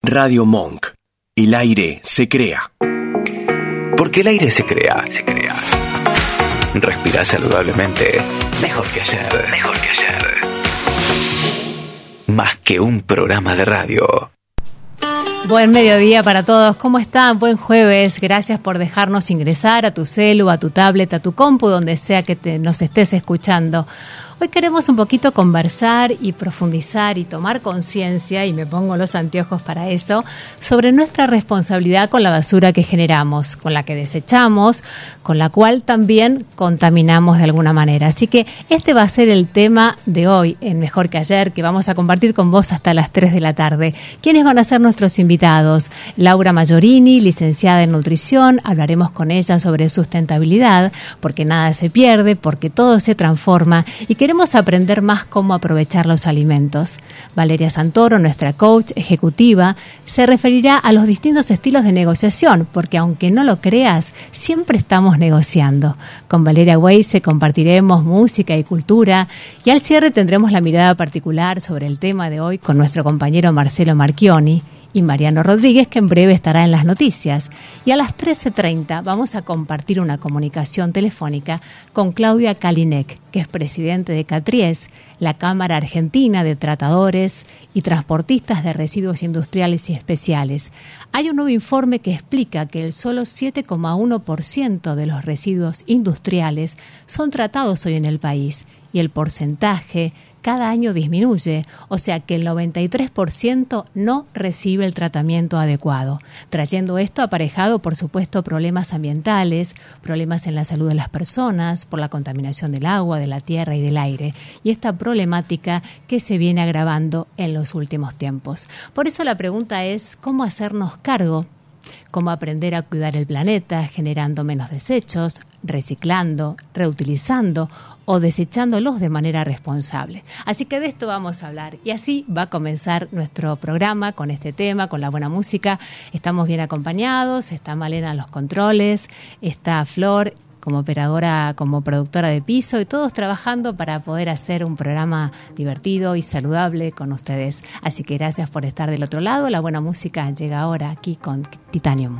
Radio Monk. El aire se crea. Porque el aire se crea. Respira saludablemente. Mejor que ayer. Más que un programa de radio. Buen mediodía para todos. ¿Cómo están? Buen jueves. Gracias por dejarnos ingresar a tu celu, a tu tablet, a tu compu, donde sea que nos estés escuchando. Hoy queremos un poquito conversar y profundizar y tomar conciencia, y me pongo los anteojos para eso, sobre nuestra responsabilidad con la basura que generamos, con la que desechamos, con la cual también contaminamos de alguna manera. Así que este va a ser el tema de hoy en Mejor que Ayer, que vamos a compartir con vos hasta las 3 de la tarde. ¿Quiénes van a ser nuestros invitados? Laura Maggiorini, licenciada en nutrición. Hablaremos con ella sobre sustentabilidad, porque nada se pierde, porque todo se transforma, y queremos aprender más cómo aprovechar los alimentos. Valeria Santoro, nuestra coach ejecutiva, se referirá a los distintos estilos de negociación, porque aunque no lo creas, siempre estamos negociando. Con Valeria Weise compartiremos música y cultura, y al cierre tendremos la mirada particular sobre el tema de hoy con nuestro compañero Marcelo Marchioni y Mariano Rodríguez, que en breve estará en las noticias. Y a las 13:30 vamos a compartir una comunicación telefónica con Claudia Kalinek, que es presidente de CATRIES, la Cámara Argentina de Tratadores y Transportistas de Residuos Industriales y Especiales. Hay un nuevo informe que explica que el solo 7,1% de los residuos industriales son tratados hoy en el país, y el porcentaje cada año disminuye, o sea que el 93% no recibe el tratamiento adecuado, trayendo esto aparejado, por supuesto, problemas ambientales, problemas en la salud de las personas, por la contaminación del agua, de la tierra y del aire, y esta problemática que se viene agravando en los últimos tiempos. Por eso la pregunta es, ¿cómo hacernos cargo? ¿Cómo aprender a cuidar el planeta generando menos desechos, reciclando, reutilizando o desechándolos de manera responsable? Así que de esto vamos a hablar, y así va a comenzar nuestro programa con este tema, con la buena música. Estamos bien acompañados, está Malena en los controles, está Flor como operadora, como productora de piso, y todos trabajando para poder hacer un programa divertido y saludable con ustedes. Así que gracias por estar del otro lado. La buena música llega ahora aquí con Titanium.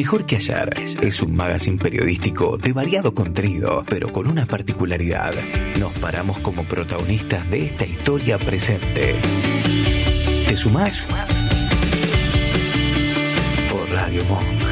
Mejor que ayer es un magazine periodístico de variado contenido, pero con una particularidad. Nos paramos como protagonistas de esta historia presente. ¿Te sumás? Por Radio Monk.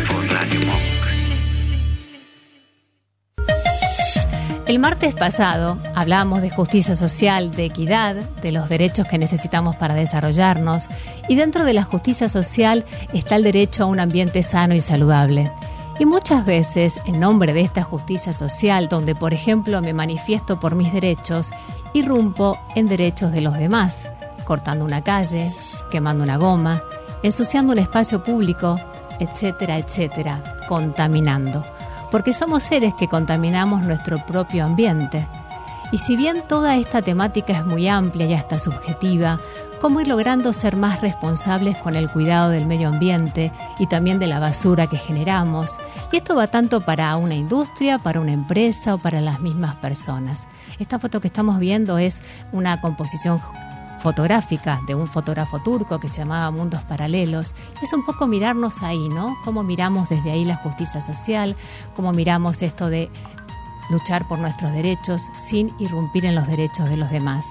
El martes pasado hablamos de justicia social, de equidad, de los derechos que necesitamos para desarrollarnos, y dentro de la justicia social está el derecho a un ambiente sano y saludable. Y muchas veces, en nombre de esta justicia social, donde por ejemplo me manifiesto por mis derechos, irrumpo en derechos de los demás, cortando una calle, quemando una goma, ensuciando un espacio público, etcétera, etcétera, contaminando. Porque somos seres que contaminamos nuestro propio ambiente. Y si bien toda esta temática es muy amplia y hasta subjetiva, ¿cómo ir logrando ser más responsables con el cuidado del medio ambiente y también de la basura que generamos? Y esto va tanto para una industria, para una empresa o para las mismas personas. Esta foto que estamos viendo es una composición fotográfica de un fotógrafo turco que se llamaba Mundos Paralelos. Es un poco mirarnos ahí, ¿no? Cómo miramos desde ahí la justicia social, cómo miramos esto de luchar por nuestros derechos sin irrumpir en los derechos de los demás.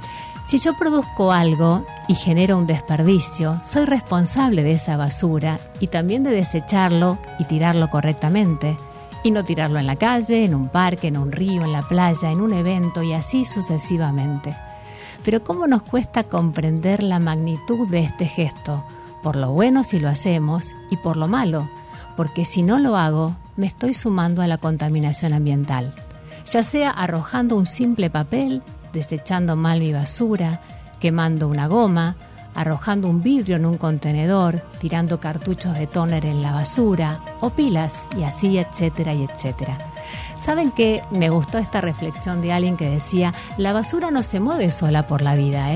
Si yo produzco algo y genero un desperdicio, soy responsable de esa basura y también de desecharlo y tirarlo correctamente. Y no tirarlo en la calle, en un parque, en un río, en la playa, en un evento y así sucesivamente. Pero ¿cómo nos cuesta comprender la magnitud de este gesto? Por lo bueno si lo hacemos y por lo malo, porque si no lo hago, me estoy sumando a la contaminación ambiental. Ya sea arrojando un simple papel, desechando mal mi basura, quemando una goma, arrojando un vidrio en un contenedor, tirando cartuchos de tóner en la basura, o pilas, y así, etcétera, y etcétera. ¿Saben qué? Me gustó esta reflexión de alguien que decía, la basura no se mueve sola por la vida,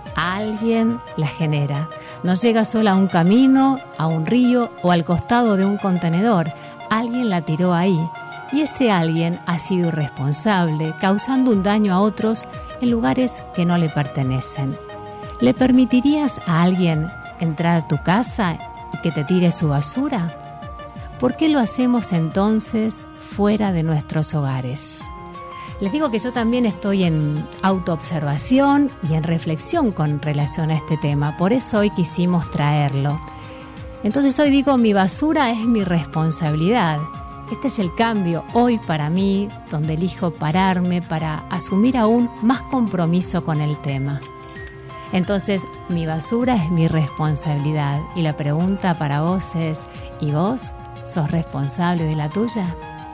Alguien la genera. No llega sola a un camino, a un río o al costado de un contenedor. Alguien la tiró ahí. Y ese alguien ha sido irresponsable, causando un daño a otros en lugares que no le pertenecen. ¿Le permitirías a alguien entrar a tu casa y que te tire su basura? ¿Por qué lo hacemos entonces fuera de nuestros hogares? Les digo que yo también estoy en autoobservación y en reflexión con relación a este tema, por eso hoy quisimos traerlo. Entonces hoy digo, mi basura es mi responsabilidad. Este es el cambio hoy para mí, donde elijo pararme para asumir aún más compromiso con el tema. Entonces, mi basura es mi responsabilidad. Y la pregunta para vos es, ¿y vos sos responsable de la tuya?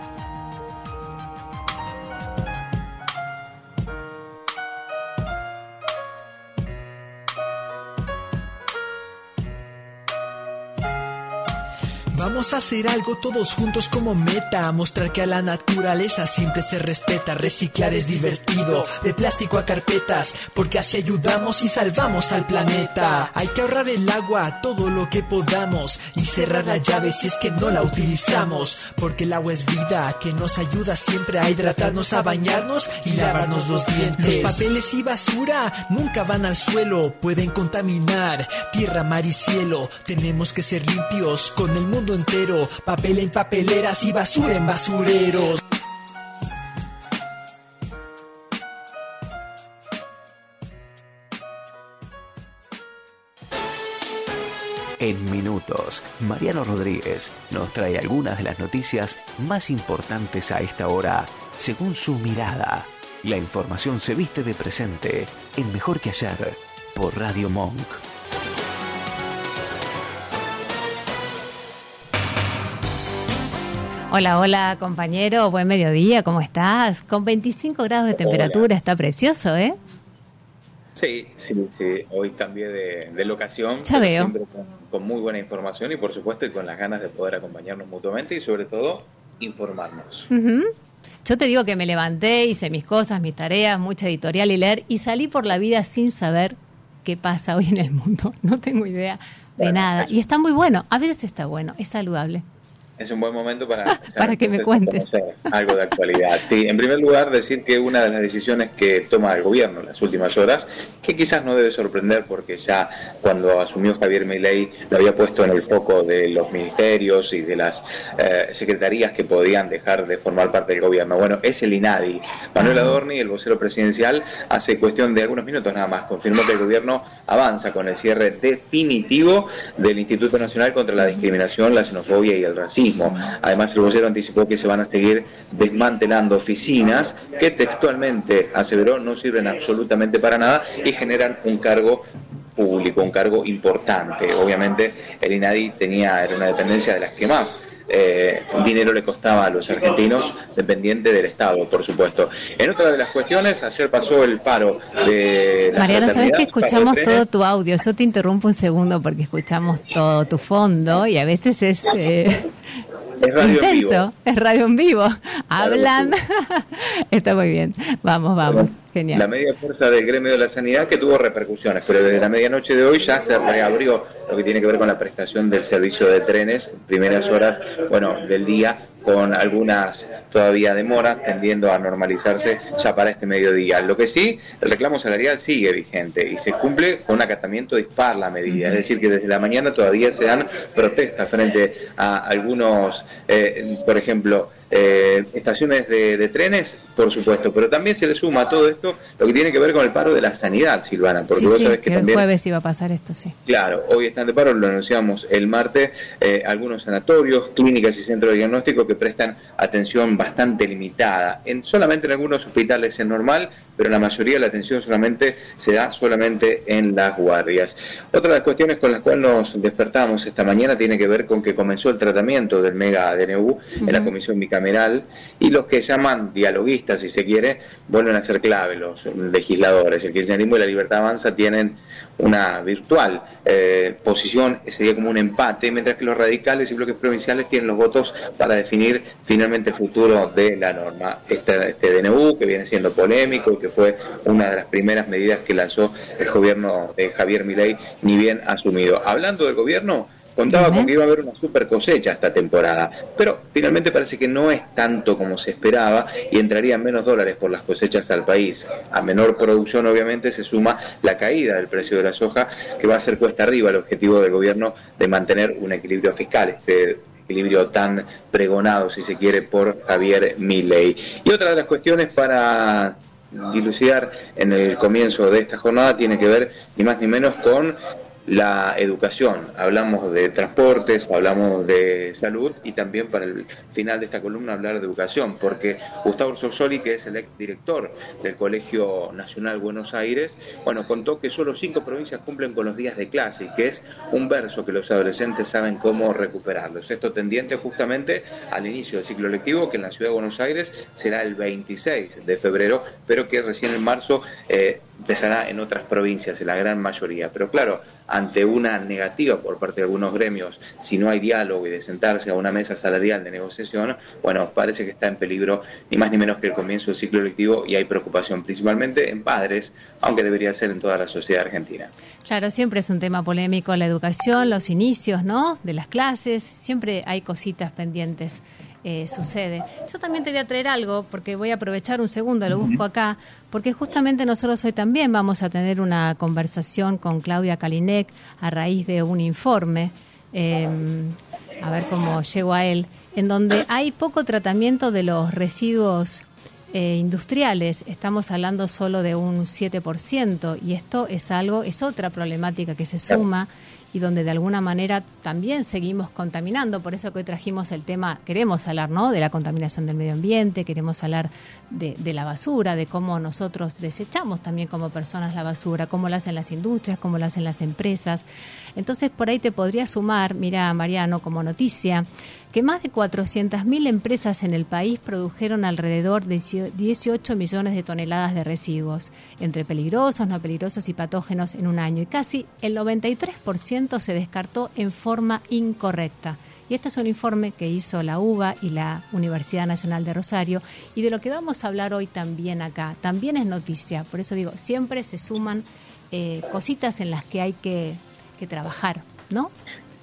Vamos a hacer algo todos juntos como meta, mostrar que a la naturaleza siempre se respeta. Reciclar es divertido, de plástico a carpetas, porque así ayudamos y salvamos al planeta. Hay que ahorrar el agua, todo lo que podamos, y cerrar la llave si es que no la utilizamos, porque el agua es vida, que nos ayuda siempre a hidratarnos, a bañarnos y lavarnos los dientes. Los papeles y basura nunca van al suelo, pueden contaminar tierra, mar y cielo. Tenemos que ser limpios con el mundo entero, papel en papeleras y basura en basureros. En minutos, Mariano Rodríguez nos trae algunas de las noticias más importantes a esta hora, según su mirada. La información se viste de presente en Mejor que ayer, por Radio Monk. Hola, hola compañero, buen mediodía, ¿cómo estás? Con 25 grados de temperatura, hola. Está precioso, ¿eh? Sí, hoy cambié de locación, ya veo. Siempre con muy buena información y por supuesto y con las ganas de poder acompañarnos mutuamente y sobre todo informarnos. Uh-huh. Yo te digo que me levanté, hice mis cosas, mis tareas, mucha editorial y leer y salí por la vida sin saber qué pasa hoy en el mundo, no tengo idea de nada y está muy bueno, a veces está bueno, es saludable. Es un buen momento para que me cuentes algo de actualidad. Sí, en primer lugar, decir que una de las decisiones que toma el gobierno en las últimas horas, que quizás no debe sorprender porque ya cuando asumió Javier Milei lo había puesto en el foco de los ministerios y de las secretarías que podían dejar de formar parte del gobierno. Bueno, es el INADI. Manuel Adorni, el vocero presidencial, hace cuestión de algunos minutos nada más, confirmó que el gobierno avanza con el cierre definitivo del Instituto Nacional contra la Discriminación, la Xenofobia y el Racismo. Además, el vocero anticipó que se van a seguir desmantelando oficinas que textualmente aseveró no sirven absolutamente para nada y generan un cargo público, un cargo importante. Obviamente el INADI era una dependencia de las que más dinero le costaba a los argentinos, dependiente del Estado, por supuesto. En otra de las cuestiones, ayer pasó el paro de la Mariano, sabes que escuchamos todo tu audio. Yo te interrumpo un segundo porque escuchamos todo tu fondo y a veces es radio intenso, es radio en vivo. Hablan. Está muy bien. Vamos. Genial. La media fuerza del gremio de la sanidad que tuvo repercusiones, pero desde la medianoche de hoy ya se reabrió lo que tiene que ver con la prestación del servicio de trenes, primeras horas, del día, con algunas todavía demoras, tendiendo a normalizarse ya para este mediodía. Lo que sí, el reclamo salarial sigue vigente y se cumple con un acatamiento dispar la medida, es decir, que desde la mañana todavía se dan protestas frente a algunos, por ejemplo, estaciones de trenes, por supuesto, pero también se le suma a todo esto lo que tiene que ver con el paro de la sanidad, Silvana, porque vos sabés que también el jueves iba a pasar esto, sí. Claro, hoy están de paro, lo anunciamos el martes, algunos sanatorios, clínicas y centros de diagnóstico que prestan atención bastante limitada, solamente en algunos hospitales es normal, pero la mayoría de la atención se da solamente en las guardias. Otra de las cuestiones con las cuales nos despertamos esta mañana tiene que ver con que comenzó el tratamiento del mega DNU en la comisión bicameral y los que llaman dialoguistas, si se quiere, vuelven a ser clave, los legisladores. El kirchnerismo y la Libertad Avanza tienen una virtual posición, sería como un empate, mientras que los radicales y bloques provinciales tienen los votos para definir finalmente el futuro de la norma. Este DNU, que viene siendo polémico y que fue una de las primeras medidas que lanzó el gobierno de Javier Milei, ni bien asumido. Hablando del gobierno, contaba con que iba a haber una super cosecha esta temporada, pero finalmente parece que no es tanto como se esperaba y entrarían menos dólares por las cosechas al país. A menor producción, obviamente, se suma la caída del precio de la soja, que va a ser cuesta arriba el objetivo del gobierno de mantener un equilibrio fiscal, este equilibrio tan pregonado, si se quiere, por Javier Milei. Y otra de las cuestiones para dilucidar en el comienzo de esta jornada tiene que ver ni más ni menos con la educación. Hablamos de transportes, hablamos de salud y también para el final de esta columna hablar de educación, porque Gustavo Sorsoli, que es el exdirector del Colegio Nacional Buenos Aires, contó que solo 5 provincias cumplen con los días de clase y que es un verso que los adolescentes saben cómo recuperarlos. Esto tendiente justamente al inicio del ciclo lectivo, que en la ciudad de Buenos Aires será el 26 de febrero, pero que recién en marzo empezará en otras provincias, en la gran mayoría. Pero claro, ante una negativa por parte de algunos gremios, si no hay diálogo y de sentarse a una mesa salarial de negociación, parece que está en peligro ni más ni menos que el comienzo del ciclo lectivo y hay preocupación principalmente en padres, aunque debería ser en toda la sociedad argentina. Claro, siempre es un tema polémico la educación, los inicios, ¿no?, de las clases, siempre hay cositas pendientes. Sucede. Yo también te voy a traer algo, porque voy a aprovechar un segundo, lo busco acá, porque justamente nosotros hoy también vamos a tener una conversación con Claudia Kalinek a raíz de un informe, a ver cómo llego a él, en donde hay poco tratamiento de los residuos industriales. Estamos hablando solo de un 7%, y esto es otra problemática que se suma y donde de alguna manera también seguimos contaminando. Por eso que hoy trajimos el tema, queremos hablar, ¿no?, de la contaminación del medio ambiente, queremos hablar de la basura, de cómo nosotros desechamos también como personas la basura, cómo lo hacen las industrias, cómo lo hacen las empresas. Entonces, por ahí te podría sumar, mira, Mariano, como noticia, que más de 400.000 empresas en el país produjeron alrededor de 18 millones de toneladas de residuos, entre peligrosos, no peligrosos y patógenos en un año, y casi el 93% se descartó en forma incorrecta. Y este es un informe que hizo la UBA y la Universidad Nacional de Rosario, y de lo que vamos a hablar hoy también acá, también es noticia. Por eso digo, siempre se suman cositas en las que hay que trabajar, ¿no?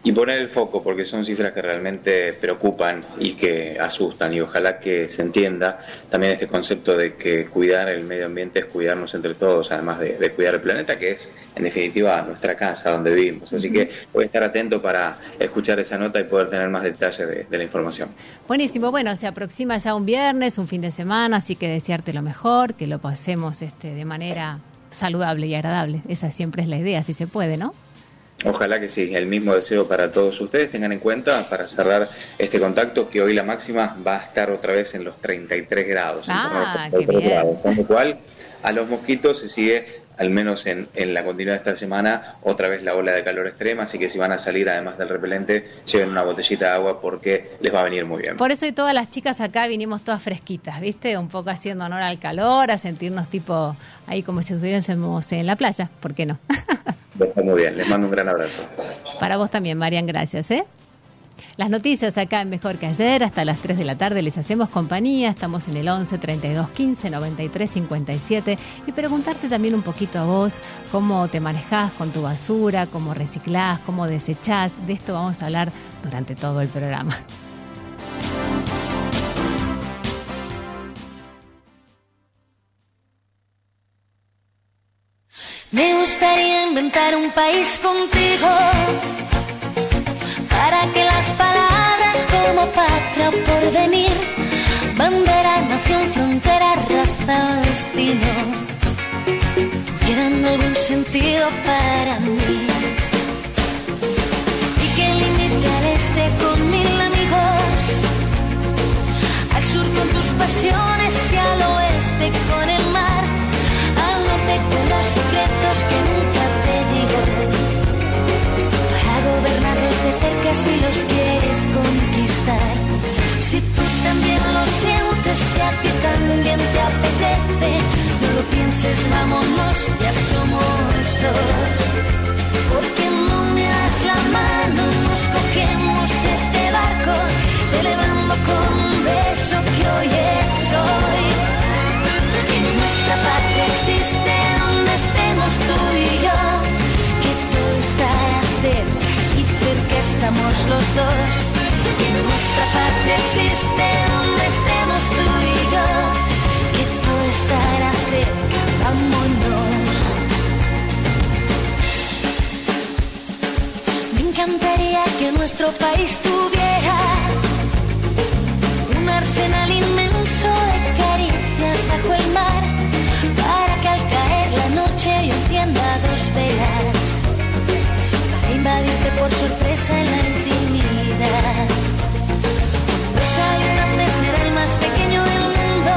Y poner el foco, porque son cifras que realmente preocupan y que asustan, y ojalá que se entienda también este concepto de que cuidar el medio ambiente es cuidarnos entre todos, además de cuidar el planeta, que es en definitiva nuestra casa donde vivimos. Así que voy a estar atento para escuchar esa nota y poder tener más detalle de la información. Buenísimo, bueno, se aproxima ya un viernes, un fin de semana, así que desearte lo mejor, que lo pasemos de manera saludable y agradable. Esa siempre es la idea, si se puede, ¿no? Ojalá que sí, el mismo deseo para todos ustedes. Tengan en cuenta, para cerrar este contacto, que hoy la máxima va a estar otra vez en los 33 grados. Qué bien. Grados, con lo cual, a los mosquitos se sigue, al menos en la continuidad de esta semana, otra vez la ola de calor extrema, así que si van a salir, además del repelente, lleven una botellita de agua porque les va a venir muy bien. Por eso y todas las chicas acá vinimos todas fresquitas, ¿viste? Un poco haciendo honor al calor, a sentirnos tipo ahí como si estuviésemos en la playa, ¿por qué no? Está muy bien, les mando un gran abrazo. Para vos también, Marian, gracias, ¿eh? Las noticias acá en Mejor que Ayer, hasta las 3 de la tarde les hacemos compañía, estamos en el 11 32 15 93 57 y preguntarte también un poquito a vos cómo te manejás con tu basura, cómo reciclás, cómo desechás, de esto vamos a hablar durante todo el programa. Me gustaría inventar un país contigo, para que las palabras como patria o porvenir, bandera, nación, frontera, raza o destino, tuvieran algún sentido para mí. Y que limite al este con 1000 amigos, al sur con tus pasiones y al oeste con el mar, al norte con los secretos que nunca te digo, para gobernarlos de cerca si los quieres conquistar. Si tú también lo sientes, si a ti también te apetece, no lo pienses, vámonos, ya somos dos. Porque no me das la mano, nos cogemos este barco, celebrando con un beso que hoy es hoy. Que nuestra patria existe donde estemos tú y yo, que todo estará cerca, si cerca estamos los dos. Que nuestra patria existe donde estemos tú y yo, que todo estará cerca, vámonos. Me encantaría que nuestro país tuviera un arsenal inmenso de caricias bajo el mar, para que al caer la noche yo encienda 2 velas, para invadirte por sorpresa en la intimidad. Los habitantes será el más pequeño del mundo,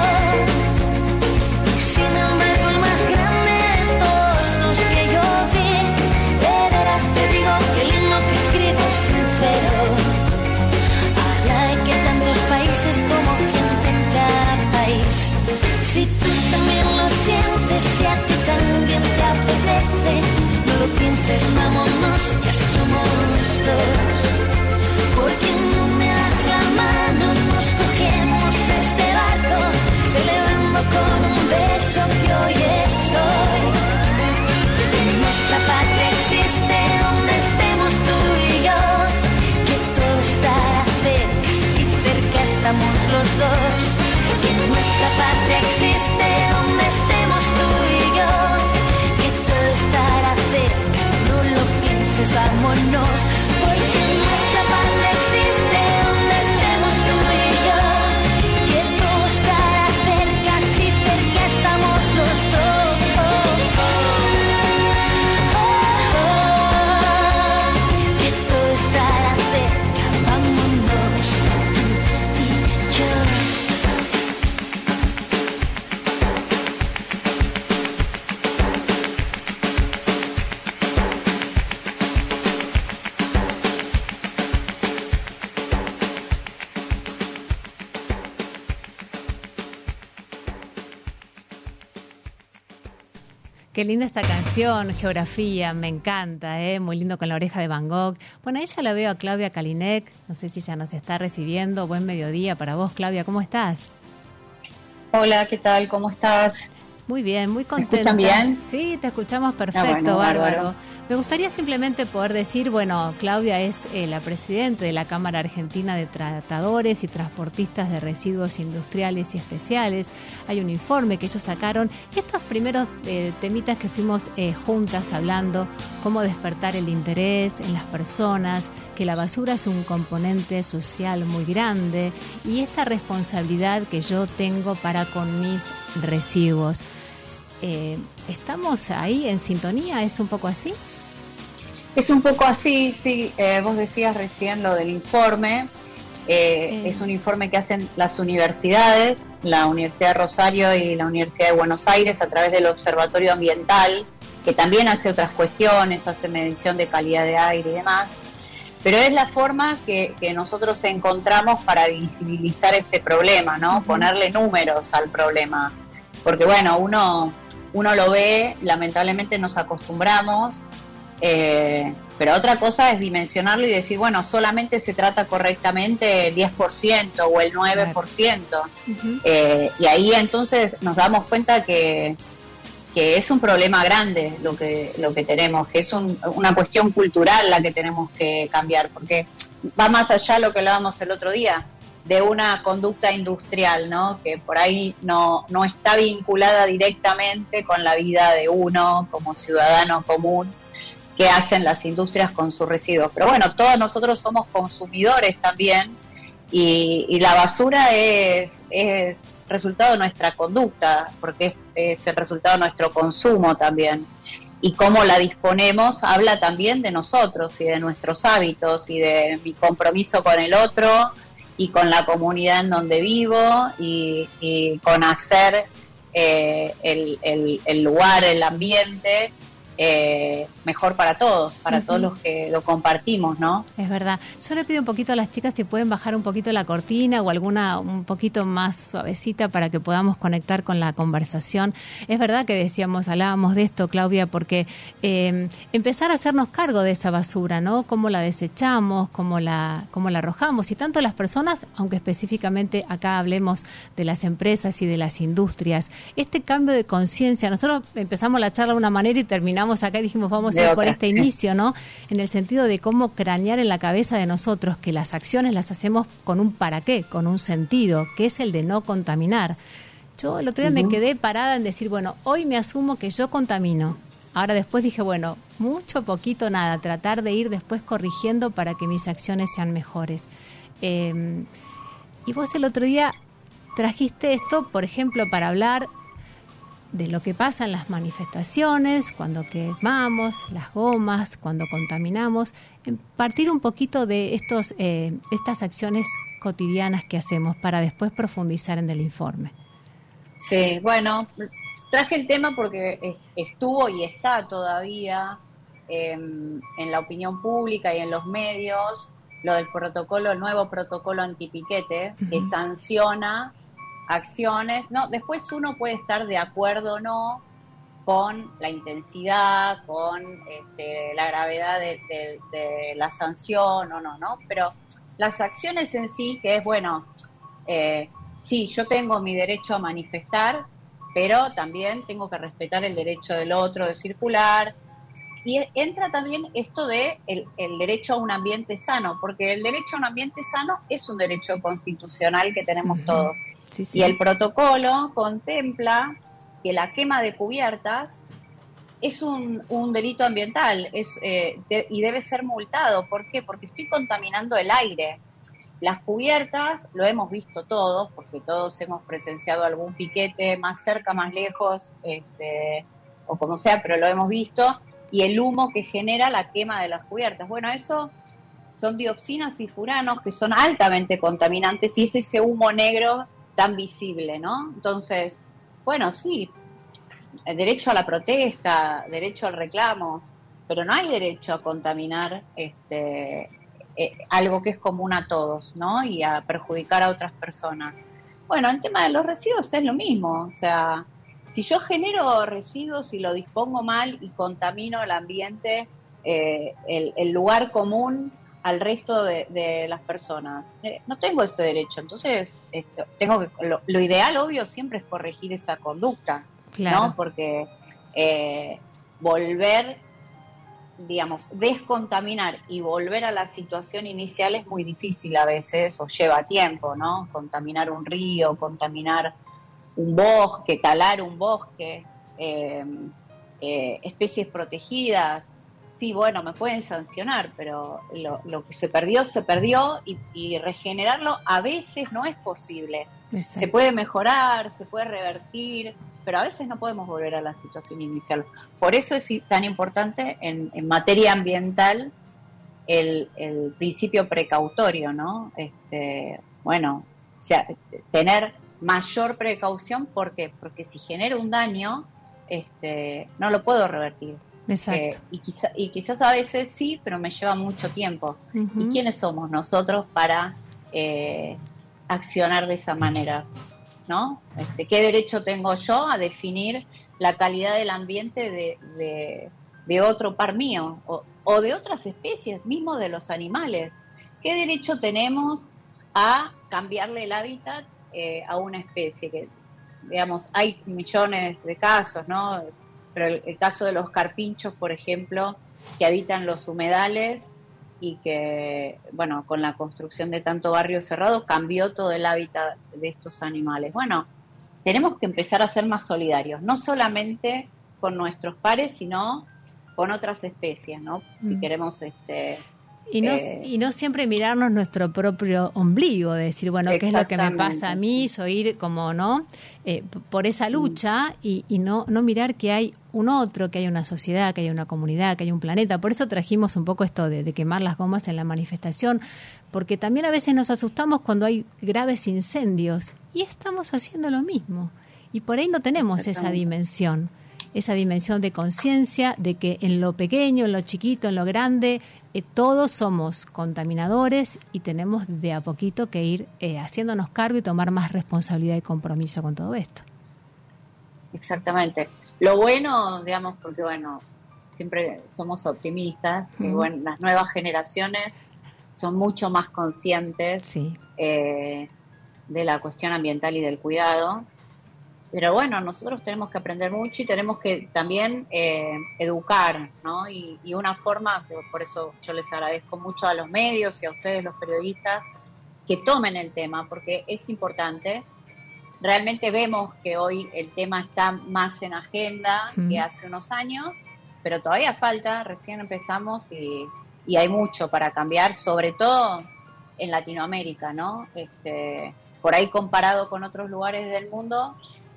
y sin embargo el más grande de todos los que yo vi. De veras te digo que el himno que escribo es sincero, habla de que tantos países como gente en cada país. Si tú también lo sientes, si a ti también te apetece, no lo pienses, vámonos, ya somos dos. Porque no me das la mano, nos cogemos este barco, celebrando con un beso que hoy es hoy. Que nuestra patria existe donde estemos tú y yo, que todo estará cerca, si cerca estamos los dos. Que nuestra patria existe donde estemos tú y yo, que todo estará cerca, no lo pienses, vámonos. Porque nuestra patria existe donde estemos tú y yo, que todo estará cerca, si cerca estamos los dos. Que todo estará cerca, vámonos, tú y yo. Qué linda esta canción, Geografía, me encanta, muy lindo con la oreja de Van Gogh. Bueno, a ella la veo a Claudia Kalinek, no sé si ya nos está recibiendo. Buen mediodía para vos, Claudia, ¿cómo estás? Hola, ¿qué tal? ¿Cómo estás? Muy bien, muy contenta. ¿Me escuchan bien? Sí, te escuchamos perfecto, bueno, bárbaro. Me gustaría simplemente poder decir, bueno, Claudia es la presidenta de la Cámara Argentina de Tratadores y Transportistas de Residuos Industriales y Especiales. Hay un informe que ellos sacaron. Estos primeros temitas que fuimos juntas hablando, cómo despertar el interés en las personas, que la basura es un componente social muy grande y esta responsabilidad que yo tengo para con mis residuos. ¿Estamos ahí en sintonía? ¿Es un poco así? Es un poco así, sí. Vos decías recién lo del informe. Es un informe que hacen las universidades, la Universidad de Rosario y la Universidad de Buenos Aires, a través del Observatorio Ambiental, que también hace otras cuestiones, hace medición de calidad de aire y demás. Pero es la forma que nosotros encontramos para visibilizar este problema, ¿no? Ponerle números al problema. Porque bueno, uno lo ve, lamentablemente nos acostumbramos, pero otra cosa es dimensionarlo y decir, bueno, solamente se trata correctamente el 10% o el 9%. Y ahí entonces nos damos cuenta que es un problema grande lo que tenemos, que es una cuestión cultural la que tenemos que cambiar, porque va más allá de lo que hablábamos el otro día, de una conducta industrial, ¿no? Que por ahí no está vinculada directamente con la vida de uno como ciudadano común, que hacen las industrias con sus residuos. Pero bueno, todos nosotros somos consumidores también, y la basura es resultado de nuestra conducta, porque es el resultado de nuestro consumo también. Y cómo la disponemos habla también de nosotros y de nuestros hábitos y de mi compromiso con el otro y con la comunidad en donde vivo y con hacer el lugar, el ambiente mejor para todos los que lo compartimos, ¿no? Es verdad. Yo le pido un poquito a las chicas si pueden bajar un poquito la cortina o alguna un poquito más suavecita para que podamos conectar con la conversación. Es verdad que hablábamos de esto, Claudia, porque empezar a hacernos cargo de esa basura, ¿no? Cómo la desechamos, cómo la arrojamos, y tanto las personas, aunque específicamente acá hablemos de las empresas y de las industrias, este cambio de conciencia, nosotros empezamos la charla de una manera y terminamos acá y dijimos vamos a ir por este inicio, ¿no? En el sentido de cómo cranear en la cabeza de nosotros que las acciones las hacemos con un para qué, con un sentido, que es el de no contaminar. Yo el otro día me quedé parada en decir, bueno, hoy me asumo que yo contamino. Ahora después dije, bueno, mucho, poquito, nada, tratar de ir después corrigiendo para que mis acciones sean mejores. Y vos el otro día trajiste esto, por ejemplo, para hablar de lo que pasa en las manifestaciones, cuando quemamos las gomas, cuando contaminamos, partir un poquito de estas acciones cotidianas que hacemos para después profundizar en el informe. Sí, bueno, traje el tema porque estuvo y está todavía en la opinión pública y en los medios lo del protocolo, el nuevo protocolo antipiquete, que sanciona acciones, no, después uno puede estar de acuerdo o no con la intensidad, con la gravedad de la sanción o no, pero las acciones en sí, que es bueno, sí, yo tengo mi derecho a manifestar, pero también tengo que respetar el derecho del otro de circular, y entra también esto de el derecho a un ambiente sano, porque el derecho a un ambiente sano es un derecho constitucional que tenemos todos. Sí, sí. Y el protocolo contempla que la quema de cubiertas es un delito ambiental y debe ser multado. ¿Por qué? Porque estoy contaminando el aire. Las cubiertas, lo hemos visto todos, porque todos hemos presenciado algún piquete más cerca, más lejos, o como sea, pero lo hemos visto, y el humo que genera la quema de las cubiertas. Bueno, eso son dioxinas y furanos que son altamente contaminantes y es ese humo negro tan visible, ¿no? Entonces, bueno, sí, el derecho a la protesta, derecho al reclamo, pero no hay derecho a contaminar algo que es común a todos, ¿no? Y a perjudicar a otras personas. Bueno, en tema de los residuos es lo mismo, o sea, si yo genero residuos y lo dispongo mal y contamino el ambiente, el lugar común al resto de las personas, no tengo ese derecho. Entonces tengo que lo ideal, obvio, siempre es corregir esa conducta, Claro. ¿no? Porque volver, digamos, descontaminar y volver a la situación inicial es muy difícil a veces, o lleva tiempo, ¿no? Contaminar un río, contaminar un bosque, talar un bosque, especies protegidas. Sí, bueno, me pueden sancionar, pero lo que se perdió y regenerarlo a veces no es posible. Exacto. Se puede mejorar, se puede revertir, pero a veces no podemos volver a la situación inicial. Por eso es tan importante en materia ambiental el principio precautorio, ¿no? Bueno, o sea, tener mayor precaución, porque si genero un daño, no lo puedo revertir. Exacto. Y quizás a veces sí, pero me lleva mucho tiempo. Uh-huh. ¿Y quiénes somos nosotros para accionar de esa manera? ¿No? ¿Qué derecho tengo yo a definir la calidad del ambiente de otro par mío o de otras especies, mismo de los animales? ¿Qué derecho tenemos a cambiarle el hábitat a una especie? Que, digamos, hay millones de casos, ¿no? Pero el caso de los carpinchos, por ejemplo, que habitan los humedales y que, bueno, con la construcción de tanto barrio cerrado cambió todo el hábitat de estos animales. Bueno, tenemos que empezar a ser más solidarios, no solamente con nuestros pares, sino con otras especies, ¿no? Si queremos Y no siempre mirarnos nuestro propio ombligo, de decir, bueno, ¿qué es lo que me pasa a mí? Soy como, ¿no? Por esa lucha y no mirar que hay un otro, que hay una sociedad, que hay una comunidad, que hay un planeta. Por eso trajimos un poco esto de quemar las gomas en la manifestación, porque también a veces nos asustamos cuando hay graves incendios y estamos haciendo lo mismo. Y por ahí no tenemos esa dimensión de conciencia, de que en lo pequeño, en lo chiquito, en lo grande, todos somos contaminadores y tenemos de a poquito que ir haciéndonos cargo y tomar más responsabilidad y compromiso con todo esto. Exactamente. Lo bueno, digamos, porque bueno, siempre somos optimistas, que bueno, las nuevas generaciones son mucho más conscientes de la cuestión ambiental y del cuidado. Pero bueno, nosotros tenemos que aprender mucho y tenemos que también educar, ¿no? Y una forma, que por eso yo les agradezco mucho a los medios y a ustedes, los periodistas, que tomen el tema, porque es importante. Realmente vemos que hoy el tema está más en agenda que hace unos años, pero todavía falta, recién empezamos y hay mucho para cambiar, sobre todo en Latinoamérica, ¿no? Por ahí comparado con otros lugares del mundo,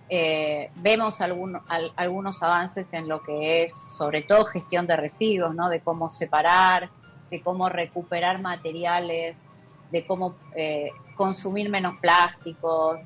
vemos algunos avances en lo que es, sobre todo, gestión de residuos, ¿no? De cómo separar, de cómo recuperar materiales, de cómo consumir menos plásticos.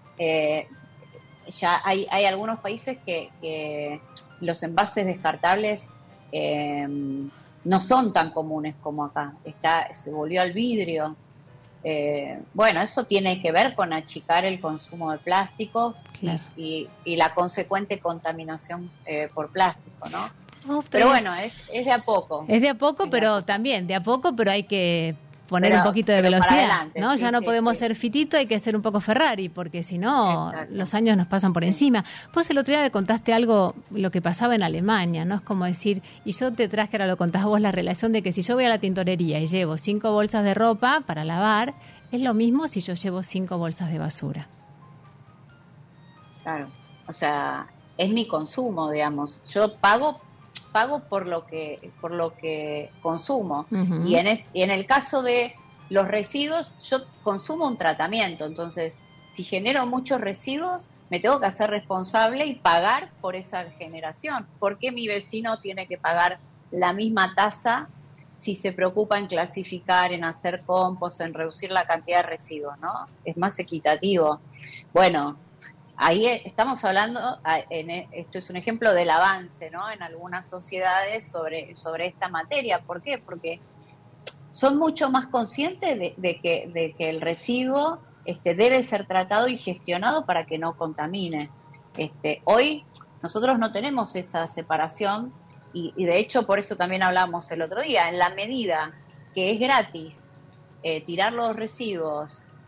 Ya hay algunos países que los envases descartables no son tan comunes como acá. Se volvió al vidrio. Bueno, eso tiene que ver con achicar el consumo de plásticos, claro, y la consecuente contaminación por plástico, ¿no? Pero bueno, es de a poco. Es de a poco, pero también de a poco, pero hay que poner un poquito de velocidad, ¿no? Sí, ya no podemos ser Fitito, hay que ser un poco Ferrari, porque si no, los años nos pasan por encima. Pues el otro día me contaste algo, lo que pasaba en Alemania, ¿no? Es como decir, y yo te traje, ahora lo contás vos, la relación de que si yo voy a la tintorería y llevo 5 bolsas de ropa para lavar, es lo mismo si yo llevo 5 bolsas de basura. Claro, o sea, es mi consumo, digamos. Yo pago por lo que consumo. Uh-huh. Y en el caso de los residuos, yo consumo un tratamiento. Entonces, si genero muchos residuos, me tengo que hacer responsable y pagar por esa generación. ¿Por qué mi vecino tiene que pagar la misma tasa si se preocupa en clasificar, en hacer compost, en reducir la cantidad de residuos, ¿no? Es más equitativo. Bueno, ahí estamos hablando, esto es un ejemplo del avance, ¿no? En algunas sociedades sobre esta materia. ¿Por qué? Porque son mucho más conscientes de que el residuo debe ser tratado y gestionado para que no contamine. Hoy nosotros no tenemos esa separación y de hecho por eso también hablamos el otro día, en la medida que es gratis tirar los residuos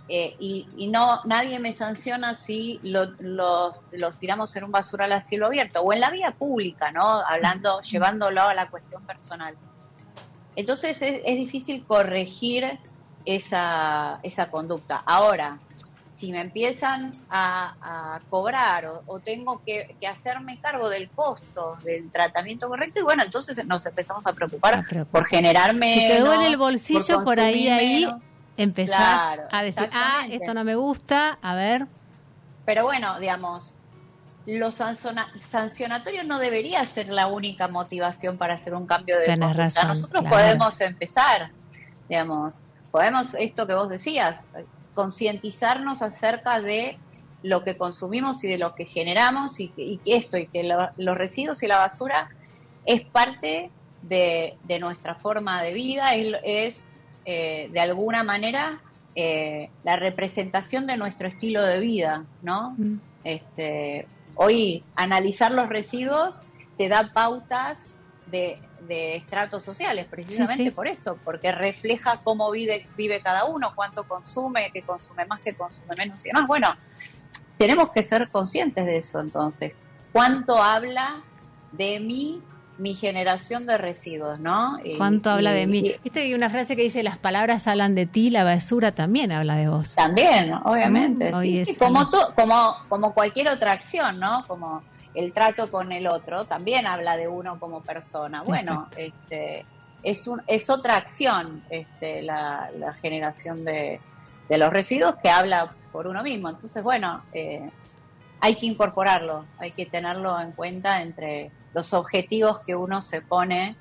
y no, nadie me sanciona si los tiramos en un basural a cielo abierto o en la vía pública, ¿no? Hablando, llevándolo a la cuestión personal. Entonces es difícil corregir esa conducta. Ahora, si me empiezan a cobrar o tengo que hacerme cargo del costo del tratamiento correcto, y bueno, entonces nos empezamos a preocupar por generar menos. Si te duele el bolsillo, por ahí empezás a decir, esto no me gusta, a ver. Pero bueno, digamos, lo sancionatorio no debería ser la única motivación para hacer un cambio de conducta. Razón, nosotros claro. podemos empezar, digamos, podemos, esto que vos decías, concientizarnos acerca de lo que consumimos y de lo que generamos y que los residuos y la basura es parte de nuestra forma de vida, es de alguna manera la representación de nuestro estilo de vida, ¿no? Hoy analizar los residuos te da pautas de estratos sociales, precisamente por eso, porque refleja cómo vive cada uno, cuánto consume, que consume más, que consume menos y demás. Bueno, tenemos que ser conscientes de eso. Entonces, ¿cuánto habla de mí mi generación de residuos, ¿no? ¿Cuánto habla de mí? Viste que hay una frase que dice, las palabras hablan de ti, la basura también habla de vos. También, obviamente. Sí, como cualquier otra acción, ¿no? Como el trato con el otro, también habla de uno como persona. Bueno, es otra acción, la generación de los residuos, que habla por uno mismo. Entonces, bueno, hay que incorporarlo, hay que tenerlo en cuenta entre los objetivos que uno se pone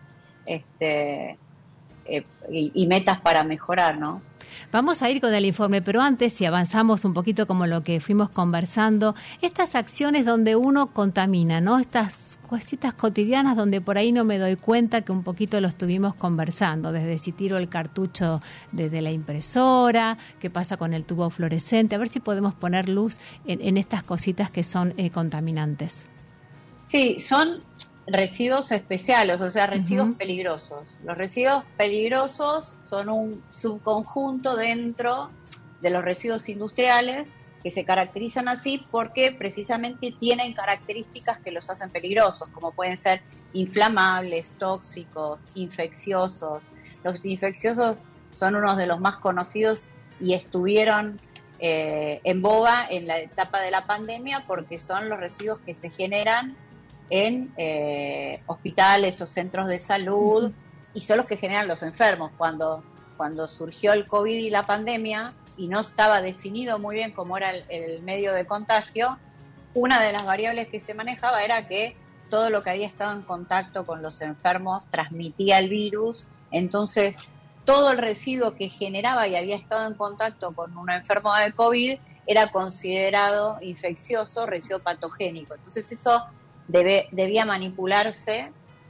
y metas para mejorar, ¿no? Vamos a ir con el informe, pero antes, si avanzamos un poquito como lo que fuimos conversando, estas acciones donde uno contamina, ¿no? Estas cositas cotidianas donde por ahí no me doy cuenta, que un poquito lo estuvimos conversando, desde si tiro el cartucho desde la impresora, qué pasa con el tubo fluorescente, a ver si podemos poner luz en estas cositas que son contaminantes. Sí, son residuos especiales, o sea, residuos peligrosos. Los residuos peligrosos son un subconjunto dentro de los residuos industriales que se caracterizan así porque precisamente tienen características que los hacen peligrosos, como pueden ser inflamables, tóxicos, infecciosos. Los infecciosos son unos de los más conocidos y estuvieron en boga en la etapa de la pandemia porque son los residuos que se generan en hospitales o centros de salud y son los que generan los enfermos. Cuando surgió el COVID y la pandemia y no estaba definido muy bien cómo era el medio de contagio, una de las variables que se manejaba era que todo lo que había estado en contacto con los enfermos transmitía el virus. Entonces todo el residuo que generaba y había estado en contacto con un enfermo de COVID era considerado infeccioso, residuo patogénico. Entonces eso debía manipularse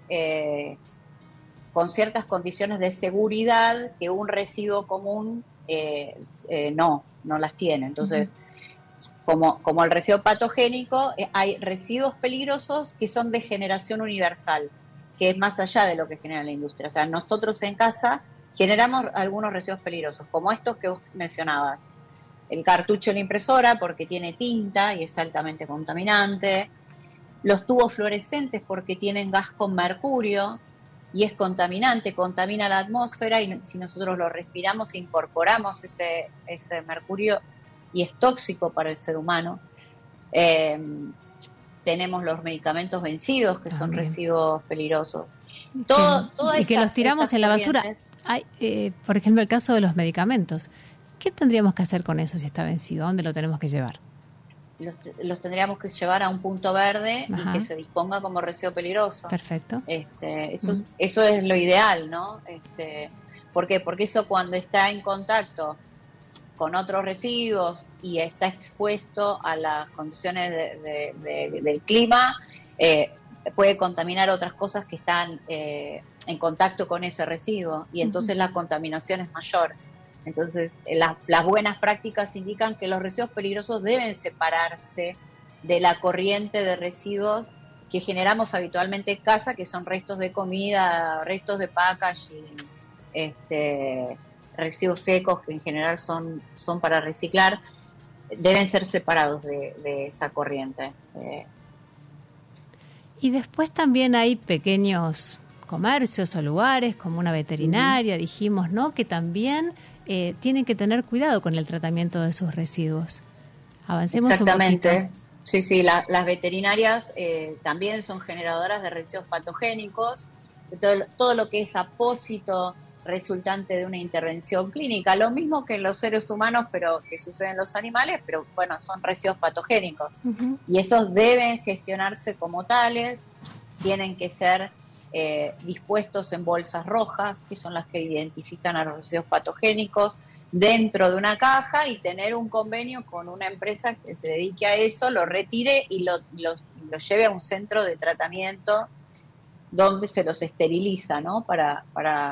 con ciertas condiciones de seguridad que un residuo común no las tiene. Entonces, como el residuo patogénico, hay residuos peligrosos que son de generación universal, que es más allá de lo que genera la industria. O sea, nosotros en casa generamos algunos residuos peligrosos, como estos que vos mencionabas. El cartucho de la impresora, porque tiene tinta y es altamente contaminante. Los tubos fluorescentes porque tienen gas con mercurio y es contaminante, contamina la atmósfera y si nosotros lo respiramos incorporamos ese mercurio y es tóxico para el ser humano. Tenemos los medicamentos vencidos que son residuos peligrosos. Y que los tiramos en la basura. Hay, por ejemplo, el caso de los medicamentos. ¿Qué tendríamos que hacer con eso si está vencido? ¿A dónde lo tenemos que llevar? Los tendríamos que llevar a un punto verde y que se disponga como residuo peligroso. Perfecto. Eso es lo ideal, ¿no? ¿Por qué? Porque eso cuando está en contacto con otros residuos y está expuesto a las condiciones del clima, puede contaminar otras cosas que están en contacto con ese residuo y entonces la contaminación es mayor. Entonces, las buenas prácticas indican que los residuos peligrosos deben separarse de la corriente de residuos que generamos habitualmente en casa, que son restos de comida, restos de packaging, residuos secos, que en general son para reciclar, deben ser separados de esa corriente. Y después también hay pequeños comercios o lugares como una veterinaria, dijimos, ¿no? Que también tienen que tener cuidado con el tratamiento de sus residuos. Avancemos Exactamente. un poquito. Sí, las veterinarias también son generadoras de residuos patogénicos, de todo lo que es apósito resultante de una intervención clínica, lo mismo que en los seres humanos, pero que sucede en los animales, pero bueno, son residuos patogénicos. Y esos deben gestionarse como tales, tienen que ser dispuestos en bolsas rojas, que son las que identifican a los residuos patogénicos, dentro de una caja, y tener un convenio con una empresa que se dedique a eso, lo retire y lo lleve a un centro de tratamiento donde se los esteriliza, ¿no? Para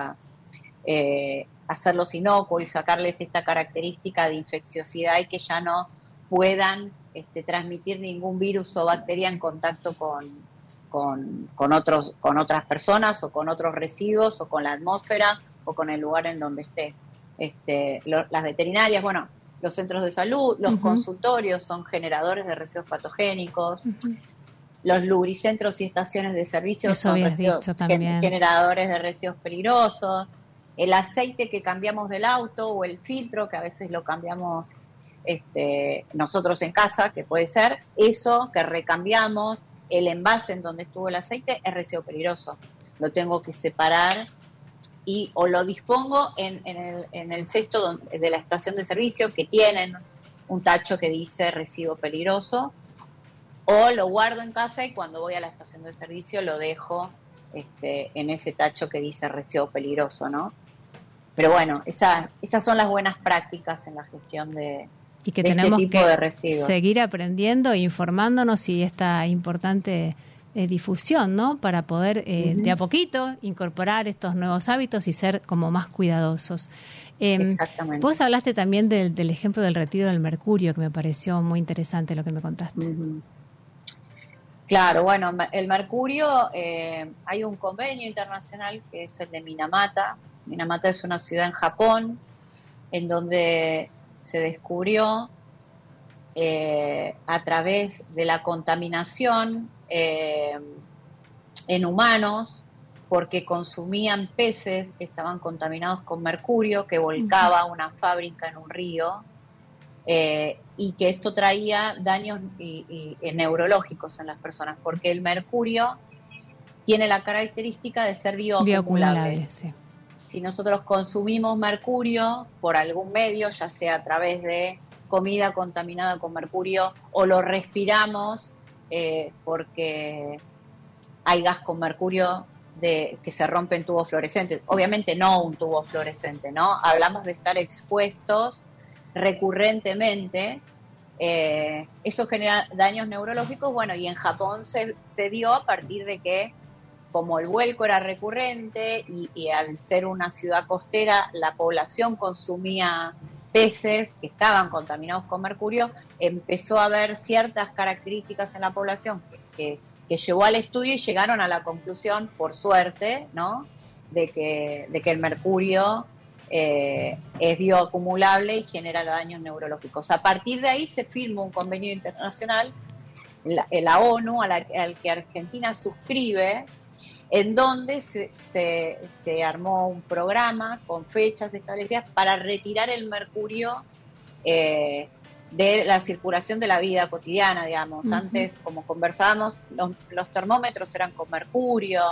hacerlos inocuos y sacarles esta característica de infecciosidad y que ya no puedan transmitir ningún virus o bacteria en contacto con otras personas o con otros residuos o con la atmósfera o con el lugar en donde esté. Las veterinarias, bueno, los centros de salud, los consultorios son generadores de residuos patogénicos, los lubricentros y estaciones de servicio eso son generadores de residuos peligrosos, el aceite que cambiamos del auto o el filtro que a veces lo cambiamos nosotros en casa, que puede ser, eso que recambiamos, el envase en donde estuvo el aceite es residuo peligroso, lo tengo que separar o lo dispongo en el cesto de la estación de servicio, que tienen un tacho que dice residuo peligroso, o lo guardo en casa y cuando voy a la estación de servicio lo dejo en ese tacho que dice residuo peligroso, ¿no? Pero bueno, esas son las buenas prácticas en la gestión de y que de tenemos este tipo que de residuos. seguir aprendiendo e informándonos y esta importante difusión, ¿no? Para poder de a poquito incorporar estos nuevos hábitos y ser como más cuidadosos. Exactamente. Vos hablaste también del ejemplo del retiro del mercurio, que me pareció muy interesante lo que me contaste. Claro, bueno, el mercurio, hay un convenio internacional que es el de Minamata. Minamata es una ciudad en Japón en donde se descubrió a través de la contaminación en humanos, porque consumían peces que estaban contaminados con mercurio, que volcaba una fábrica en un río, y que esto traía daños neurológicos en las personas, porque el mercurio tiene la característica de ser bioacumulable. Sí. Si nosotros consumimos mercurio por algún medio, ya sea a través de comida contaminada con mercurio o lo respiramos porque hay gas con mercurio que se rompe en tubos fluorescentes. Obviamente no un tubo fluorescente, ¿no? Hablamos de estar expuestos recurrentemente. Eso genera daños neurológicos. Bueno, y en Japón se dio a partir de que, como el vuelco era recurrente y al ser una ciudad costera, la población consumía peces que estaban contaminados con mercurio, empezó a haber ciertas características en la población que llevó al estudio y llegaron a la conclusión, por suerte, ¿no?, de que el mercurio es bioacumulable y genera daños neurológicos. A partir de ahí se firma un convenio internacional, la ONU, al que Argentina suscribe, en donde se armó un programa con fechas establecidas para retirar el mercurio de la circulación de la vida cotidiana, digamos. Antes, como conversábamos, los termómetros eran con mercurio.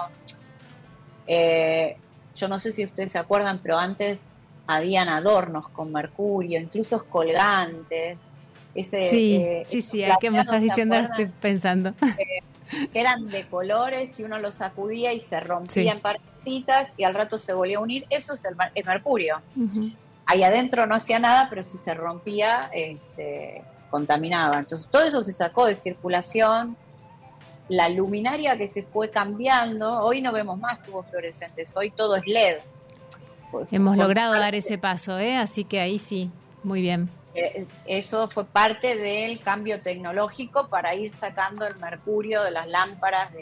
Yo no sé si ustedes se acuerdan, pero antes habían adornos con mercurio, incluso colgantes. Sí, ¿qué me estás diciendo? Estoy pensando. Que eran de colores y uno los sacudía y se rompía en partecitas y al rato se volvía a unir. Eso es el mercurio. Ahí adentro no hacía nada, pero si se rompía, contaminaba. Entonces todo eso se sacó de circulación. La luminaria que se fue cambiando, hoy no vemos más tubos fluorescentes, hoy todo es LED. Pues, hemos logrado dar ese paso, así que ahí sí, muy bien. Eso fue parte del cambio tecnológico para ir sacando el mercurio de las lámparas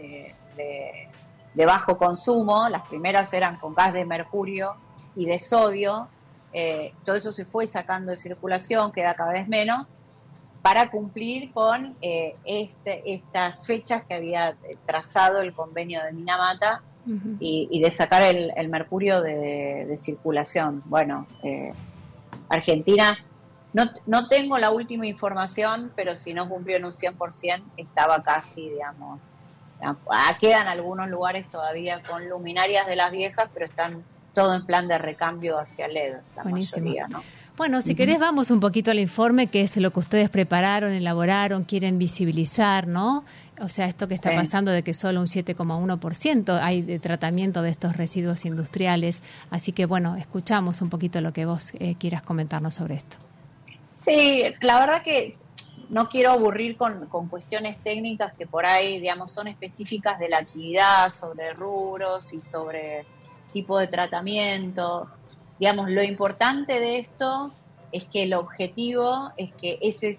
de bajo consumo. Las primeras eran con gas de mercurio y de sodio, todo eso se fue sacando de circulación, queda cada vez menos, para cumplir con estas fechas que había trazado el convenio de Minamata y de sacar el mercurio de circulación. Bueno, Argentina, no tengo la última información, pero si no cumplió en un 100%, estaba casi, digamos, quedan algunos lugares todavía con luminarias de las viejas, pero están todo en plan de recambio hacia LED, la Buenísimo. mayoría, ¿no? Bueno, si querés vamos un poquito al informe, que es lo que ustedes prepararon, elaboraron, quieren visibilizar, ¿no? O sea, esto que está pasando de que solo un 7,1% hay de tratamiento de estos residuos industriales. Así que, bueno, escuchamos un poquito lo que vos quieras comentarnos sobre esto. Sí, la verdad que no quiero aburrir con cuestiones técnicas que por ahí, digamos, son específicas de la actividad, sobre rubros y sobre tipo de tratamiento. Digamos, lo importante de esto es que el objetivo es que ese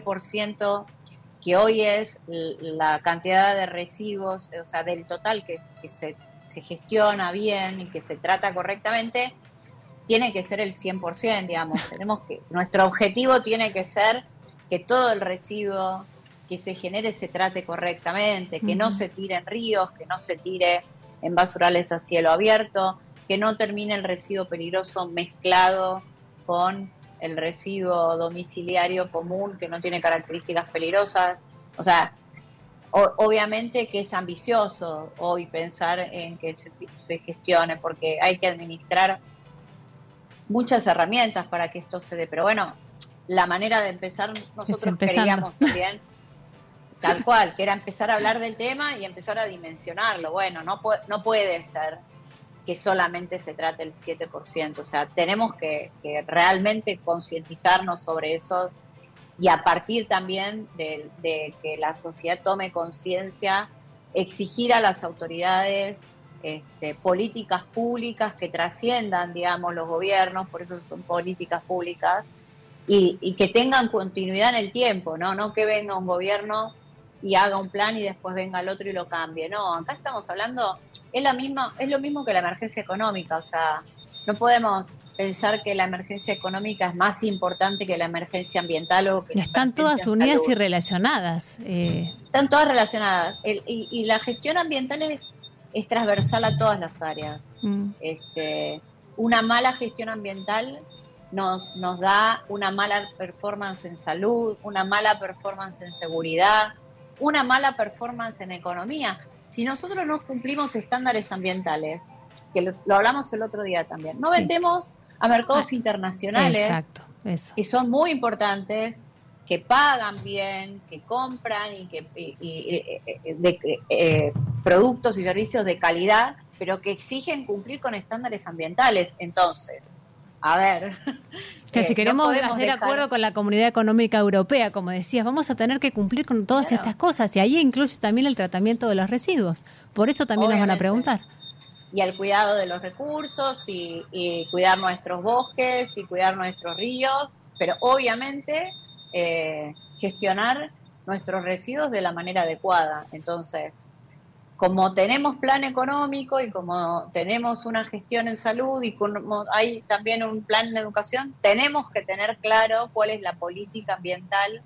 7% que hoy es la cantidad de residuos, o sea, del total que se gestiona bien y que se trata correctamente, tiene que ser el 100%, digamos. Nuestro objetivo tiene que ser que todo el residuo que se genere se trate correctamente, que no se tire en ríos, que no se tire en basurales a cielo abierto, que no termine el residuo peligroso mezclado con el residuo domiciliario común que no tiene características peligrosas. O sea, obviamente que es ambicioso hoy pensar en que se gestione, porque hay que administrar muchas herramientas para que esto se dé. Pero bueno, la manera de empezar, nosotros queríamos también, tal cual, que era empezar a hablar del tema y empezar a dimensionarlo. Bueno, no puede ser que solamente se trate el 7%, o sea, tenemos que realmente concientizarnos sobre eso y a partir también de que la sociedad tome conciencia, exigir a las autoridades políticas públicas que trasciendan, digamos, los gobiernos, por eso son políticas públicas, y que tengan continuidad en el tiempo, no que venga un gobierno y haga un plan y después venga el otro y lo cambie. No, acá estamos hablando, es lo mismo que la emergencia económica, o sea, no podemos pensar que la emergencia económica es más importante que la emergencia ambiental o que están todas unidas y relacionadas. Están todas relacionadas. Y la gestión ambiental es transversal a todas las áreas. Una mala gestión ambiental nos da una mala performance en salud, una mala performance en seguridad, una mala performance en economía. Si nosotros no cumplimos estándares ambientales, que lo hablamos el otro día también, no vendemos a mercados internacionales, exacto, eso, que son muy importantes, que pagan bien, que compran productos y servicios de calidad, pero que exigen cumplir con estándares ambientales. Entonces, a ver, que si queremos hacer acuerdo con la Comunidad Económica Europea, como decías, vamos a tener que cumplir con todas estas cosas, y ahí incluye también el tratamiento de los residuos. Por eso también nos van a preguntar. Y el cuidado de los recursos, y cuidar nuestros bosques, y cuidar nuestros ríos, pero obviamente gestionar nuestros residuos de la manera adecuada. Entonces, como tenemos plan económico y como tenemos una gestión en salud y como hay también un plan de educación, tenemos que tener claro cuál es la política ambiental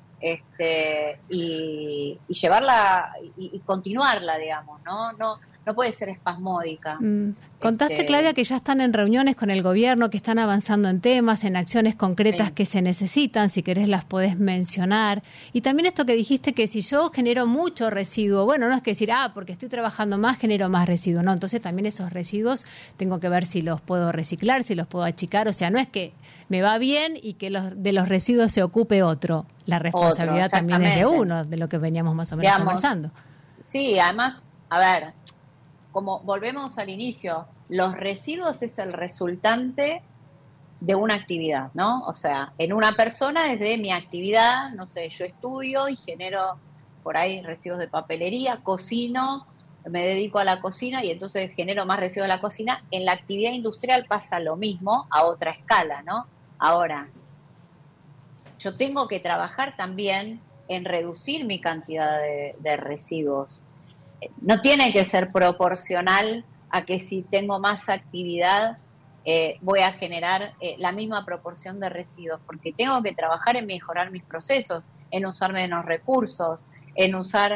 y llevarla y continuarla, digamos, no puede ser espasmódica. Contaste, Claudia, que ya están en reuniones con el gobierno, que están avanzando en temas, en acciones concretas que se necesitan, si querés las podés mencionar. Y también esto que dijiste, que si yo genero mucho residuo, bueno, no es que decir, porque estoy trabajando más, genero más residuo, no, entonces también esos residuos tengo que ver si los puedo reciclar, si los puedo achicar, o sea, no es que me va bien y que de los residuos se ocupe otro, la responsabilidad también es de uno, de lo que veníamos más o menos conversando. Sí, además, a ver, como volvemos al inicio, los residuos es el resultante de una actividad, ¿no? O sea, en una persona desde mi actividad, no sé, yo estudio y genero por ahí residuos de papelería, cocino, me dedico a la cocina y entonces genero más residuos de la cocina. En la actividad industrial pasa lo mismo a otra escala, ¿no? Ahora, yo tengo que trabajar también en reducir mi cantidad de residuos. No tiene que ser proporcional a que si tengo más actividad voy a generar la misma proporción de residuos, porque tengo que trabajar en mejorar mis procesos, en usar menos recursos, en usar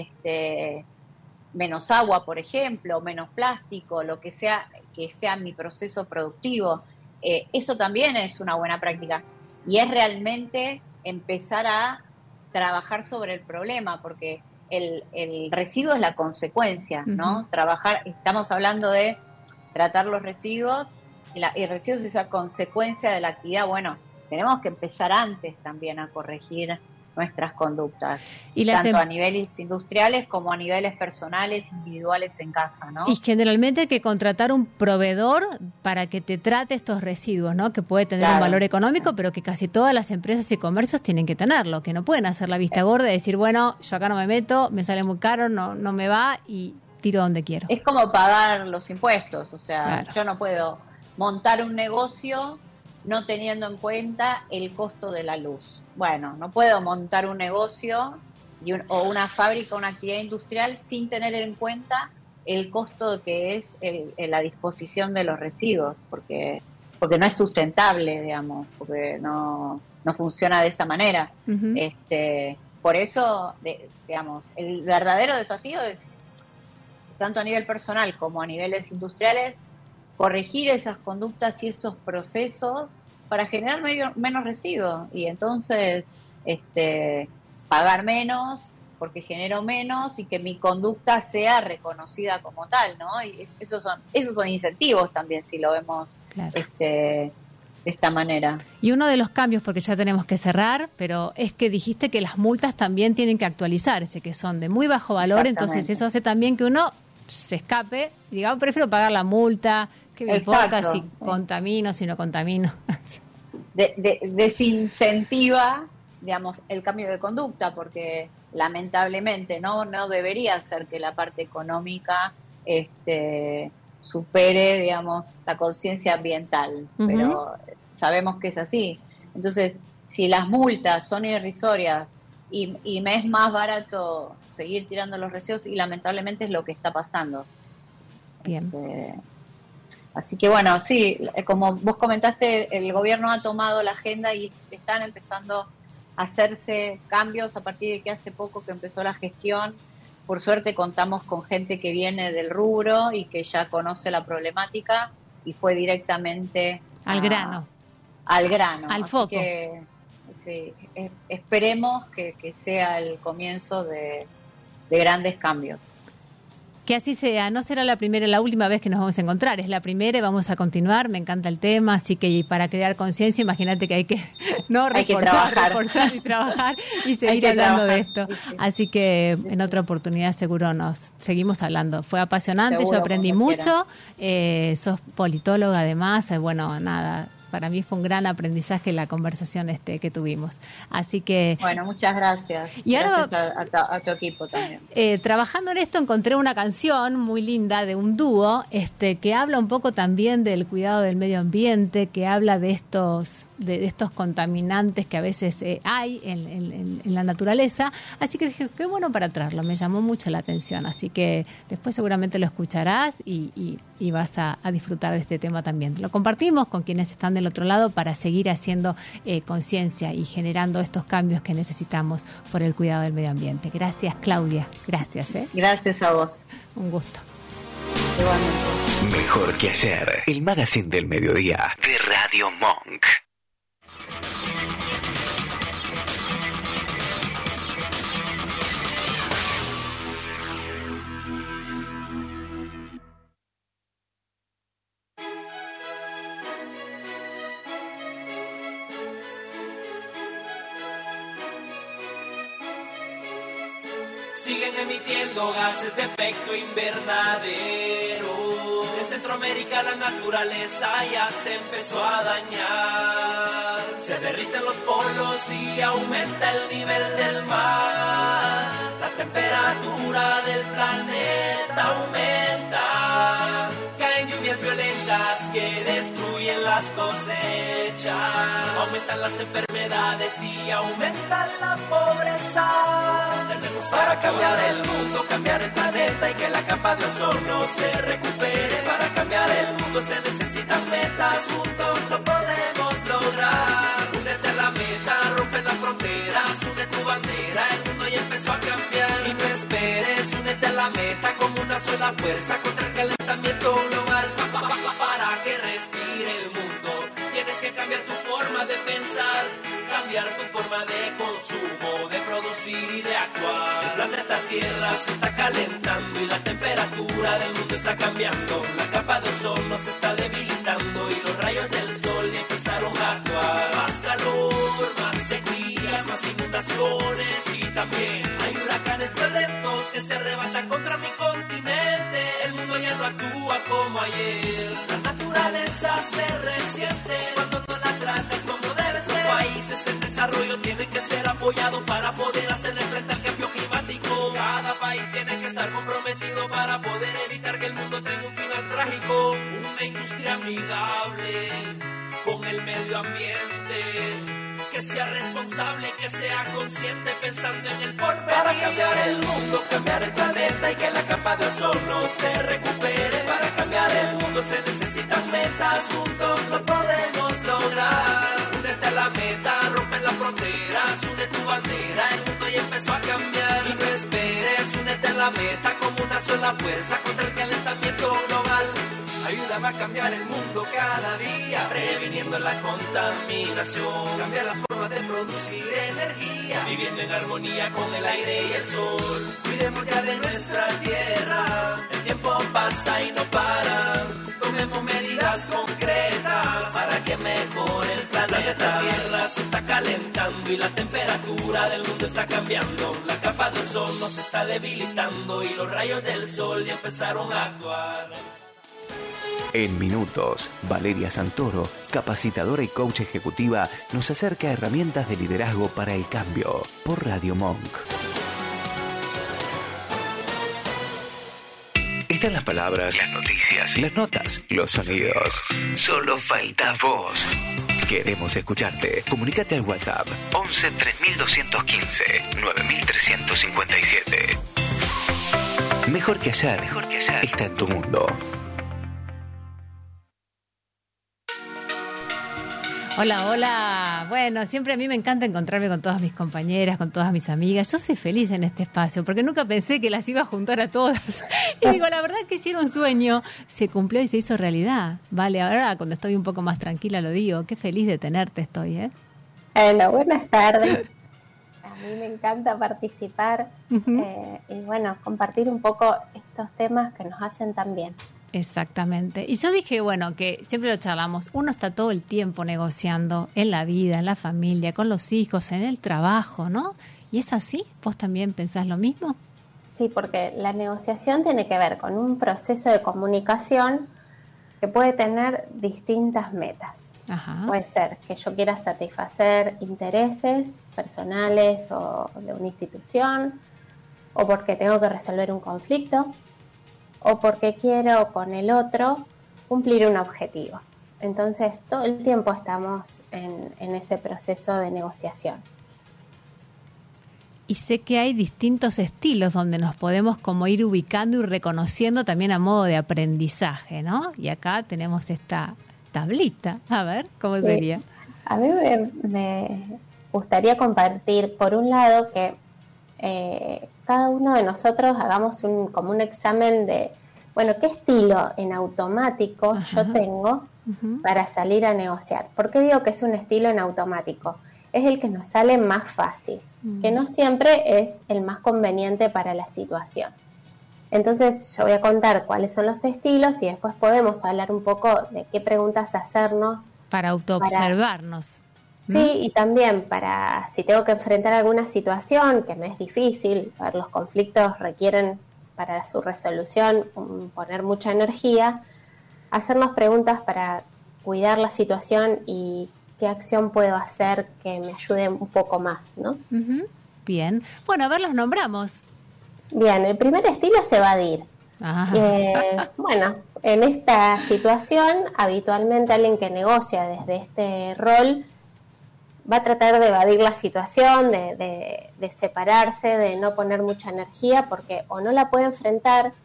menos agua, por ejemplo, menos plástico, lo que sea mi proceso productivo. Eso también es una buena práctica y es realmente empezar a trabajar sobre el problema, porque el residuo es la consecuencia, ¿no? Estamos hablando de tratar los residuos y el residuo es esa consecuencia de la actividad. Bueno, tenemos que empezar antes también a corregir nuestras conductas, y tanto a niveles industriales como a niveles personales, individuales en casa, ¿no? Y generalmente hay que contratar un proveedor para que te trate estos residuos, ¿no? Que puede tener un valor económico, pero que casi todas las empresas y comercios tienen que tenerlo, que no pueden hacer la vista gorda y decir, bueno, yo acá no me meto, me sale muy caro, no me va y tiro donde quiero. Es como pagar los impuestos, o sea, yo no puedo montar un negocio no teniendo en cuenta el costo de la luz. Bueno, no puedo montar un negocio o una fábrica, una actividad industrial sin tener en cuenta el costo que es la disposición de los residuos, porque no es sustentable, digamos, porque no funciona de esa manera. Uh-huh. Por eso, digamos, el verdadero desafío es, tanto a nivel personal como a niveles industriales, corregir esas conductas y esos procesos para generar menos residuos y entonces pagar menos porque genero menos y que mi conducta sea reconocida como tal, ¿no? Y esos son incentivos también, si lo vemos de esta manera. Y uno de los cambios, porque ya tenemos que cerrar, pero es que dijiste que las multas también tienen que actualizarse, que son de muy bajo valor, entonces eso hace también que uno se escape, digamos, prefiero pagar la multa, que me importa si contamino, si no contamino. Desincentiva, digamos, el cambio de conducta, porque lamentablemente no debería ser que la parte económica supere, digamos, la conciencia ambiental, uh-huh. Pero sabemos que es así. Entonces, si las multas son irrisorias y me es más barato seguir tirando los residuos, y lamentablemente es lo que está pasando. Bien. Así que bueno, sí, como vos comentaste, el gobierno ha tomado la agenda y están empezando a hacerse cambios a partir de que hace poco que empezó la gestión. Por suerte contamos con gente que viene del rubro y que ya conoce la problemática y fue directamente al grano, al foco. Que, sí, esperemos que sea el comienzo de grandes cambios. Que así sea, no será la primera y la última vez que nos vamos a encontrar, es la primera y vamos a continuar, me encanta el tema, así que para crear conciencia, imagínate que hay que reforzar y trabajar y seguir hablando de esto. Sí, sí. Así que en otra oportunidad seguro nos seguimos hablando. Fue apasionante, seguro, yo aprendí mucho, sos politóloga además, bueno, nada, para mí fue un gran aprendizaje la conversación que tuvimos. Así que... Bueno, muchas gracias. Y gracias a tu equipo también. Trabajando en esto encontré una canción muy linda de un dúo que habla un poco también del cuidado del medio ambiente, que habla de estos contaminantes que a veces hay en la naturaleza. Así que dije, qué bueno para traerlo, me llamó mucho la atención. Así que después seguramente lo escucharás y vas a disfrutar de este tema también. Lo compartimos con quienes están del otro lado para seguir haciendo conciencia y generando estos cambios que necesitamos por el cuidado del medio ambiente. Gracias, Claudia. Gracias. Gracias a vos. Un gusto. Igualmente. Mejor que ayer. El magazine del mediodía de Radio Monk. Siguen emitiendo gases de efecto invernadero. En Centroamérica la naturaleza ya se empezó a dañar. Se derriten los polos y aumenta el nivel del mar. La temperatura del planeta aumenta. Caen lluvias violentas que destruyen las cosechas. Aumentan las enfermedades y aumenta la pobreza. Tenemos para cambiar el mundo, cambiar el planeta y que la capa de ozono se recupere para cambiar el mundo se necesitan metas, juntos lo podemos lograr. Únete a la meta, rompe las fronteras, une tu bandera, el mundo ya empezó a cambiar. Y no esperes, únete a la meta como una sola fuerza contra el calentamiento global. Para que respire el mundo, tienes que cambiar tu forma de pensar, cambiar tu forma de consumo, de producir y de actuar. El planeta Tierra se está calentando y la temperatura del mundo está cambiando. La capa de ozono se está debilitando y los rayos del sol ya empezaron a actuar. Más calor, más sequías, más inundaciones y también hay huracanes violentos que se arrebatan contra mi continente. El mundo ya no actúa como ayer. La naturaleza se resiente cuando tú la tratas como debe ser. Los países en desarrollo tienen que ser apoyados para poder hacerle frente al cambio climático. Cada país tiene que estar comprometido para poder evitar que el mundo tenga un final trágico. Una industria amigable con el medio ambiente, que sea responsable y que sea consciente pensando en el porvenir. Para cambiar el mundo, cambiar el planeta y que la capa de ozono se recupere. Para cambiar el mundo se necesitan metas, juntos lo podemos lograr. Únete a la meta, rompe las fronteras, une tu bandera, el mundo ya empezó a cambiar. Y no esperes, únete a la meta como una sola fuerza contra el calentamiento global. Ayúdame a cambiar el mundo cada día, previniendo la contaminación. Cambiar las formas de producir energía, viviendo en armonía con el aire y el sol. Cuidemos ya de nuestra tierra, el tiempo pasa y no para. Tomemos medidas concretas para que mejore el planeta. La Tierra se está calentando y la temperatura del mundo está cambiando. La capa de ozono se está debilitando y los rayos del sol ya empezaron a actuar. En minutos, Valeria Santoro, capacitadora y coach ejecutiva, nos acerca a herramientas de liderazgo para el cambio por Radio Monk. Están las palabras, las noticias, las notas, los sonidos. Solo falta vos. Queremos escucharte. Comunícate al WhatsApp 11 3215 9357. Mejor que ayer está en tu mundo. Hola, hola. Bueno, siempre a mí me encanta encontrarme con todas mis compañeras, con todas mis amigas. Yo soy feliz en este espacio porque nunca pensé que las iba a juntar a todas. Y digo, la verdad que si era un sueño, se cumplió y se hizo realidad. Vale, ahora cuando estoy un poco más tranquila lo digo. Qué feliz de tenerte estoy, ¿eh? Buenas tardes. A mí me encanta participar y bueno, compartir un poco estos temas que nos hacen tan bien. Exactamente. Y yo dije, bueno, que siempre lo charlamos, uno está todo el tiempo negociando en la vida, en la familia, con los hijos, en el trabajo, ¿no? ¿Y es así? ¿Vos también pensás lo mismo? Sí, porque la negociación tiene que ver con un proceso de comunicación que puede tener distintas metas. Ajá. Puede ser que yo quiera satisfacer intereses personales o de una institución, o porque tengo que resolver un conflicto, o porque quiero con el otro cumplir un objetivo. Entonces, todo el tiempo estamos en ese proceso de negociación. Y sé que hay distintos estilos donde nos podemos como ir ubicando y reconociendo también a modo de aprendizaje, ¿no? Y acá tenemos esta tablita. A ver, ¿cómo sería? A mí me gustaría compartir, por un lado, que cada uno de nosotros hagamos como un examen de, bueno, ¿qué estilo en automático yo tengo para salir a negociar? ¿Por qué digo que es un estilo en automático? Es el que nos sale más fácil, que no siempre es el más conveniente para la situación. Entonces yo voy a contar cuáles son los estilos y después podemos hablar un poco de qué preguntas hacernos. Para autoobservarnos. Sí, y también para si tengo que enfrentar alguna situación que me es difícil, a ver, los conflictos requieren para su resolución poner mucha energía, hacernos preguntas para cuidar la situación y qué acción puedo hacer que me ayude un poco más, ¿no? Bien. Bueno, a ver, los nombramos. Bien, el primer estilo es evadir. Bueno, en esta situación, habitualmente alguien que negocia desde este rol va a tratar de evadir la situación, de separarse, de no poner mucha energía, porque o no la puede enfrentar,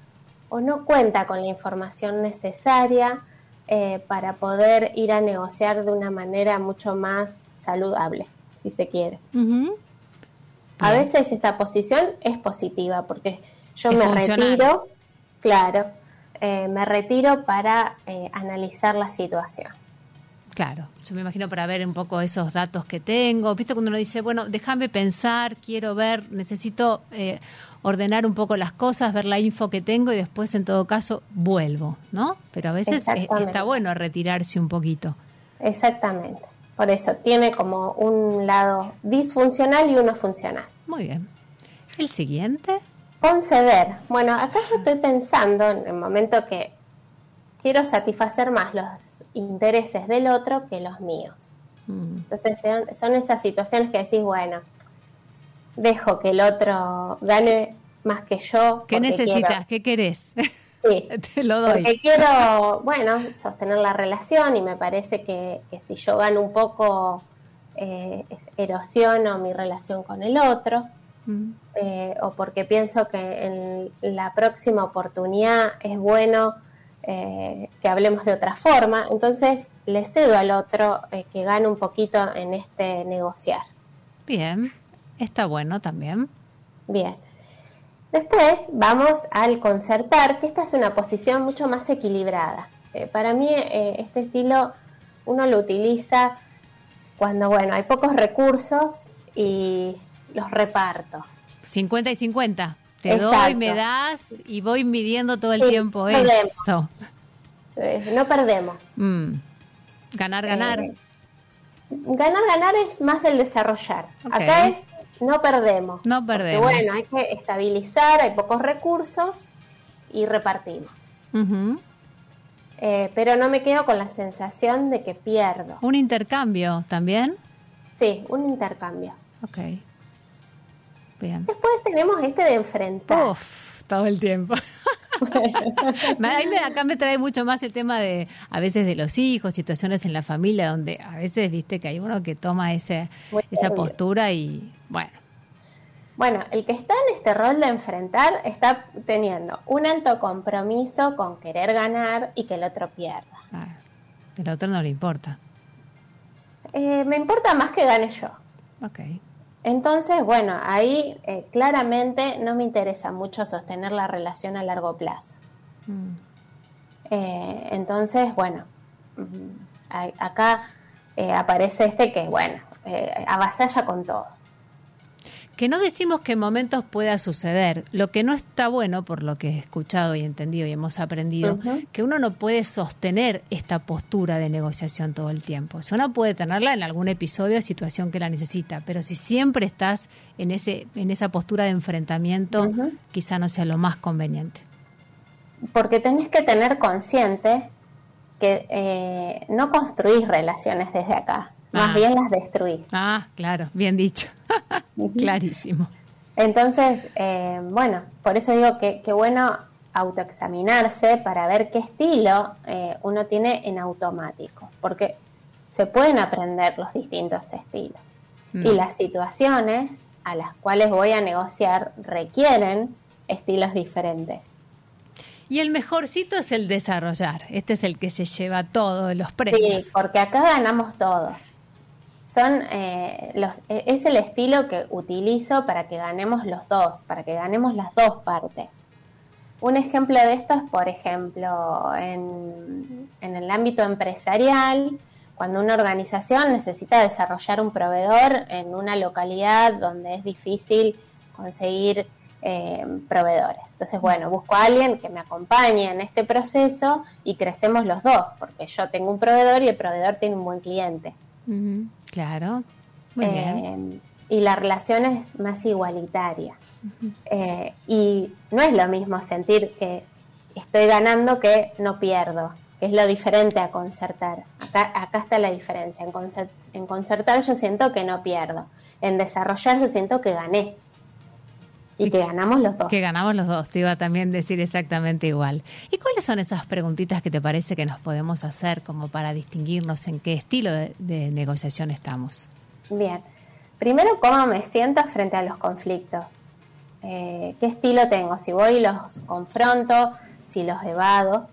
o no cuenta con la información necesaria para poder ir a negociar de una manera mucho más saludable, si se quiere. Uh-huh. A veces esta posición es positiva porque yo es me funcional. retiro, claro, me retiro para analizar la situación. Claro, yo me imagino para ver un poco esos datos que tengo. ¿Viste cuando uno dice, bueno, déjame pensar, quiero ver, necesito ordenar un poco las cosas, ver la info que tengo y después en todo caso vuelvo, ¿no? Pero a veces está bueno retirarse un poquito. Exactamente. Por eso tiene como un lado disfuncional y uno funcional. Muy bien. ¿El siguiente? Conceder. Bueno, acá yo estoy pensando en el momento que quiero satisfacer más los intereses del otro que los míos. Entonces son esas situaciones que decís, bueno, dejo que el otro gane más que yo. ¿Qué necesitas? ¿Qué querés? Sí, te lo doy. Porque quiero, bueno, sostener la relación y me parece que si yo gano un poco, erosiono mi relación con el otro. O porque pienso que en la próxima oportunidad es bueno que hablemos de otra forma, entonces le cedo al otro que gane un poquito en este negociar. Bien, está bueno también. Bien. Después vamos al concertar, que esta es una posición mucho más equilibrada. Para mí este estilo uno lo utiliza cuando, bueno, hay pocos recursos y los reparto. 50 y 50. Te Exacto. doy, me das y voy midiendo todo el tiempo eso. No perdemos. Ganar, ganar. Ganar es más el desarrollar. Okay. Acá es no perdemos. No perdemos. Porque, bueno, hay que estabilizar, hay pocos recursos y repartimos. Uh-huh. Pero no me quedo con la sensación de que pierdo. ¿Un intercambio también? Sí, un intercambio. Ok. Bien. Después tenemos este de enfrentar. Uf, todo el tiempo. Acá me trae mucho más el tema de, a veces, de los hijos, situaciones en la familia, donde a veces, viste, que hay uno que toma esa postura y, bueno. Bueno, el que está en este rol de enfrentar está teniendo un alto compromiso con querer ganar y que el otro pierda. El otro no le importa. Me importa más que gane yo. Ok. Entonces, bueno, ahí claramente no me interesa mucho sostener la relación a largo plazo. Entonces, bueno, acá aparece este que, bueno, avasalla con todo. Que no decimos que en momentos pueda suceder. Lo que no está bueno, por lo que he escuchado y entendido y hemos aprendido, que uno no puede sostener esta postura de negociación todo el tiempo. Si uno puede tenerla en algún episodio o situación que la necesita, pero si siempre estás en esa postura de enfrentamiento, quizá no sea lo más conveniente. Porque tenés que tener consciente que no construís relaciones desde acá. Más bien las destruís. Claro, bien dicho. Clarísimo. Entonces, bueno, por eso digo que bueno autoexaminarse para ver qué estilo uno tiene en automático, porque se pueden aprender los distintos estilos y las situaciones a las cuales voy a negociar requieren estilos diferentes. Y el mejorcito es el desarrollar. Este es el que se lleva todos los premios. Sí, porque acá ganamos todos. Es el estilo que utilizo para que ganemos los dos, para que ganemos las dos partes. Un ejemplo de esto es, por ejemplo, en el ámbito empresarial, cuando una organización necesita desarrollar un proveedor en una localidad donde es difícil conseguir proveedores. Entonces, bueno, busco a alguien que me acompañe en este proceso y crecemos los dos, porque yo tengo un proveedor y el proveedor tiene un buen cliente. Claro, muy bien. Y la relación es más igualitaria. Y no es lo mismo sentir que estoy ganando que no pierdo, que es lo diferente a concertar. Acá está la diferencia. En concertar yo siento que no pierdo. En desarrollar yo siento que gané. Y que ganamos los dos. Que ganamos los dos, te iba a también decir exactamente igual. ¿Y cuáles son esas preguntitas que te parece que nos podemos hacer como para distinguirnos en qué estilo de negociación estamos? Bien, primero, ¿cómo me siento frente a los conflictos? ¿Qué estilo tengo? Si voy y los confronto, si los evado,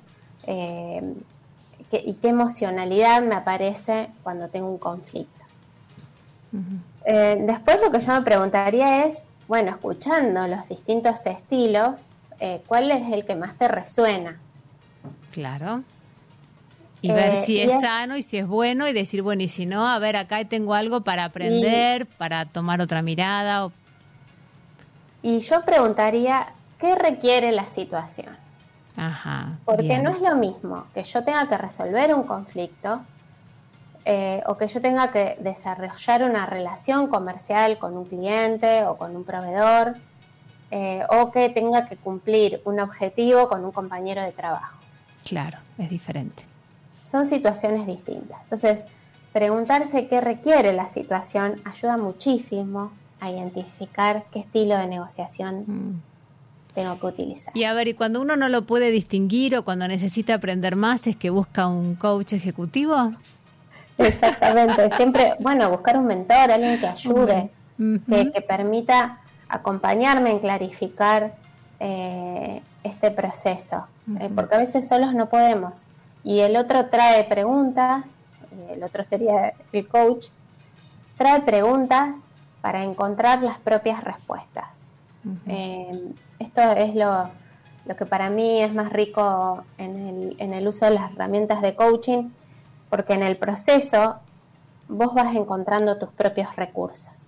y qué emocionalidad me aparece cuando tengo un conflicto. Después lo que yo me preguntaría es, bueno, escuchando los distintos estilos, ¿cuál es el que más te resuena? Claro. Y ver si es sano y si es bueno y decir, bueno, y si no, a ver, acá tengo algo para aprender, para tomar otra mirada. Y yo preguntaría, ¿qué requiere la situación? Ajá. Porque bien. no es lo mismo que yo tenga que resolver un conflicto o que yo tenga que desarrollar una relación comercial con un cliente o con un proveedor o que tenga que cumplir un objetivo con un compañero de trabajo. Claro, es diferente. Son situaciones distintas. Entonces, preguntarse qué requiere la situación ayuda muchísimo a identificar qué estilo de negociación tengo que utilizar. Y a ver, ¿y cuando uno no lo puede distinguir o cuando necesita aprender más, es que busca un coach ejecutivo? Exactamente. Siempre, bueno, buscar un mentor, alguien que ayude, que permita acompañarme en clarificar este proceso. Porque a veces solos no podemos. Y el otro trae preguntas, el otro sería el coach, trae preguntas para encontrar las propias respuestas. Esto es lo que para mí es más rico en el uso de las herramientas de coaching, porque en el proceso vos vas encontrando tus propios recursos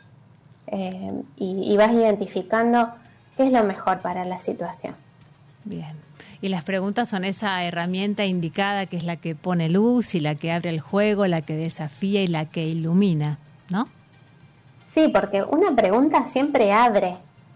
y vas identificando qué es lo mejor para la situación. Bien. Y las preguntas son esa herramienta indicada que es la que pone luz y la que abre el juego, la que desafía y la que ilumina, ¿no? Sí, porque una pregunta siempre abre.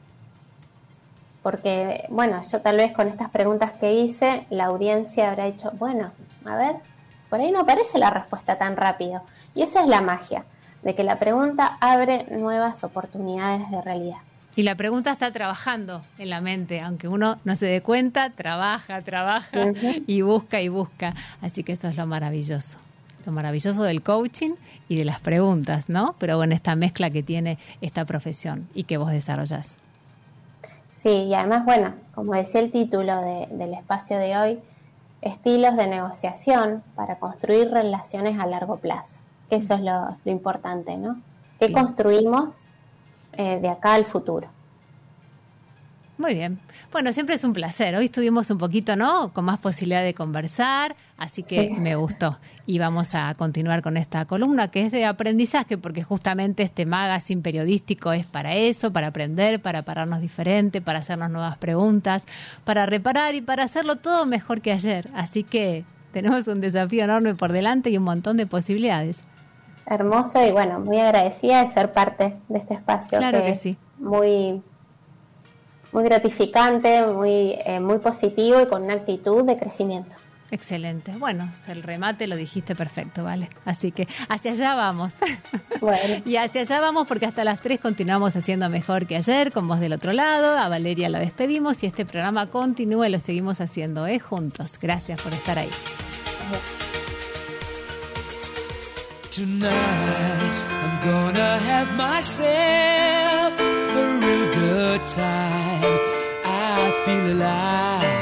Porque, bueno, yo tal vez con estas preguntas que hice, la audiencia habrá dicho, bueno, a ver, por ahí no aparece la respuesta tan rápido. Y esa es la magia, de que la pregunta abre nuevas oportunidades de realidad. Y la pregunta está trabajando en la mente, aunque uno no se dé cuenta, trabaja y busca. Así que eso es lo maravilloso del coaching y de las preguntas, ¿no? Pero bueno, esta mezcla que tiene esta profesión y que vos desarrollás. Sí, y además, bueno, como decía el título del espacio de hoy, estilos de negociación para construir relaciones a largo plazo. Que eso es lo importante, ¿no? ¿Qué construimos de acá al futuro? Muy bien. Bueno, siempre es un placer. Hoy estuvimos un poquito, ¿no?, con más posibilidad de conversar, así que sí, me gustó. Y vamos a continuar con esta columna que es de aprendizaje, porque justamente este magazine periodístico es para eso, para aprender, para pararnos diferente, para hacernos nuevas preguntas, para reparar y para hacerlo todo mejor que ayer. Así que tenemos un desafío enorme por delante y un montón de posibilidades. Hermoso y bueno, muy agradecida de ser parte de este espacio. Claro que sí. Muy gratificante, muy positivo y con una actitud de crecimiento. Excelente. Bueno, el remate lo dijiste perfecto, ¿vale? Así que hacia allá vamos. Bueno. Y hacia allá vamos porque hasta las 3 continuamos haciendo mejor que ayer, con vos del otro lado. A Valeria la despedimos y este programa continúa y lo seguimos haciendo juntos. Gracias por estar ahí. Tonight I'm gonna have myself a real good time. I feel alive,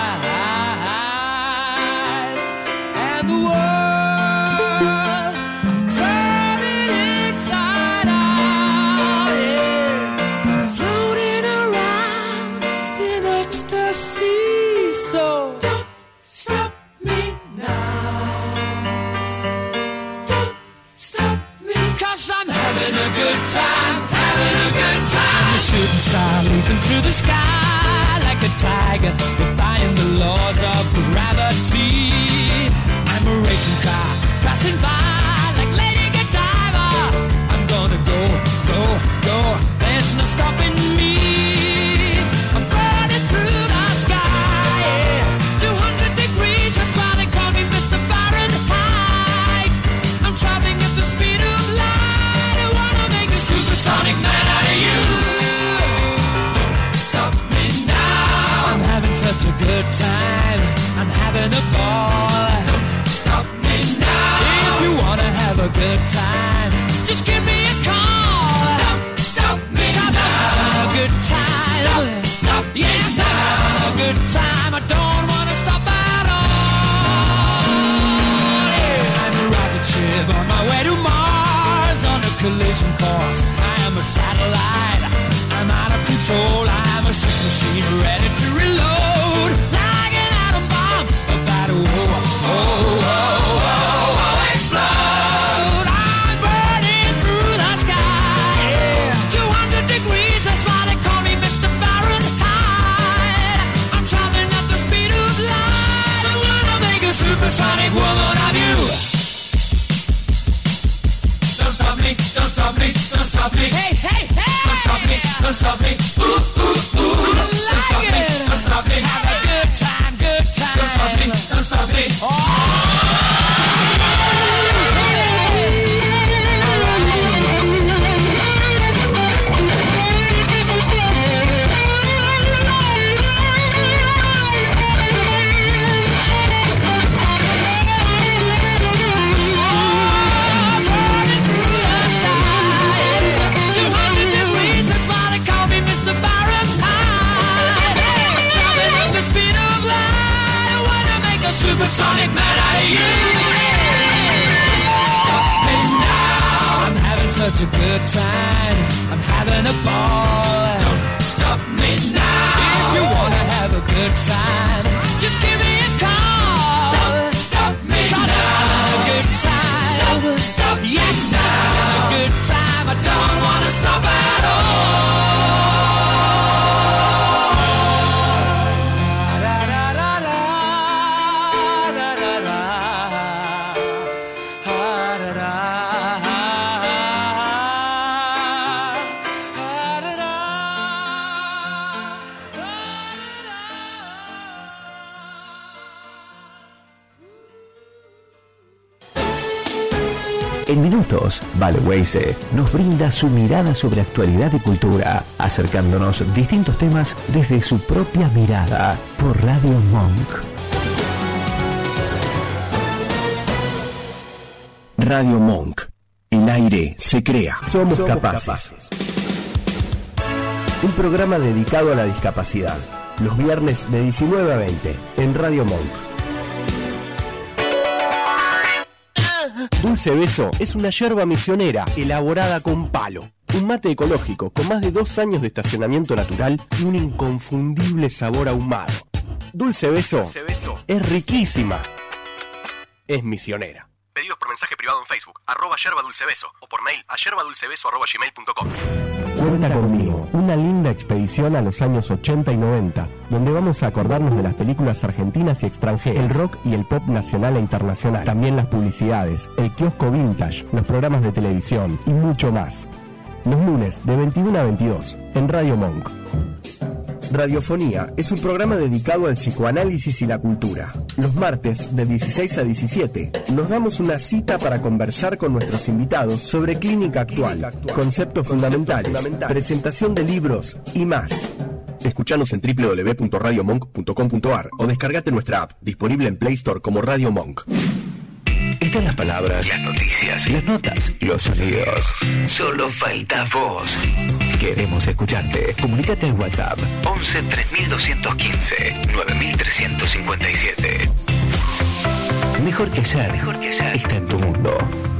and the world I'm turning inside out. Yeah. I'm floating around in ecstasy. So don't stop me now. I'm having a good time, I'm a shooting star leaping through the sky like a tiger, defying the laws of gravity. I'm a racing car passing by like Lady Godiva. I'm gonna go, there's no stopping me. I'm burning through the sky, yeah. 200 degrees, just while they call me Mr. Fahrenheit. I'm traveling at the speed of light. Supersonic man out of you. Don't stop me now. I'm having such a good time. I'm having a ball. Don't stop me now. If you wanna have a good time, just give me a call. Don't stop me now. I'm having a good time. Don't stop me now. Yes, I'm having a good time. I don't collision course. I am a satellite, I'm out of control. I'm a sex machine ready to reload. Like an atom bomb about to explode. I'm burning through the sky, yeah. 200 degrees, that's why they call me Mr. Fahrenheit. I'm traveling at the speed of light. I wanna make a supersonic woman of you. Don't stop me, don't stop me, don't stop me. Hey, hey, hey! Don't stop me, don't stop me. Ooh, ooh, ooh. Don't stop me, don't stop me. Have a good time, good time. Don't stop me, don't stop me. Supersonic man out of you. Stop me now. I'm having such a good time. I'm having a ball. Don't stop me now. If you wanna have a good time, just give me a call. Don't stop me now. I'm having a good time. Don't stop me now. I'm having a good time. I don't wanna stop at all. En minutos, Vale Weise nos brinda su mirada sobre actualidad y cultura, acercándonos distintos temas desde su propia mirada por Radio Monk. Radio Monk. El aire se crea. Somos capaces. Un programa dedicado a la discapacidad. Los viernes de 19 a 20 en Radio Monk. Dulce Beso es una yerba misionera elaborada con palo. Un mate ecológico con más de 2 años de estacionamiento natural y un inconfundible sabor ahumado. Dulce Beso es riquísima. Es misionera. Pedidos por mensaje privado en Facebook, @yerbadulcebeso, o por mail a yerbadulcebeso@gmail.com. Cuenta conmigo, una linda expedición a los años 80 y 90, donde vamos a acordarnos de las películas argentinas y extranjeras, el rock y el pop nacional e internacional, también las publicidades, el kiosco vintage, los programas de televisión y mucho más. Los lunes de 21 a 22 en Radio Monk. Radiofonía es un programa dedicado al psicoanálisis y la cultura. Los martes, de 16 a 17, nos damos una cita para conversar con nuestros invitados sobre clínica actual, conceptos fundamentales, presentación de libros y más. Escuchanos en www.radiomonk.com.ar o descargate nuestra app, disponible en Play Store como Radio Monk. Están las palabras, las noticias, las notas, los sonidos. Solo falta vos. Queremos escucharte. Comunícate en WhatsApp 11 3215 9357. Mejor que ayer está en tu mundo.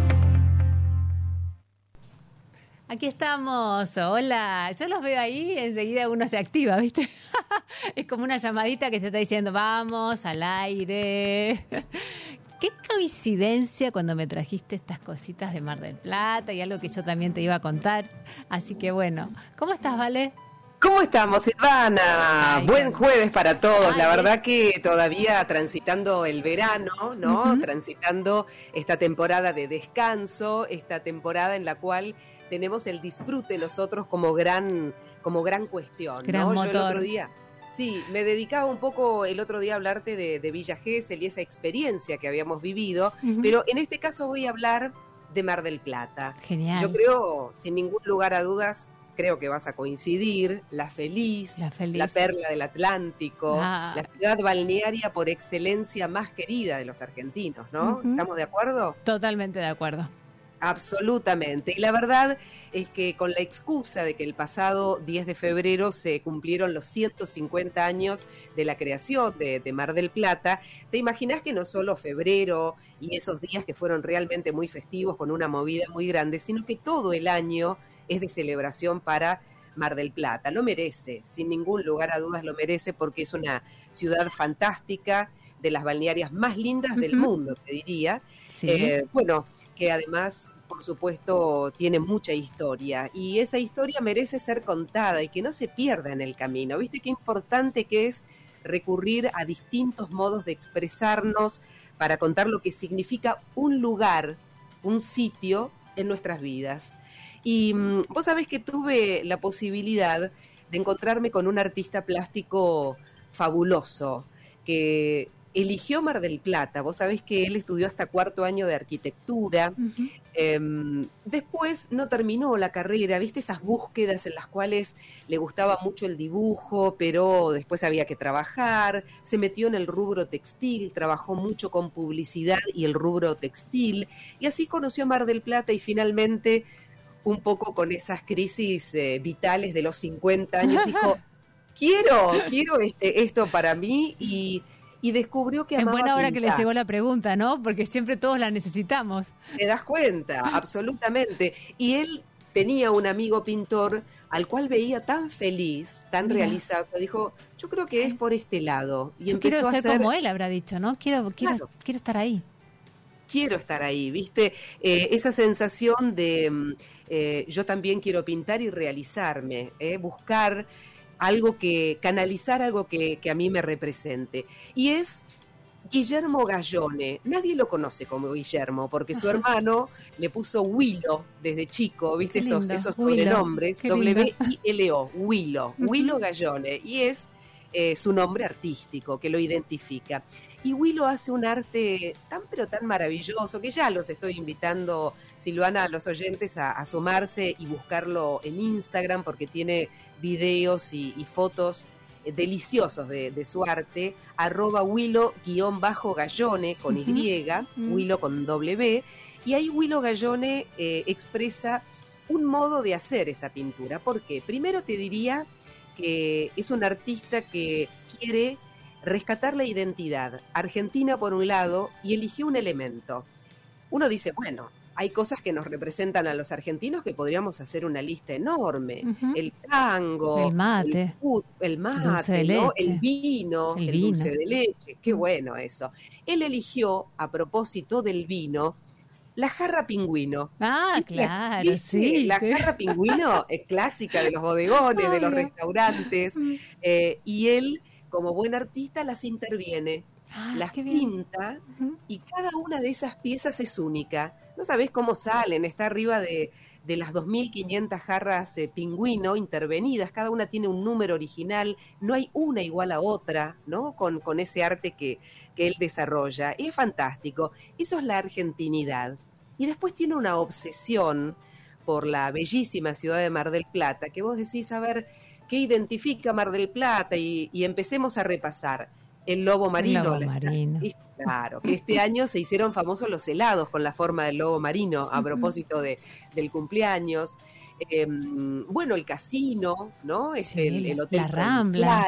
Aquí estamos, hola, yo los veo ahí, enseguida uno se activa, ¿viste? Es como una llamadita que te está diciendo, vamos al aire. Qué coincidencia cuando me trajiste estas cositas de Mar del Plata y algo que yo también te iba a contar. Así que bueno, ¿cómo estás, Vale? ¿Cómo estamos, Silvana? Ay, buen jueves para todos. Ay, la verdad que todavía transitando el verano, ¿no? Uh-huh. Transitando esta temporada de descanso, esta temporada en la cual tenemos el disfrute nosotros como gran cuestión, gran ¿no? motor. Yo el otro día, sí, me dedicaba un poco el otro día a hablarte de Villa Gesell y esa experiencia que habíamos vivido, Uh-huh. pero en este caso voy a hablar de Mar del Plata. Genial. Yo creo, sin ningún lugar a dudas, creo que vas a coincidir, la feliz, la perla del Atlántico, la ciudad balnearia por excelencia más querida de los argentinos, ¿no? Uh-huh. ¿Estamos de acuerdo? Totalmente de acuerdo. Absolutamente. Y la verdad es que con la excusa de que el pasado 10 de febrero se cumplieron los 150 años de la creación de Mar del Plata, te imaginás que no solo febrero y esos días que fueron realmente muy festivos con una movida muy grande, sino que todo el año es de celebración para Mar del Plata. Lo merece, sin ningún lugar a dudas lo merece, porque es una ciudad fantástica, de las balnearias más lindas del mundo, te diría. Sí. Bueno, que además, por supuesto, tiene mucha historia, y esa historia merece ser contada y que no se pierda en el camino. ¿Viste qué importante que es recurrir a distintos modos de expresarnos para contar lo que significa un lugar, un sitio en nuestras vidas? Y vos sabés que tuve la posibilidad de encontrarme con un artista plástico fabuloso que eligió Mar del Plata. Vos sabés que él estudió hasta 4º año de arquitectura. Después no terminó la carrera, viste esas búsquedas en las cuales le gustaba mucho el dibujo, pero después había que trabajar. Se metió en el rubro textil, trabajó mucho con publicidad y el rubro textil, y así conoció Mar del Plata, y finalmente, un poco con esas crisis vitales de los 50 años, dijo, quiero esto para mí, y descubrió que amaba en buena hora pintar. que le llegó la pregunta, ¿no? Porque siempre todos la necesitamos. ¿Te das cuenta? Absolutamente. Y él tenía un amigo pintor al cual veía tan feliz, tan realizado, que dijo, yo creo que es por este lado. Y yo quiero ser a como él, habrá dicho, ¿no? Quiero estar ahí. Quiero estar ahí, ¿viste? Esa sensación de yo también quiero pintar y realizarme, buscar algo canalizar algo que a mí me represente. Y es Guillermo Gallone. Nadie lo conoce como Guillermo, porque su hermano le puso Willo desde chico, ¿viste? Esos sobrenombres, W-I-L-O, Willo Gallone. Y es su nombre artístico, que lo identifica. Y Willo hace un arte tan pero tan maravilloso, que ya los estoy invitando, Silvana, a los oyentes a sumarse y buscarlo en Instagram, porque tiene videos y fotos deliciosos de su arte, @Willo_Gallone con Y, Willo con W, y ahí Willo Gallone expresa un modo de hacer esa pintura. ¿Por qué? Primero te diría que es un artista que quiere rescatar la identidad argentina por un lado, y eligió un elemento. Uno dice, bueno, hay cosas que nos representan a los argentinos que podríamos hacer una lista enorme. El tango, el mate, el dulce de leche, ¿no? El vino, el dulce de leche. Qué bueno eso. Él eligió, a propósito del vino, la jarra pingüino. Ah, claro, sí. La jarra pingüino es clásica de los bodegones, de los restaurantes, y él, como buen artista, las interviene, las pinta, y cada una de esas piezas es única. No sabés cómo salen, está arriba de las 2.500 jarras pingüino intervenidas, cada una tiene un número original, no hay una igual a otra, ¿no? Con ese arte que él desarrolla. Es fantástico, eso es la argentinidad. Y después tiene una obsesión por la bellísima ciudad de Mar del Plata, que vos decís, a ver, ¿qué identifica Mar del Plata? Y empecemos a repasar. El lobo marino. Claro, que este año se hicieron famosos los helados con la forma del lobo marino, a propósito del cumpleaños. Bueno, el casino, ¿no? El hotel la Rambla.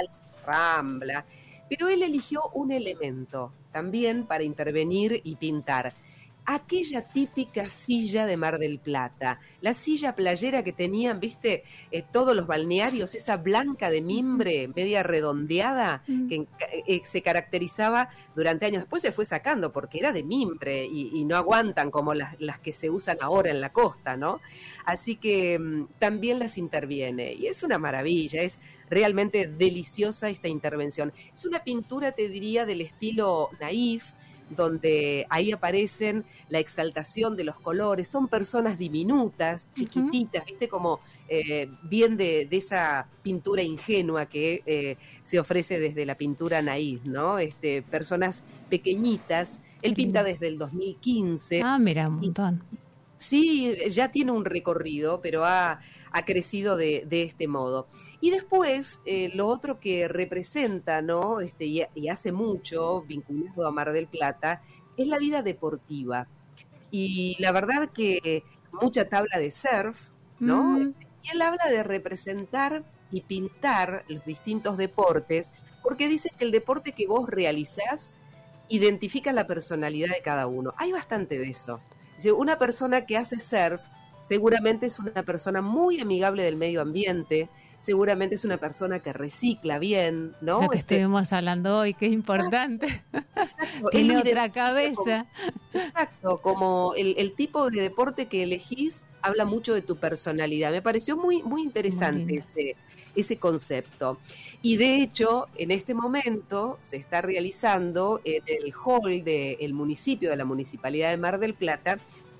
Pero él eligió un elemento también para intervenir y pintar. Aquella típica silla de Mar del Plata, la silla playera que tenían, viste, todos los balnearios, esa blanca de mimbre, media redondeada, que se caracterizaba durante años. Después se fue sacando porque era de mimbre y no aguantan como las que se usan ahora en la costa, ¿no? Así que también las interviene, y es una maravilla, es realmente deliciosa esta intervención. Es una pintura, te diría, del estilo naif, donde ahí aparecen la exaltación de los colores, son personas diminutas, chiquititas, viste, como bien de esa pintura ingenua que se ofrece desde la pintura naif, ¿no? Personas pequeñitas. Él pinta desde el 2015. Ah, mira, un montón. Sí, ya tiene un recorrido, pero ha crecido de este modo. Y después, lo otro que representa, ¿no? Y hace mucho, vinculado a Mar del Plata, es la vida deportiva. y la verdad que mucha tabla de surf, ¿no? Y él habla de representar y pintar los distintos deportes, porque dice que el deporte que vos realizás identifica la personalidad de cada uno. Hay bastante de eso. Dice, una persona que hace surf seguramente es una persona muy amigable del medio ambiente, seguramente es una persona que recicla bien, ¿no? Lo que estuvimos hablando hoy, que es importante. Exacto. Tiene otra cabeza. Exacto, como el tipo de deporte que elegís habla mucho de tu personalidad. Me pareció muy, muy interesante ese concepto. Y de hecho, en este momento se está realizando en el hall del municipio, de la Municipalidad de Mar del Plata,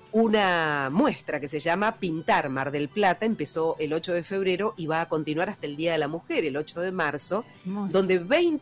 una muestra que se llama Pintar Mar del Plata. Empezó el 8 de febrero y va a continuar hasta el Día de la Mujer, el 8 de marzo, donde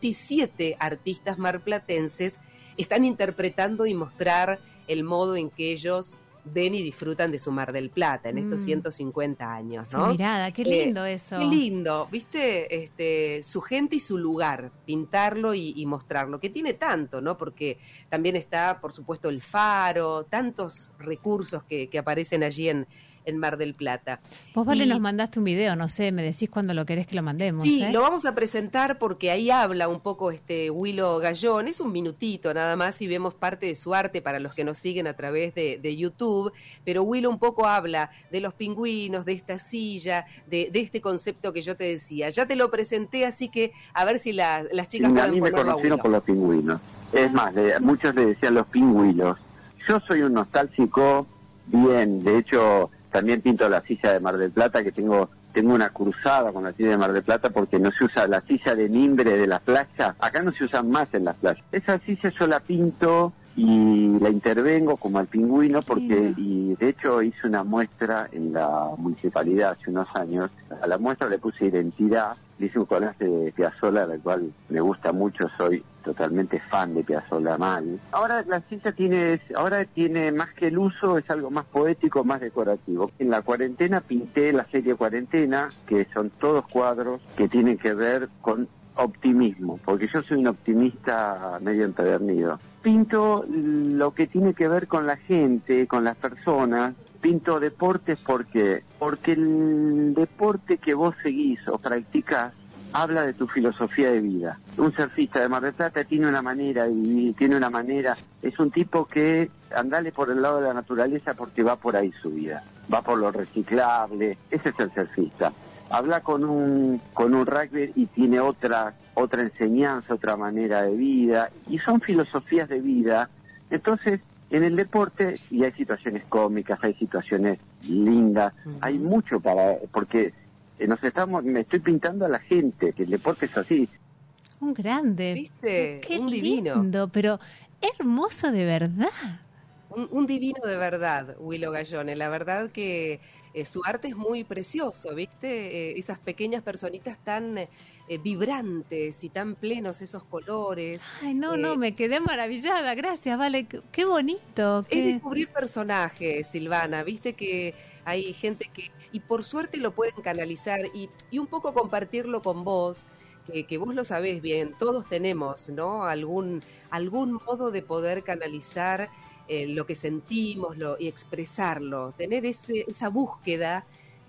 27 artistas marplatenses están interpretando y mostrar el modo en que ellos ven y disfrutan de su Mar del Plata en estos 150 años, ¿no? Su mirada, qué lindo eso. Qué lindo, ¿viste? Su gente y su lugar, pintarlo y mostrarlo, que tiene tanto, ¿no? Porque también está, por supuesto, el faro, tantos recursos que aparecen allí en Mar del Plata. Vos, Vale, nos mandaste un video, no sé, me decís cuándo lo querés que lo mandemos. Sí, lo vamos a presentar porque ahí habla un poco Willow Gallón, es un minutito nada más y vemos parte de su arte para los que nos siguen a través de YouTube, pero Willow un poco habla de los pingüinos, de esta silla, de este concepto que yo te decía. Ya te lo presenté, así que a ver si las chicas pueden ponerlo. A mí me conocieron por los pingüinos. Es más, muchos le decían los pingüinos. Yo soy un nostálgico, bien, de hecho también pinto la silla de Mar del Plata, que tengo una cruzada con la silla de Mar del Plata porque no se usa la silla de mimbre de la playa. Acá no se usan más en las playas. Esa silla yo la pinto y la intervengo como al pingüino porque, y de hecho hice una muestra en la municipalidad hace unos años. A la muestra le puse identidad, le hice un collage de Piazzolla, del cual me gusta mucho, soy totalmente fan de Piazzolla mal. Ahora la silla tiene más que el uso, es algo más poético, más decorativo. En la cuarentena pinté la serie Cuarentena, que son todos cuadros que tienen que ver con optimismo, porque yo soy un optimista medio empedernido. Pinto lo que tiene que ver con la gente, con las personas. Pinto deportes porque el deporte que vos seguís o practicás habla de tu filosofía de vida. Un surfista de Mar del Plata tiene una manera de vivir, es un tipo que andale por el lado de la naturaleza porque va por ahí su vida, va por lo reciclable, ese es el surfista. Habla con un rugby y tiene otra enseñanza, otra manera de vida, y son filosofías de vida. Entonces, en el deporte, y hay situaciones cómicas, hay situaciones lindas, hay mucho porque me estoy pintando a la gente, que el deporte es así. Un grande. ¿Viste? Qué un divino. Lindo, pero hermoso de verdad. Un divino de verdad, Willow Gallone. La verdad que su arte es muy precioso, ¿viste? Esas pequeñas personitas tan vibrantes y tan plenos, esos colores. Ay, no, me quedé maravillada. Gracias, Vale. Qué bonito. Es descubrir personajes, Silvana. Viste que hay gente que, y por suerte lo pueden canalizar y un poco compartirlo con vos, que vos lo sabés bien. Todos tenemos, ¿no? Algún modo de poder canalizar lo que sentimos y expresarlo, tener esa búsqueda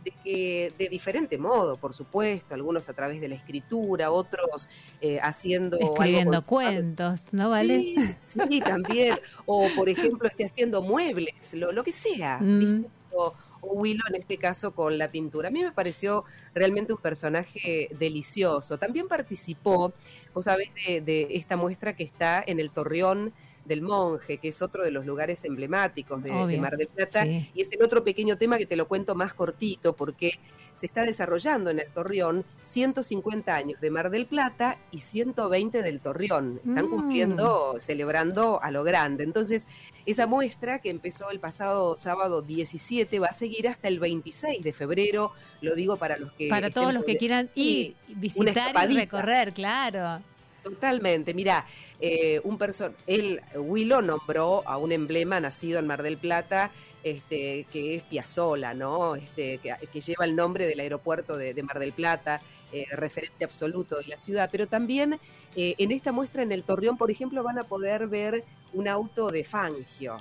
de diferente modo, por supuesto, algunos a través de la escritura, otros escribiendo cuentos, ¿no, Vale? Sí, también, o por ejemplo haciendo muebles, lo que sea, o Willow en este caso con la pintura. A mí me pareció realmente un personaje delicioso. También participó, vos sabés, de esta muestra que está en el Torreón del Monje, que es otro de los lugares emblemáticos de Mar del Plata, sí. Y es el otro pequeño tema que te lo cuento más cortito, porque se está desarrollando en el Torreón 150 años de Mar del Plata y 120 del Torreón. Están celebrando a lo grande. Entonces, esa muestra que empezó el pasado sábado 17 va a seguir hasta el 26 de febrero, lo digo para los que... Para todos los que quieran ir, visitar y recorrer, claro. Totalmente, mirá, Willow nombró a un emblema nacido en Mar del Plata que es Piazzolla, ¿no? Que lleva el nombre del aeropuerto de Mar del Plata, referente absoluto de la ciudad, pero también en esta muestra en el Torreón, por ejemplo, van a poder ver un auto de Fangio,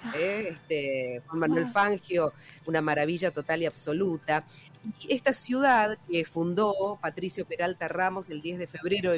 Juan Manuel Fangio, una maravilla total y absoluta. Y esta ciudad que fundó Patricio Peralta Ramos el 10 de febrero de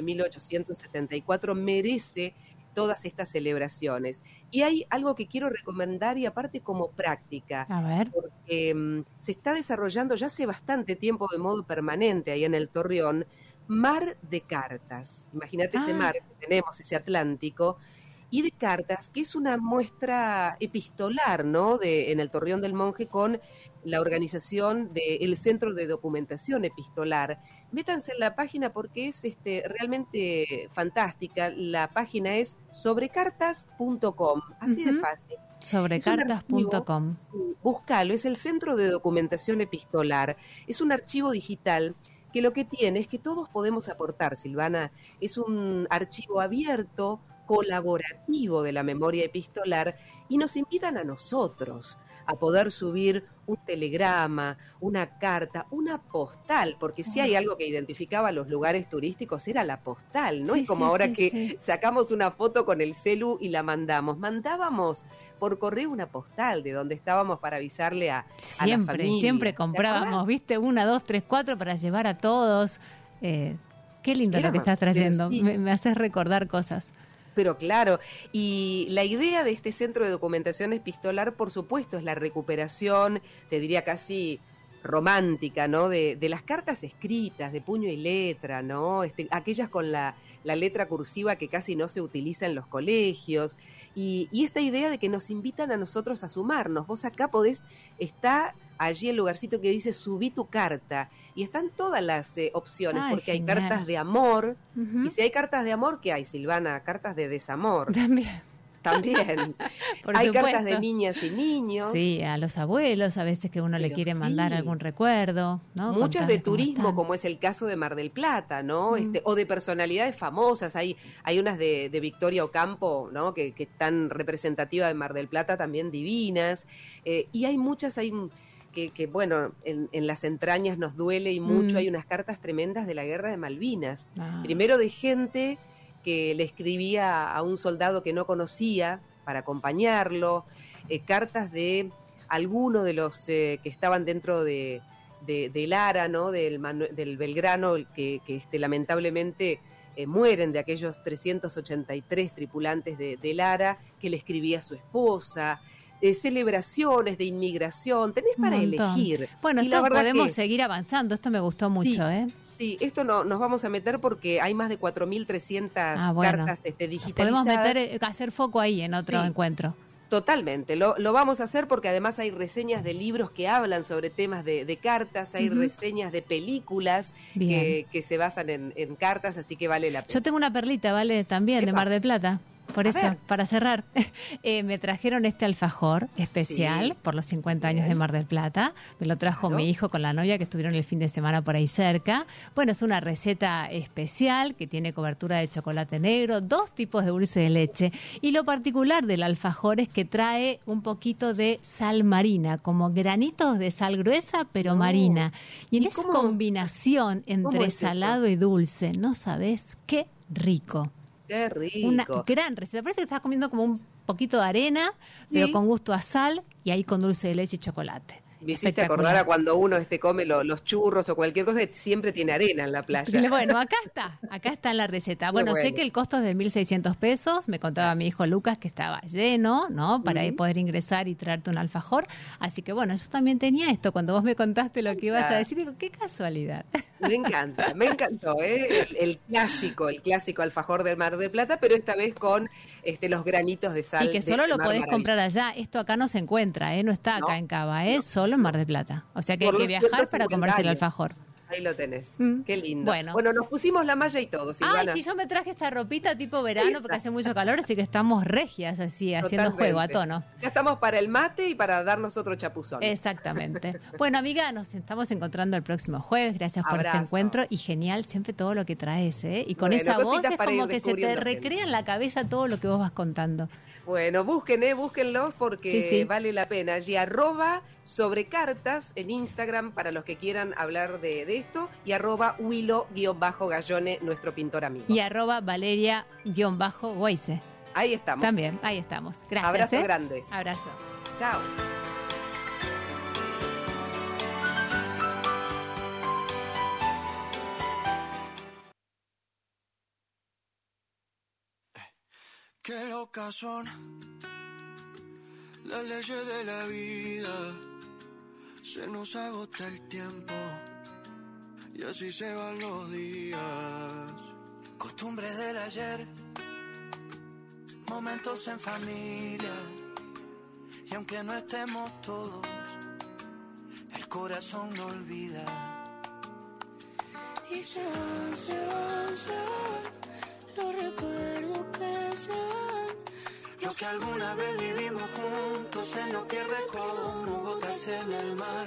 1874 merece todas estas celebraciones. Y hay algo que quiero recomendar y aparte como práctica, a ver, porque se está desarrollando ya hace bastante tiempo de modo permanente ahí en el Torreón, Mar de Cartas. Imagínate ese mar que tenemos, ese Atlántico, y de cartas, que es una muestra epistolar, ¿no? En el Torreón del Monje con la organización del Centro de Documentación Epistolar. Métanse en la página porque es realmente fantástica. La página es sobrecartas.com, así de fácil. Sobrecartas.com. Búscalo, es el Centro de Documentación Epistolar. Es un archivo digital que lo que tiene es que todos podemos aportar, Silvana. Es un archivo abierto, colaborativo de la memoria epistolar, y nos invitan a nosotros a poder subir un telegrama, una carta, una postal, porque si hay algo que identificaba los lugares turísticos era la postal, no es como ahora que sacamos una foto con el celu y la mandábamos por correo una postal de donde estábamos para avisarle a la familia. Siempre comprábamos, viste, 1, 2, 3, 4 para llevar a todos. Qué lindo lo que estás trayendo, me haces recordar cosas. Pero claro, y la idea de este centro de documentación epistolar, por supuesto, es la recuperación, te diría casi romántica, ¿no? De las cartas escritas, de puño y letra, ¿no? Aquellas con la letra cursiva que casi no se utiliza en los colegios, y esta idea de que nos invitan a nosotros a sumarnos. Vos acá está allí el lugarcito que dice subí tu carta, y están todas las opciones, porque genial. Hay cartas de amor, y si hay cartas de amor, ¿qué hay, Silvana? Cartas de desamor. También. Hay cartas de niñas y niños. Sí, a los abuelos, a veces que uno le quiere mandar algún recuerdo, ¿no? Muchas de turismo, como es el caso de Mar del Plata, ¿no? O de personalidades famosas. Hay unas de Victoria Ocampo, ¿no? Que están representativas de Mar del Plata, también divinas. Y hay muchas, que bueno, en las entrañas nos duele y mucho. Hay unas cartas tremendas de la Guerra de Malvinas. Primero de gente que le escribía a un soldado que no conocía para acompañarlo, cartas de alguno de los que estaban dentro del ARA, ¿no? del Belgrano, que lamentablemente mueren, de aquellos 383 tripulantes del ARA, que le escribía a su esposa. Celebraciones de inmigración, tenés para elegir. Bueno, esto podemos seguir avanzando, esto me gustó mucho, Sí, esto nos vamos a meter porque hay más de 4.300 cartas digitalizadas. Podemos hacer foco ahí en otro encuentro. Totalmente, lo vamos a hacer porque además hay reseñas de libros que hablan sobre temas de cartas, hay reseñas de películas que se basan en cartas, así que vale la pena. Yo tengo una perlita, ¿vale? También de Mar del Plata. Por eso, para cerrar, me trajeron este alfajor especial por los 50 años de Mar del Plata. Me lo trajo mi hijo con la novia, que estuvieron el fin de semana por ahí cerca. Bueno, es una receta especial que tiene cobertura de chocolate negro, 2 tipos de dulce de leche. Y lo particular del alfajor es que trae un poquito de sal marina, como granitos de sal gruesa, pero marina. Y en esa combinación entre salado y dulce, no sabés qué rico. ¡Qué rico! Una gran receta. Parece que estás comiendo como un poquito de arena, pero con gusto a sal, y ahí con dulce de leche y chocolate. Me hiciste acordar a cuando uno come los churros o cualquier cosa, siempre tiene arena en la playa. Bueno, acá está en la receta. Bueno, sé que el costo es de 1.600 pesos, me contaba mi hijo Lucas que estaba lleno, ¿no? Para poder ingresar y traerte un alfajor. Así que bueno, yo también tenía esto. Cuando vos me contaste lo que ibas a decir, digo, qué casualidad. Me encantó, el clásico alfajor del Mar del Plata, pero esta vez con los granitos de sal. Y que solo lo podés comprar allá. Esto acá no se encuentra, no está acá en Cava, solo en Mar del Plata. O sea que hay que viajar para comprarse el alfajor. Ahí lo tenés. Mm. Qué lindo. Bueno, nos pusimos la malla y todo, Silvana. Ay, sí, yo me traje esta ropita tipo verano porque hace mucho calor, así que estamos regias así, haciendo Totalmente. juego a tono. Ya estamos para el mate y para darnos otro chapuzón. Exactamente. Bueno, amiga, nos estamos encontrando el próximo jueves. Gracias por Abrazo. este encuentro y genial siempre todo lo que traes, ¿eh? Y con Bueno, esa voz cositas es para como ir que se te descubriendo, recrea en la cabeza todo lo que vos vas contando. Bueno, búsquenlos porque Sí. vale la pena. Y @sobrecartas en Instagram para los que quieran hablar de esto y @Willow_Gallone, nuestro pintor amigo. Y @Valeria_Goise. Ahí estamos. También, ahí estamos. Gracias. Abrazo grande. Abrazo. Chao. Qué locas son las leyes de la vida. Se nos agota el tiempo y así se van los días. Costumbres del ayer, momentos en familia. Y aunque no estemos todos, el corazón no olvida. Y se van los recuerdos que se van. Lo que alguna vez vivimos juntos se nos pierde como gotas en el mar.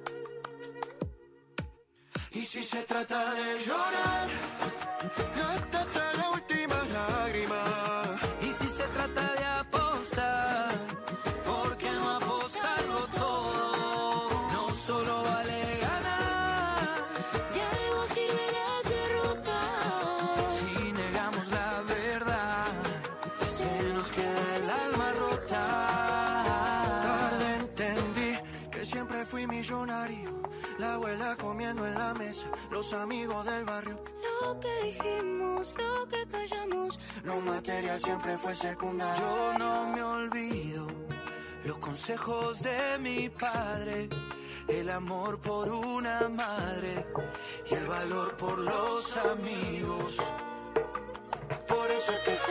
Y si se trata de llorar, gástate la última lágrima. Y si se trata de apostar, ¿por qué no apostarlo todo? No solo vale ganar. De algo sirven las derrotas. Si negamos la verdad, se nos queda el alma rota. Tarde entendí que siempre fui millonario. La abuela comiendo en la mesa, los amigos del barrio. Lo que dijimos, lo que callamos. Lo material siempre fue secundario. Yo no me olvido los consejos de mi padre. El amor por una madre y el valor por los amigos. Por eso es que se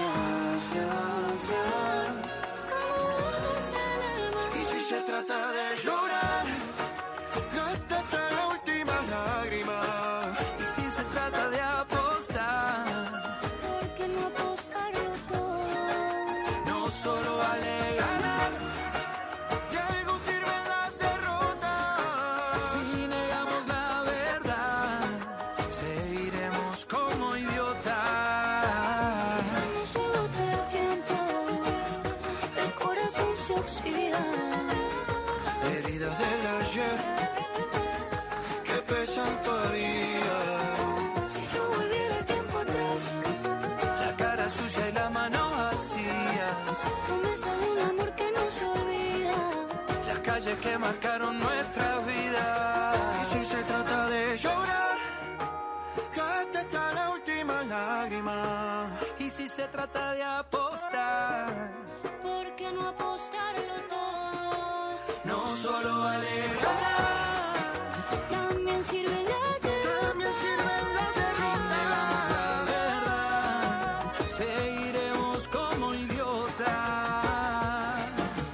van. Como gotas en el mar. Y si se trata de llorar, gástate la última lágrima. Y si se trata de apostar, ¿Por qué no apostarlo todo? no solo vale ganar. De algo sirven las derrotas. Si negamos la verdad, seguiremos como idiotas. Se agota el tiempo, el corazón se oxida. Heridas del ayer que pesan todavía. Si yo volviera el tiempo atrás, La cara sucia y la mano vacía. promesa de un amor que no se olvida. Las calles que marcaron nuestra vida. Y si se trata de llorar, gástate la última lágrima. Y si se trata de apostar, ¿Por qué no apostarlo todo? no solo vale ganar. También sirven las También sirven las derrotas. La verdad, seguiremos como idiotas.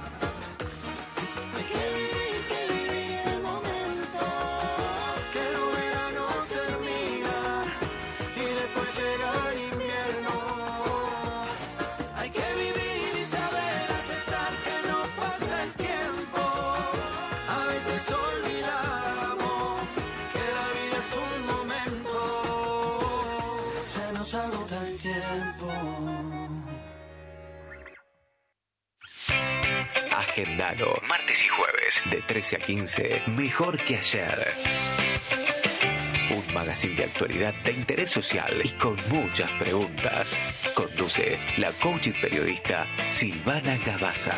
Hay que vivir el momento. Que los veranos terminan y después llega el invierno. Hay que vivir y saber aceptar que nos pasa el tiempo. A veces olvidamos que la vida es un momento. Se nos agota el tiempo. Agendalo. Martes y jueves, de 13 a 15, Mejor que ayer. Un magazine de actualidad de interés social y con muchas preguntas. Conduce la coach y periodista Silvana Cabaza.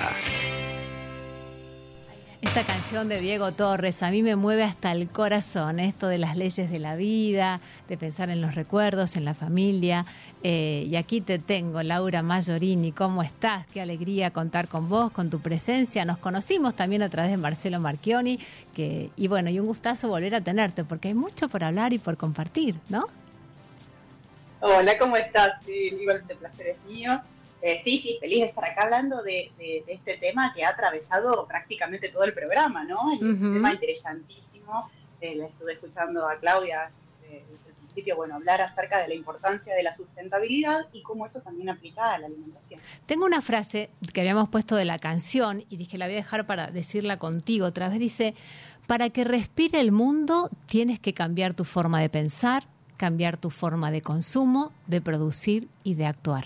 Esta canción de Diego Torres a mí me mueve hasta el corazón, esto de las leyes de la vida, de pensar en los recuerdos, en la familia. Y aquí te tengo, Laura Maggiorini, ¿cómo estás? Qué alegría contar con vos, con tu presencia. Nos conocimos también a través de Marcelo Marchioni, y bueno, y un gustazo volver a tenerte, porque hay mucho por hablar y por compartir, ¿no? Hola, ¿cómo estás? Sí, igual el placer es mío. Sí, feliz de estar acá hablando de este tema que ha atravesado prácticamente todo el programa, ¿no? Es un tema interesantísimo, le estuve escuchando a Claudia desde el principio, bueno, hablar acerca de la importancia de la sustentabilidad y cómo eso también aplica a la alimentación. Tengo una frase que habíamos puesto de la canción y dije, la voy a dejar para decirla contigo otra vez. Dice, para que respire el mundo tienes que cambiar tu forma de pensar, cambiar tu forma de consumo, de producir y de actuar.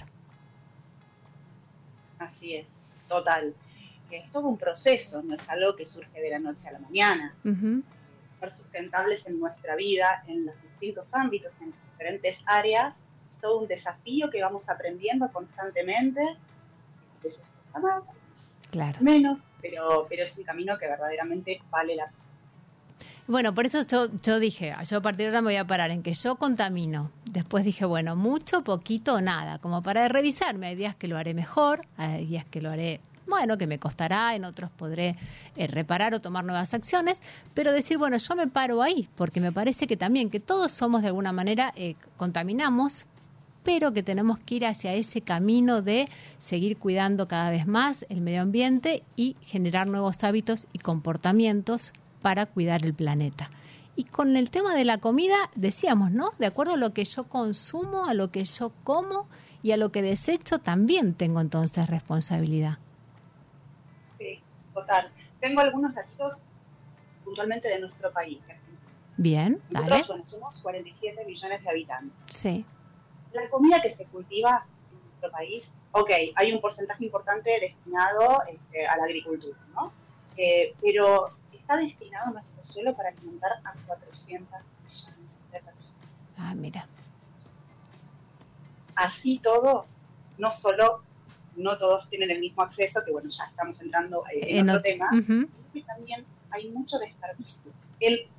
Así es, total. Que es todo un proceso, no es algo que surge de la noche a la mañana. Uh-huh. Ser sustentables en nuestra vida, en los distintos ámbitos, en diferentes áreas, todo un desafío que vamos aprendiendo constantemente. Claro. Menos, pero es un camino que verdaderamente vale la pena. Bueno, por eso yo dije, yo a partir de ahora me voy a parar en que yo contamino. Después dije, bueno, mucho, poquito o nada, como para revisarme. Hay días que lo haré mejor, hay días que lo haré, bueno, que me costará, en otros podré reparar o tomar nuevas acciones, pero decir, bueno, yo me paro ahí, porque me parece que también que todos somos de alguna manera, contaminamos, pero que tenemos que ir hacia ese camino de seguir cuidando cada vez más el medio ambiente y generar nuevos hábitos y comportamientos para cuidar el planeta. Y con el tema de la comida, decíamos, ¿no? De acuerdo a lo que yo consumo, a lo que yo como y a lo que desecho, también tengo entonces responsabilidad. Sí, total. Tengo algunos datos puntualmente de nuestro país. Bien, nosotros, dale. Bueno, somos 47 millones de habitantes. Sí. La comida que se cultiva en nuestro país, ok, hay un porcentaje importante destinado a la agricultura, ¿no? Pero está destinado nuestro suelo para alimentar a 400 millones de personas. Ah, mira. Así todo, no solo no todos tienen el mismo acceso, que bueno, ya estamos entrando en otro tema, sino que también hay mucho desperdicio. El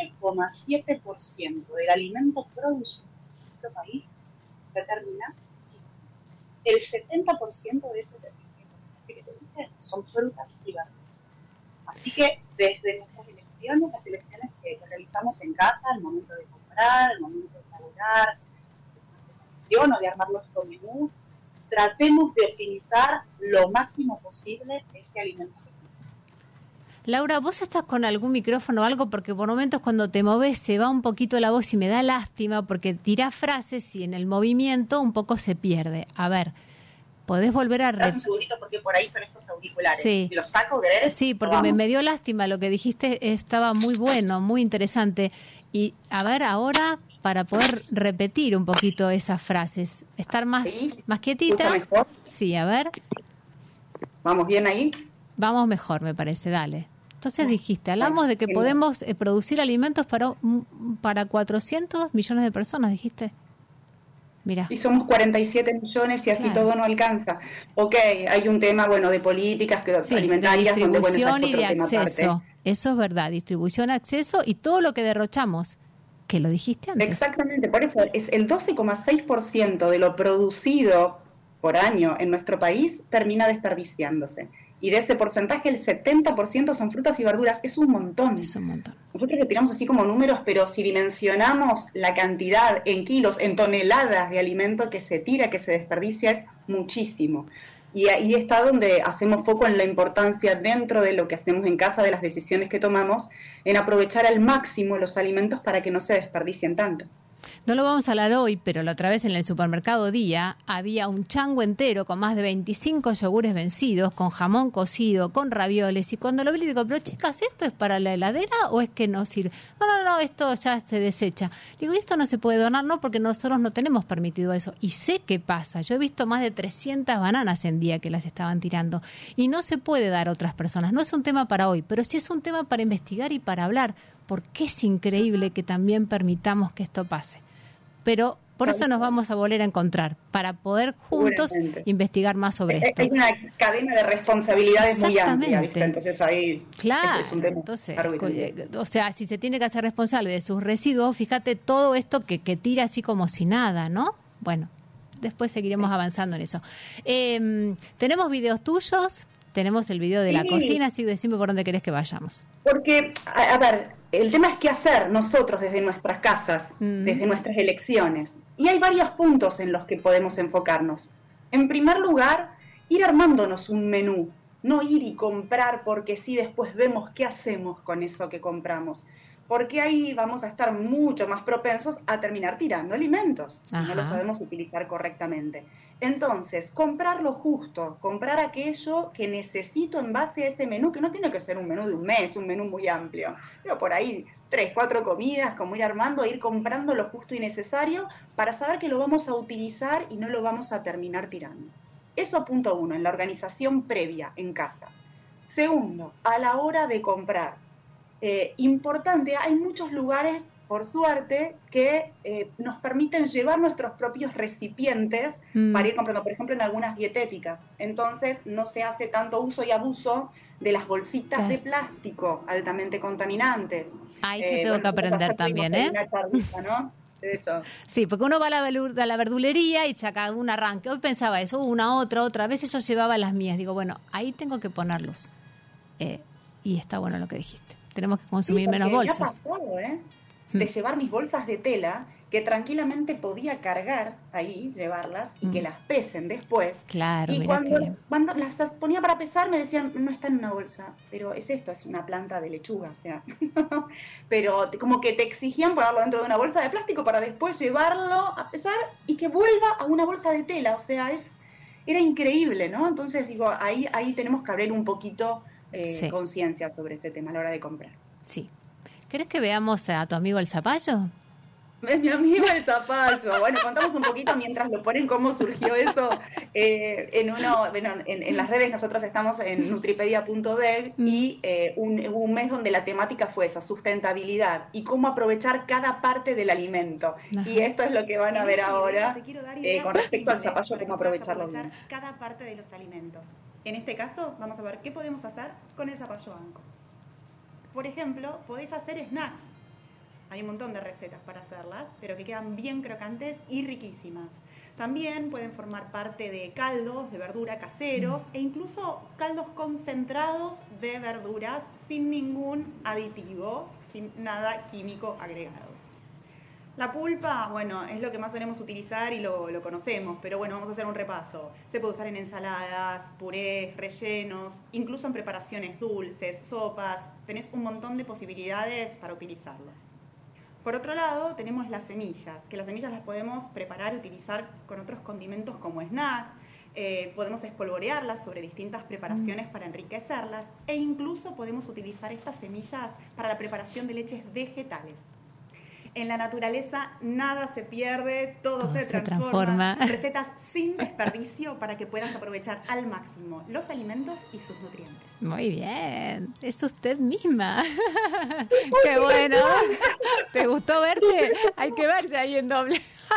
12,7% del alimento producido en nuestro país se termina. El 70% de ese desperdicio que te dije son frutas y verduras. Así que desde nuestras elecciones, las elecciones que realizamos en casa, al momento de comprar, al momento de elaborar, o de armar nuestro menú, tratemos de optimizar lo máximo posible este alimento. Laura, ¿vos estás con algún micrófono o algo? Porque por momentos cuando te moves se va un poquito la voz y me da lástima porque tirás frases y en el movimiento un poco se pierde. A ver, ¿podés volver a Un segundito porque por ahí son estos auriculares. Sí. ¿Me los saco, querés? Sí, porque me dio lástima, lo que dijiste estaba muy bueno, muy interesante. Y a ver, ahora, para poder repetir un poquito esas frases, estar más, más quietita. Mejor? Sí, a ver. ¿Vamos bien ahí? Vamos mejor, me parece, dale. Entonces dijiste, hablamos de que podemos producir alimentos para 400 millones de personas, dijiste. Mira. Y somos 47 millones y así todo no alcanza. Ok, hay un tema, bueno, de políticas alimentarias, de distribución donde, bueno, y de acceso. Eso es verdad, distribución, acceso y todo lo que derrochamos, que lo dijiste antes. Exactamente, por eso es el 12,6% de lo producido por año en nuestro país termina desperdiciándose. Y de ese porcentaje, el 70% son frutas y verduras. Es un montón. Es un montón. Nosotros le tiramos así como números, pero si dimensionamos la cantidad en kilos, en toneladas de alimento que se tira, que se desperdicia, es muchísimo. Y ahí está donde hacemos foco en la importancia dentro de lo que hacemos en casa, de las decisiones que tomamos, en aprovechar al máximo los alimentos para que no se desperdicien tanto. No lo vamos a hablar hoy, pero la otra vez en el supermercado Día había un chango entero con más de 25 yogures vencidos, con jamón cocido, con ravioles. Y cuando lo vi le digo, pero chicas, ¿esto es para la heladera o es que no sirve? No, esto ya se desecha. Le digo, esto no se puede donar, no, porque nosotros no tenemos permitido eso. Y sé qué pasa. Yo he visto más de 300 bananas en Día que las estaban tirando. Y no se puede dar a otras personas. No es un tema para hoy, pero sí es un tema para investigar y para hablar. Porque es increíble que también permitamos que esto pase. Pero por eso nos vamos a volver a encontrar, para poder juntos investigar más sobre esto. Hay una cadena de responsabilidades muy amplia, ¿viste? Entonces ahí claro, es un tema. Entonces, o sea, si se tiene que hacer responsable de sus residuos, fíjate todo esto que tira así como si nada, ¿no? Bueno, después seguiremos avanzando en eso. Tenemos videos tuyos, tenemos el video de la cocina, así decime por dónde querés que vayamos. Porque, a ver, el tema es qué hacer nosotros desde nuestras casas, desde nuestras elecciones. Y hay varios puntos en los que podemos enfocarnos. En primer lugar, ir armándonos un menú. No ir y comprar porque sí, después vemos qué hacemos con eso que compramos. porque ahí vamos a estar mucho más propensos a terminar tirando alimentos, si no lo Ajá. sabemos utilizar correctamente. Entonces, comprar lo justo, comprar aquello que necesito en base a ese menú, que no tiene que ser un menú de un mes, un menú muy amplio. Pero por ahí 3, 4 comidas, como ir armando, ir comprando lo justo y necesario para saber que lo vamos a utilizar y no lo vamos a terminar tirando. Eso punto 1, en la organización previa, en casa. Segundo, a la hora de comprar. Importante, hay muchos lugares, por suerte, que nos permiten llevar nuestros propios recipientes para ir comprando, por ejemplo, en algunas dietéticas. Entonces, no se hace tanto uso y abuso de las bolsitas de plástico altamente contaminantes. Ahí sí tengo que aprender también, ¿eh? Una charlita, ¿no? Eso. Sí, porque uno va a la verdulería y saca un arranque. Hoy pensaba eso, una otra. A veces yo llevaba las mías. Digo, bueno, ahí tengo que ponerlos. Y está bueno lo que dijiste. Tenemos que consumir menos bolsas. Me ha pasado, de llevar mis bolsas de tela que tranquilamente podía cargar ahí, llevarlas y que las pesen después. Claro, y mira cuando las ponía para pesar me decían, no está en una bolsa, pero es esto, es una planta de lechuga, o sea. Pero como que te exigían ponerlo dentro de una bolsa de plástico para después llevarlo a pesar y que vuelva a una bolsa de tela, o sea, era increíble, ¿no? Entonces digo, ahí tenemos que abrir un poquito conciencia sobre ese tema a la hora de comprar. Sí. ¿Querés que veamos a tu amigo el zapallo? Es mi amigo el zapallo. Bueno, contamos un poquito mientras lo ponen cómo surgió eso. En las redes nosotros estamos en nutripedia.beg y hubo un mes donde la temática fue esa, sustentabilidad y cómo aprovechar cada parte del alimento. Ajá. Y esto es lo que van a ver ahora con respecto al zapallo, cómo aprovecharlo bien. Cada parte de los alimentos. En este caso, vamos a ver qué podemos hacer con el zapallo anco. Por ejemplo, podéis hacer snacks. Hay un montón de recetas para hacerlas, pero que quedan bien crocantes y riquísimas. También pueden formar parte de caldos de verdura caseros e incluso caldos concentrados de verduras sin ningún aditivo, sin nada químico agregado. La pulpa, bueno, es lo que más solemos utilizar y lo conocemos, pero bueno, vamos a hacer un repaso. Se puede usar en ensaladas, purés, rellenos, incluso en preparaciones dulces, sopas. Tenés un montón de posibilidades para utilizarlo. Por otro lado, tenemos las semillas, que las semillas las podemos preparar y utilizar con otros condimentos como snacks, podemos espolvorearlas sobre distintas preparaciones para enriquecerlas e incluso podemos utilizar estas semillas para la preparación de leches vegetales. En la naturaleza nada se pierde, todo se transforma. Recetas sin desperdicio para que puedas aprovechar al máximo los alimentos y sus nutrientes. Muy bien, es usted misma. ¡Qué bueno! ¿Te gustó verte? Hay que verse ahí en doble.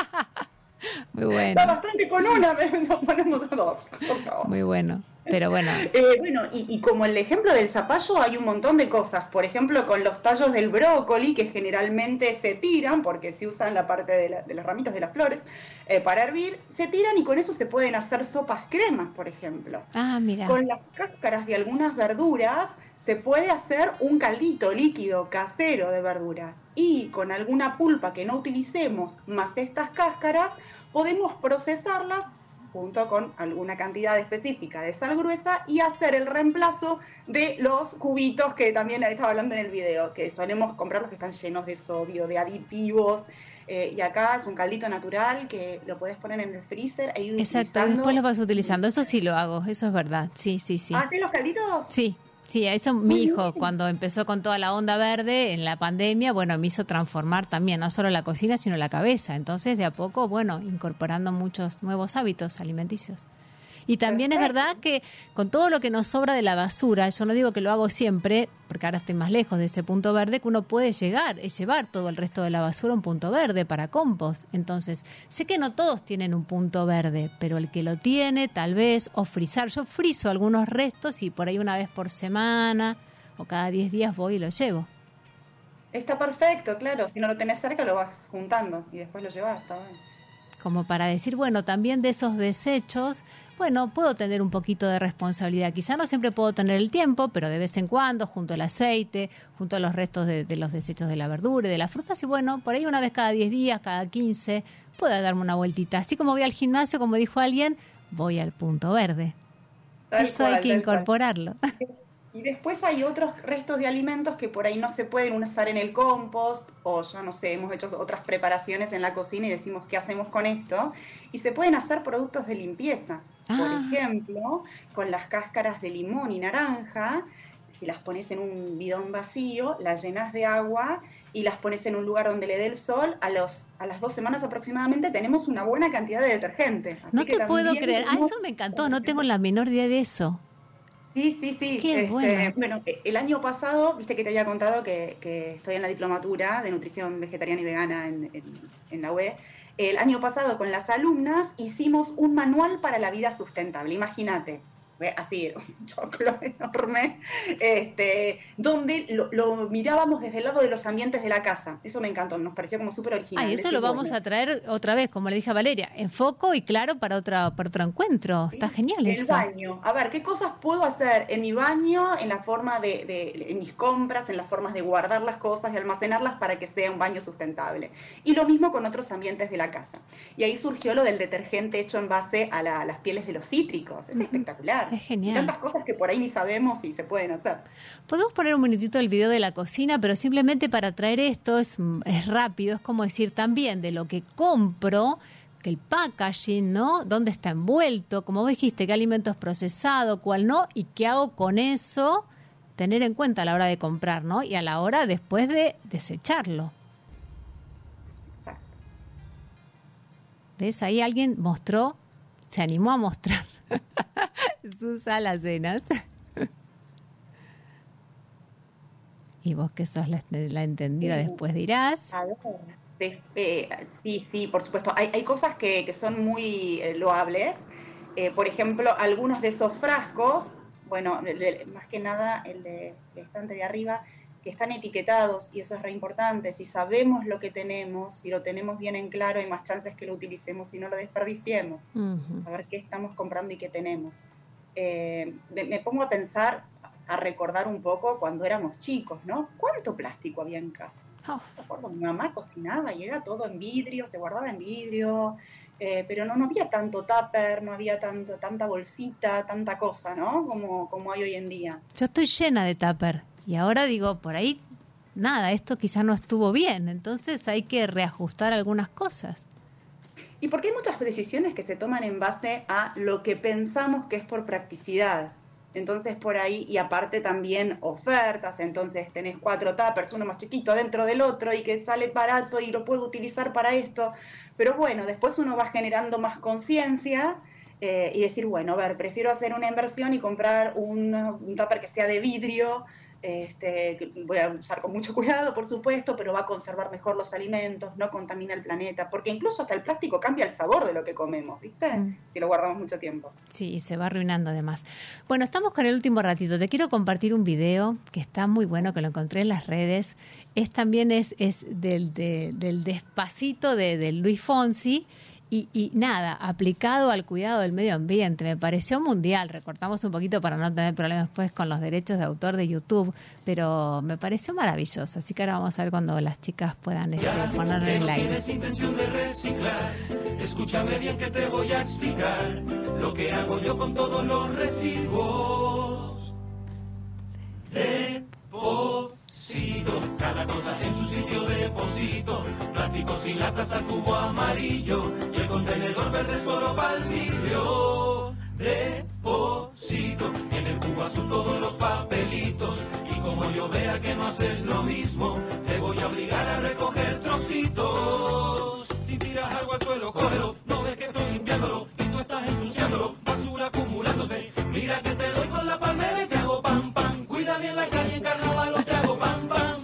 Muy bueno. Está bastante con una, nos ponemos dos, por favor. Muy bueno. Pero bueno. Y como el ejemplo del zapallo, hay un montón de cosas. Por ejemplo, con los tallos del brócoli, que generalmente se tiran, porque se usan la parte de las ramitas de las flores, para hervir, se tiran y con eso se pueden hacer sopas cremas, por ejemplo. Ah, mira. Con las cáscaras de algunas verduras se puede hacer un caldito líquido casero de verduras. Y con alguna pulpa que no utilicemos, más estas cáscaras, podemos procesarlas junto con alguna cantidad específica de sal gruesa y hacer el reemplazo de los cubitos que también estaba hablando en el video, que solemos comprar los que están llenos de sodio, de aditivos, y acá es un caldito natural que lo puedes poner en el freezer e ir Exacto, utilizando. después lo vas utilizando, eso sí lo hago, eso es verdad, sí. ¿Haces los calditos? Sí, eso mi hijo cuando empezó con toda la onda verde en la pandemia, bueno, me hizo transformar también, no solo la cocina, sino la cabeza. Entonces, de a poco, bueno, incorporando muchos nuevos hábitos alimenticios. Y también es verdad que con todo lo que nos sobra de la basura, yo no digo que lo hago siempre, porque ahora estoy más lejos de ese punto verde, que uno puede llevar todo el resto de la basura a un punto verde para compost. Entonces, sé que no todos tienen un punto verde, pero el que lo tiene, tal vez, o frizar. Yo frizo algunos restos y por ahí una vez por semana o cada 10 días voy y lo llevo. Está perfecto, claro. Si no lo tenés cerca, lo vas juntando y después lo llevas, está bien. Como para decir, bueno, también de esos desechos, bueno, puedo tener un poquito de responsabilidad. Quizá no siempre puedo tener el tiempo, pero de vez en cuando, junto al aceite, junto a los restos de los desechos de la verdura y de las frutas, y bueno, por ahí una vez cada 10 días, cada 15, puedo darme una vueltita. Así como voy al gimnasio, como dijo alguien, voy al punto verde. Eso hay que incorporarlo. Y después hay otros restos de alimentos que por ahí no se pueden usar en el compost, o ya no sé, hemos hecho otras preparaciones en la cocina y decimos qué hacemos con esto, y se pueden hacer productos de limpieza. Por ejemplo, con las cáscaras de limón y naranja, si las pones en un bidón vacío, las llenas de agua y las pones en un lugar donde le dé el sol, a las 2 semanas aproximadamente tenemos una buena cantidad de detergente. Así No que te puedo también creer. tenemos- Eso me encantó, no tengo la menor idea de eso. Sí. Qué bueno. Bueno, el año pasado, viste que te había contado que estoy en la diplomatura de nutrición vegetariana y vegana en la UE. El año pasado con las alumnas hicimos un manual para la vida sustentable. Imagínate, así, un choclo enorme, donde lo mirábamos desde el lado de los ambientes de la casa. Eso me encantó, nos pareció como súper original. Eso lo vamos a traer otra vez, como le dije a Valeria, en foco y claro para otro encuentro. Está genial El eso. baño. A ver, ¿qué cosas puedo hacer en mi baño, en la forma en mis compras, en las formas de guardar las cosas y almacenarlas para que sea un baño sustentable? Y lo mismo con otros ambientes de la casa. Y ahí surgió lo del detergente hecho en base a las pieles de los cítricos. Es espectacular. Es genial. Y tantas cosas que por ahí ni sabemos y se pueden hacer. Podemos poner un minutito el video de la cocina, pero simplemente para traer esto es rápido, es como decir también de lo que compro, que el packaging, ¿no? ¿Dónde está envuelto? Como vos dijiste, qué alimentos procesados, cuál no, y qué hago con eso, tener en cuenta a la hora de comprar, ¿no? Y a la hora después de desecharlo. ¿Ves? Ahí alguien mostró, se animó a mostrar sus alacenas. Y vos que sos la entendida después dirás. A ver, sí, por supuesto. Hay cosas que son muy loables. Por ejemplo, algunos de esos frascos, bueno, más que nada el estante de arriba, que están etiquetados, y eso es re importante. Si sabemos lo que tenemos, si lo tenemos bien en claro, hay más chances que lo utilicemos y no lo desperdiciemos. A ver qué estamos comprando y qué tenemos. Me pongo a pensar, a recordar un poco cuando éramos chicos, ¿no? ¿Cuánto plástico había en casa? Me acuerdo, mi mamá cocinaba y era todo en vidrio, se guardaba en vidrio, pero no había tanto tupper, no había tanta bolsita, tanta cosa, ¿no? Como hay hoy en día. Yo estoy llena de tupper y ahora digo, por ahí, nada, esto quizás no estuvo bien, entonces hay que reajustar algunas cosas. Y porque hay muchas decisiones que se toman en base a lo que pensamos que es por practicidad. Entonces por ahí, y aparte también ofertas, entonces tenés 4 tuppers, uno más chiquito adentro del otro y que sale barato y lo puedo utilizar para esto. Pero bueno, después uno va generando más conciencia y decir, bueno, a ver, prefiero hacer una inversión y comprar un tupper que sea de vidrio, que voy a usar con mucho cuidado, por supuesto, pero va a conservar mejor los alimentos, no contamina el planeta, porque incluso hasta el plástico cambia el sabor de lo que comemos, ¿viste? Si lo guardamos mucho tiempo. Sí, se va arruinando además. Bueno, estamos con el último ratito. Te quiero compartir un video que está muy bueno, que lo encontré en las redes. También es del Despacito de Luis Fonsi. Y nada, aplicado al cuidado del medio ambiente, me pareció mundial. Recortamos un poquito para no tener problemas después con los derechos de autor de YouTube, pero me pareció maravilloso. Así que ahora vamos a ver cuando las chicas puedan ponerlo en el aire. Tienes intención de reciclar, escúchame bien que te voy a explicar lo que hago yo con todos los residuos. Deposito cada cosa en su sitio, deposito plásticos y latas al cubo amarillo y el contenedor verde solo para el vidrio. Deposito en el cubo azul todos los papelitos y como yo vea que no haces lo mismo, te voy a obligar a recoger trocitos. Si tiras algo al suelo, cógelo, no ves que estoy limpiándolo y tú estás ensuciándolo, basura acumulándose. Mira que te doy con la palmera y te hago pam pam. Cuida bien la calle en carnaval o te hago pam pam.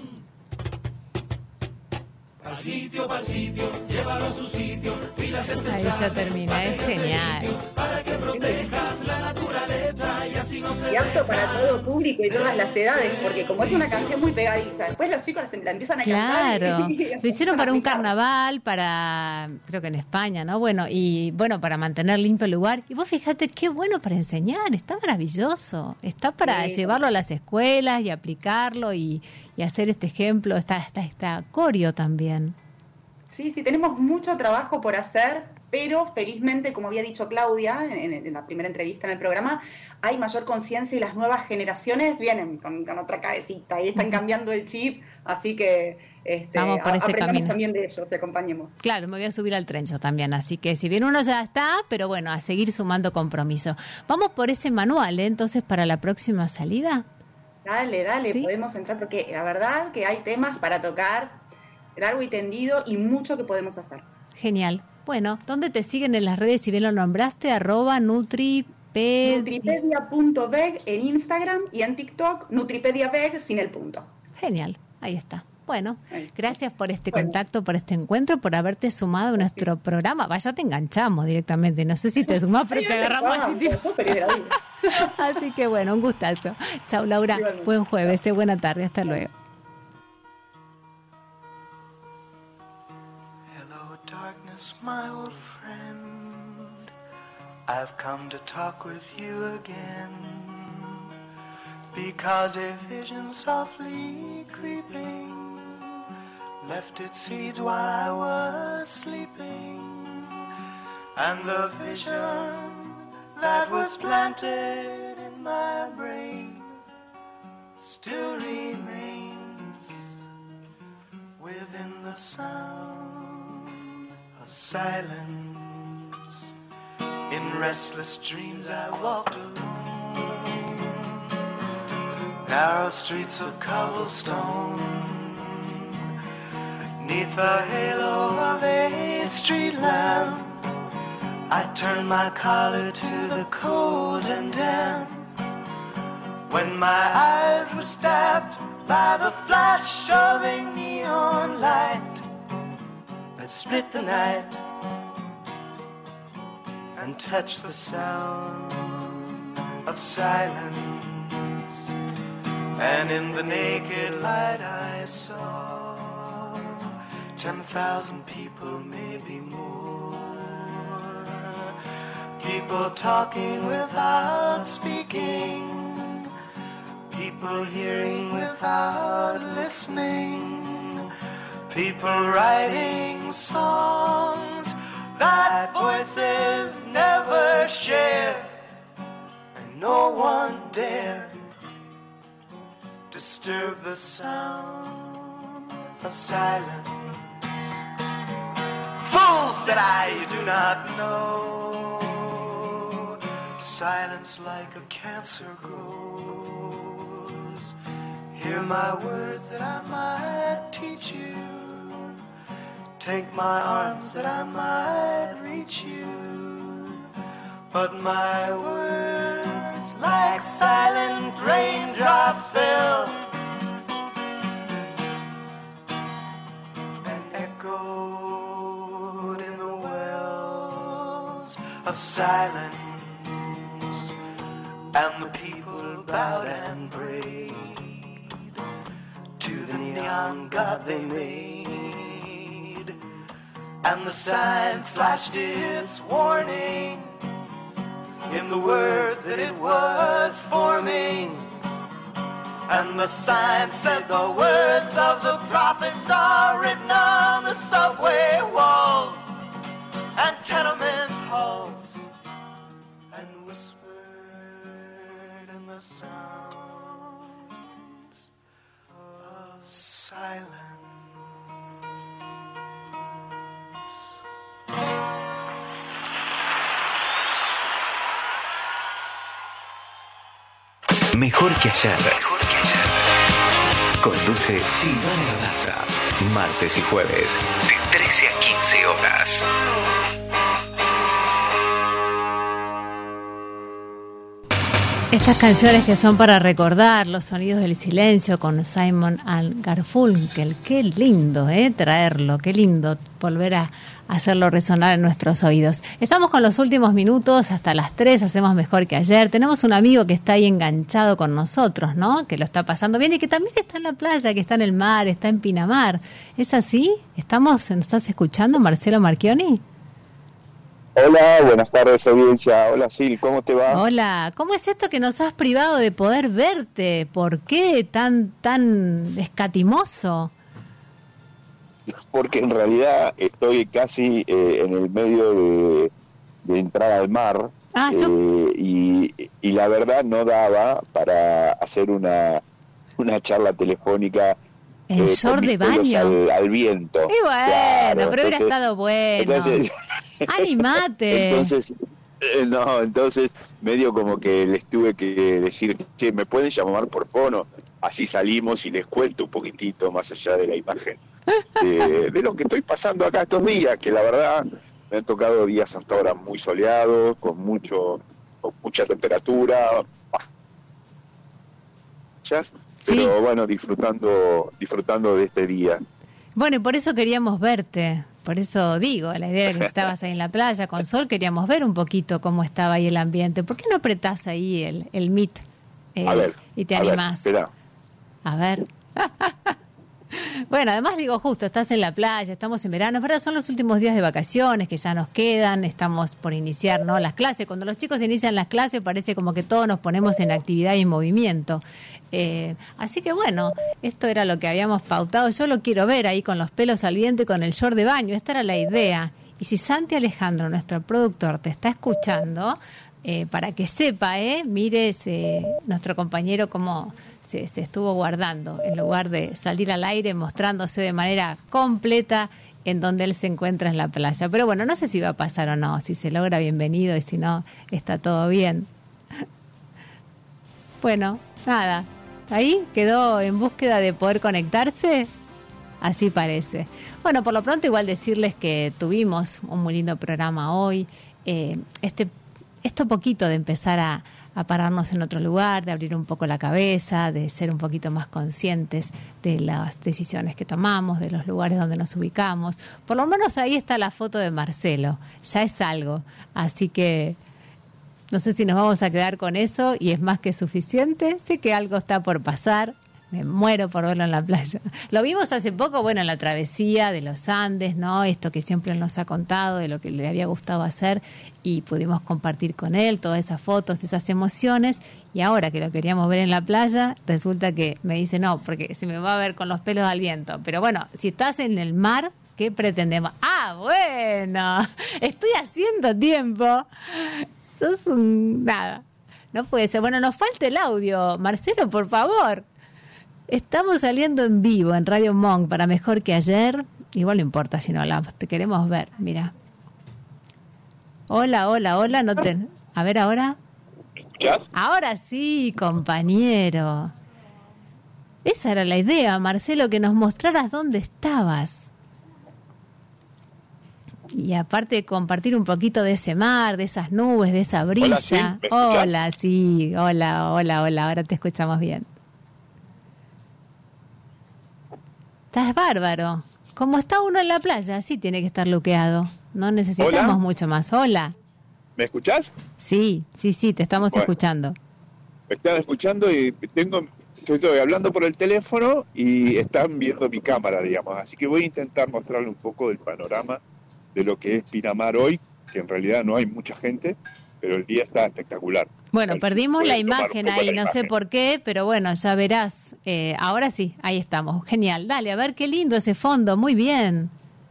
Pa'l sitio, llévalo a su sitio. Ahí se termina, es genial. Para que protejas la naturaleza y así no se Y apto para todo público y todas las edades, porque como es una canción muy pegadiza, después los chicos la empiezan a cantar. Claro, lo hicieron para un carnaval, creo que en España, ¿no? Bueno, y bueno, para mantener limpio el lugar. Y vos fíjate qué bueno para enseñar, está maravilloso. Está para llevarlo a las escuelas y aplicarlo y hacer este ejemplo, está coreo también. Sí, tenemos mucho trabajo por hacer pero felizmente, como había dicho Claudia en la primera entrevista en el programa, hay mayor conciencia y las nuevas generaciones vienen con otra cabecita y están cambiando el chip, así que vamos por ese aprendamos camino también de ellos y acompañemos. Claro, me voy a subir al tren yo también, así que si bien uno ya está, pero bueno, a seguir sumando compromiso. Vamos por ese manual, entonces, para la próxima salida. Dale, ¿sí? Podemos entrar porque la verdad que hay temas para tocar largo y tendido y mucho que podemos hacer. Genial. Bueno, ¿dónde te siguen en las redes? Si bien lo nombraste, @nutripedia.veg en Instagram y en TikTok, NutripediaVeg sin el punto. Genial, ahí está. Bueno, gracias por este contacto, por este encuentro, por haberte sumado a nuestro programa. Vaya, te enganchamos directamente. No sé si te sumás, pero te agarramos así tiempo. Así que bueno, un gustazo. Chau, Laura. Buen jueves, buena tarde. Hasta luego. Hello, darkness, my old friend. I've come to talk with you again. Because a vision softly creeping left its seeds while I was sleeping, and the vision that was planted in my brain still remains within the sound of silence. In restless dreams I walked alone, narrow streets of cobblestone, neath the halo of a street lamp. I turned my collar to the cold and damp. When my eyes were stabbed by the flash of a neon light that split the night and touched the sound of silence. And in the naked light I saw 10,000 people, maybe more. People talking without speaking, people hearing without listening, people writing songs that voices never share, and no one dare disturb the sound of silence. Fool, said I, you do not know. Silence like a cancer grows. Hear my words that I might teach you. Take my arms that I might reach you. But my words like silent raindrops fell and echoed in the wells of silence. And the people bowed and prayed to the neon god they made. And the sign flashed its warning in the words that it was forming. And the sign said the words of the prophets are written on the subway walls and tenement halls, and whispered in the sounds of silence. Mejor que ayer. Conduce Silvana Daza. Martes y jueves, de 13 a 15 horas. Estas canciones que son para recordar los sonidos del silencio con Simon and Garfunkel. Qué lindo, traerlo, qué lindo volver a hacerlo resonar en nuestros oídos. Estamos con los últimos minutos, hasta las 3 hacemos mejor que ayer. Tenemos un amigo que está ahí enganchado con nosotros, ¿no? Que lo está pasando bien y que también está en la playa, que está en el mar, está en Pinamar. ¿Es así? ¿Nos estás escuchando, Marcelo Marchioni? Hola, buenas tardes audiencia. Hola Sil, ¿cómo te va? Hola, ¿cómo es esto que nos has privado de poder verte? ¿Por qué tan escatimoso? porque en realidad estoy casi en el medio de entrar al mar. Y la verdad no daba para hacer una charla telefónica en short de baño al viento. Y bueno, claro, pero hubiera estado bueno. ¡Animate! Entonces medio como que les tuve que decir, che, ¿me pueden llamar por fono? Así salimos y les cuento un poquitito más allá de la imagen de lo que estoy pasando acá estos días, que la verdad me han tocado días hasta ahora muy soleados, con mucha temperatura, pero bueno, disfrutando de este día. Bueno, y por eso queríamos verte. Por eso digo, la idea era que estabas ahí en la playa con sol, queríamos ver un poquito cómo estaba ahí el ambiente. ¿Por qué no apretás ahí el Meet y te animás? A ver. Bueno, además digo, justo, estás en la playa, estamos en verano, es verdad, son los últimos días de vacaciones que ya nos quedan, estamos por iniciar, ¿no?, las clases. Cuando los chicos inician las clases parece como que todos nos ponemos en actividad y en movimiento. Así que bueno, esto era lo que habíamos pautado. Yo lo quiero ver ahí con los pelos al viento y con el short de baño, esta era la idea. Y si Santi Alejandro, nuestro productor, te está escuchando, para que sepa, mire nuestro compañero cómo se estuvo guardando en lugar de salir al aire, mostrándose de manera completa en donde él se encuentra en la playa. Pero bueno, no sé si va a pasar o no, si se logra, bienvenido, y si no, está todo bien. Bueno, nada, ahí quedó en búsqueda de poder conectarse. Así parece. Bueno, por lo pronto igual decirles que tuvimos un muy lindo programa hoy. Esto poquito de empezar a pararnos en otro lugar, de abrir un poco la cabeza, de ser un poquito más conscientes de las decisiones que tomamos, de los lugares donde nos ubicamos. Por lo menos ahí está la foto de Marcelo, ya es algo. Así que no sé si nos vamos a quedar con eso y es más que suficiente. Sé que algo está por pasar. Me muero por verlo en la playa. Lo vimos hace poco, bueno, en la travesía de los Andes, ¿no? Esto que siempre nos ha contado, de lo que le había gustado hacer, y pudimos compartir con él todas esas fotos, esas emociones, y ahora que lo queríamos ver en la playa, resulta que me dice no, porque se me va a ver con los pelos al viento. Pero bueno, si estás en el mar, ¿qué pretendemos? ¡Ah, bueno! Estoy haciendo tiempo. Sos un... nada. No puede ser. Bueno, nos falta el audio. Marcelo, por favor. Estamos saliendo en vivo en Radio Monk para Mejor que Ayer. Igual no importa si no hablamos, te queremos ver, mira. Hola, no te... A ver, ahora. ¿Me escuchás? Ahora sí, compañero. Esa era la idea, Marcelo, que nos mostraras dónde estabas. Y aparte de compartir un poquito de ese mar, de esas nubes, de esa brisa. Hola, sí, hola, ahora te escuchamos bien. Estás bárbaro. Como está uno en la playa, así tiene que estar luqueado. No necesitamos mucho más. Hola. ¿Me escuchás? Sí, te estamos escuchando. Me están escuchando y estoy hablando por el teléfono y están viendo mi cámara, digamos. Así que voy a intentar mostrarle un poco del panorama de lo que es Pinamar hoy, que en realidad no hay mucha gente, pero el día está espectacular. Bueno, perdimos la imagen ahí, no sé por qué, pero bueno, ya verás. Ahora sí, ahí estamos. Genial. Dale, a ver qué lindo ese fondo. Muy bien.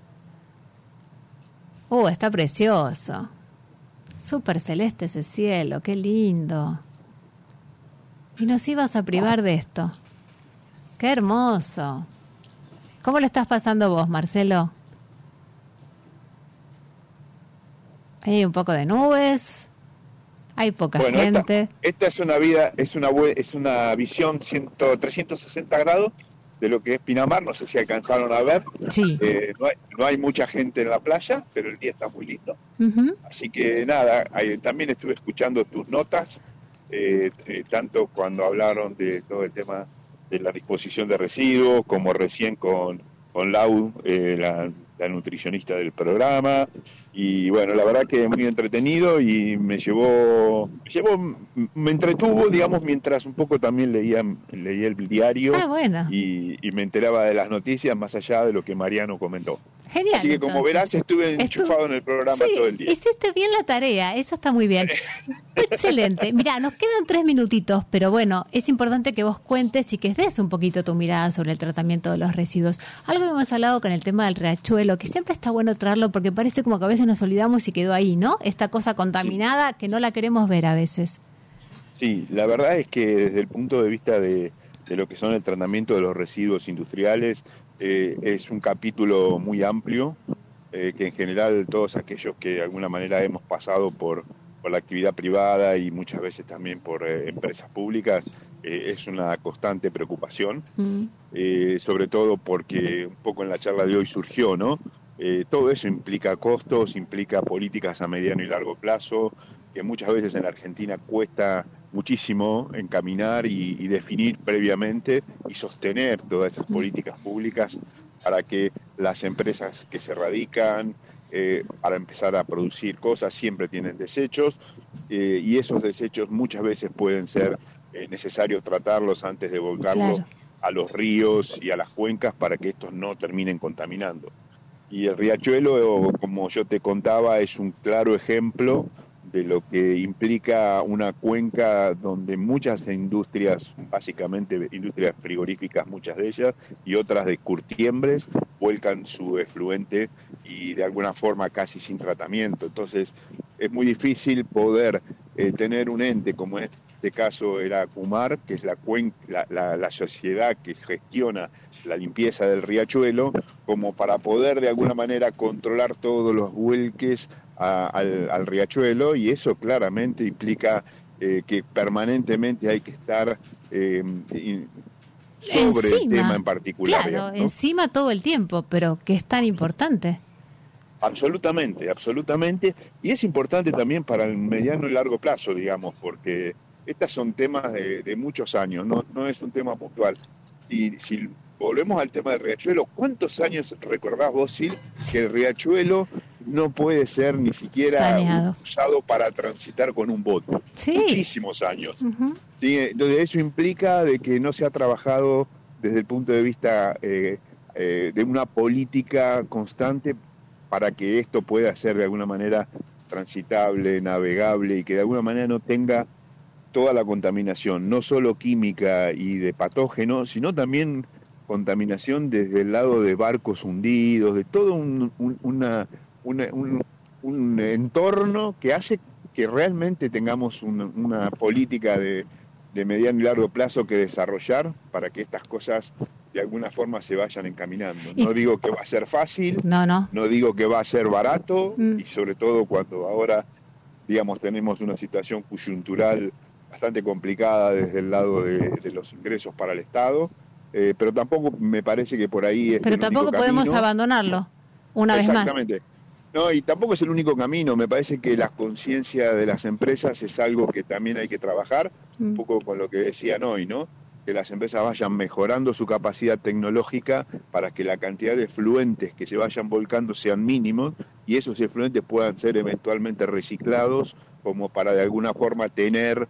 Está precioso. Súper celeste ese cielo, qué lindo. Y nos ibas a privar de esto. Qué hermoso. ¿Cómo lo estás pasando vos, Marcelo? Hay un poco de nubes. Hay poca gente. Esta es una visión 360 grados de lo que es Pinamar. No sé si alcanzaron a ver. Sí. No hay mucha gente en la playa, pero el día está muy lindo. Uh-huh. Así que nada, también estuve escuchando tus notas, tanto cuando hablaron de todo el tema de la disposición de residuos, como recién con Lau, la nutricionista del programa. Y bueno, la verdad que es muy entretenido y me entretuvo, digamos, mientras un poco también leía el diario y me enteraba de las noticias más allá de lo que Mariano comentó. Genial. Así que como verás, estuve enchufado en el programa todo el día. Hiciste bien la tarea, eso está muy bien. Excelente. Mirá, nos quedan 3 minutitos, pero bueno, es importante que vos cuentes y que des un poquito tu mirada sobre el tratamiento de los residuos. Algo que hemos hablado con el tema del riachuelo, que siempre está bueno traerlo porque parece como que a veces nos olvidamos y quedó ahí, ¿no? Esta cosa contaminada que no la queremos ver a veces. Sí, la verdad es que desde el punto de vista de lo que son el tratamiento de los residuos industriales, es un capítulo muy amplio, que en general todos aquellos que de alguna manera hemos pasado por la actividad privada y muchas veces también por empresas públicas, es una constante preocupación, sobre todo porque un poco en la charla de hoy surgió, ¿no? Todo eso implica costos, implica políticas a mediano y largo plazo, que muchas veces en la Argentina cuesta muchísimo encaminar y definir previamente y sostener todas esas políticas públicas para que las empresas que se radican, para empezar a producir cosas, siempre tienen desechos, y esos desechos muchas veces pueden ser necesarios tratarlos antes de volcarlos a los ríos y a las cuencas para que estos no terminen contaminando. Y el riachuelo, como yo te contaba, es un claro ejemplo de lo que implica una cuenca donde muchas industrias, básicamente industrias frigoríficas, muchas de ellas, y otras de curtiembres, vuelcan su efluente y de alguna forma casi sin tratamiento. Entonces es muy difícil poder tener un ente como en este caso era Cumar, que es la sociedad que gestiona la limpieza del riachuelo, como para poder de alguna manera controlar todos los vuelques al riachuelo, y eso claramente implica que permanentemente hay que estar sobre el tema en particular. Claro, ¿no? encima todo el tiempo, pero que es tan importante. Absolutamente, absolutamente, y es importante también para el mediano y largo plazo, digamos, porque estos son temas de muchos años, no es un tema puntual. Y si volvemos al tema del riachuelo, ¿cuántos años recordás vos, Sil, que el riachuelo no puede ser ni siquiera usado para transitar con un bote? Sí. Muchísimos años. ¿Sí? Entonces eso implica de que no se ha trabajado desde el punto de vista de una política constante para que esto pueda ser de alguna manera transitable, navegable y que de alguna manera no tenga toda la contaminación, no solo química y de patógenos, sino también contaminación desde el lado de barcos hundidos, de todo un entorno que hace que realmente tengamos una política de mediano y largo plazo que desarrollar para que estas cosas de alguna forma se vayan encaminando. No digo que va a ser fácil, no digo que va a ser barato, y sobre todo cuando ahora, digamos, tenemos una situación coyuntural bastante complicada desde el lado de los ingresos para el Estado, pero tampoco me parece que por ahí es. Pero tampoco podemos abandonarlo una vez más. Exactamente. No, y tampoco es el único camino. Me parece que la conciencia de las empresas es algo que también hay que trabajar, un poco con lo que decían hoy, ¿no? Que las empresas vayan mejorando su capacidad tecnológica para que la cantidad de efluentes que se vayan volcando sean mínimos y esos efluentes puedan ser eventualmente reciclados como para de alguna forma tener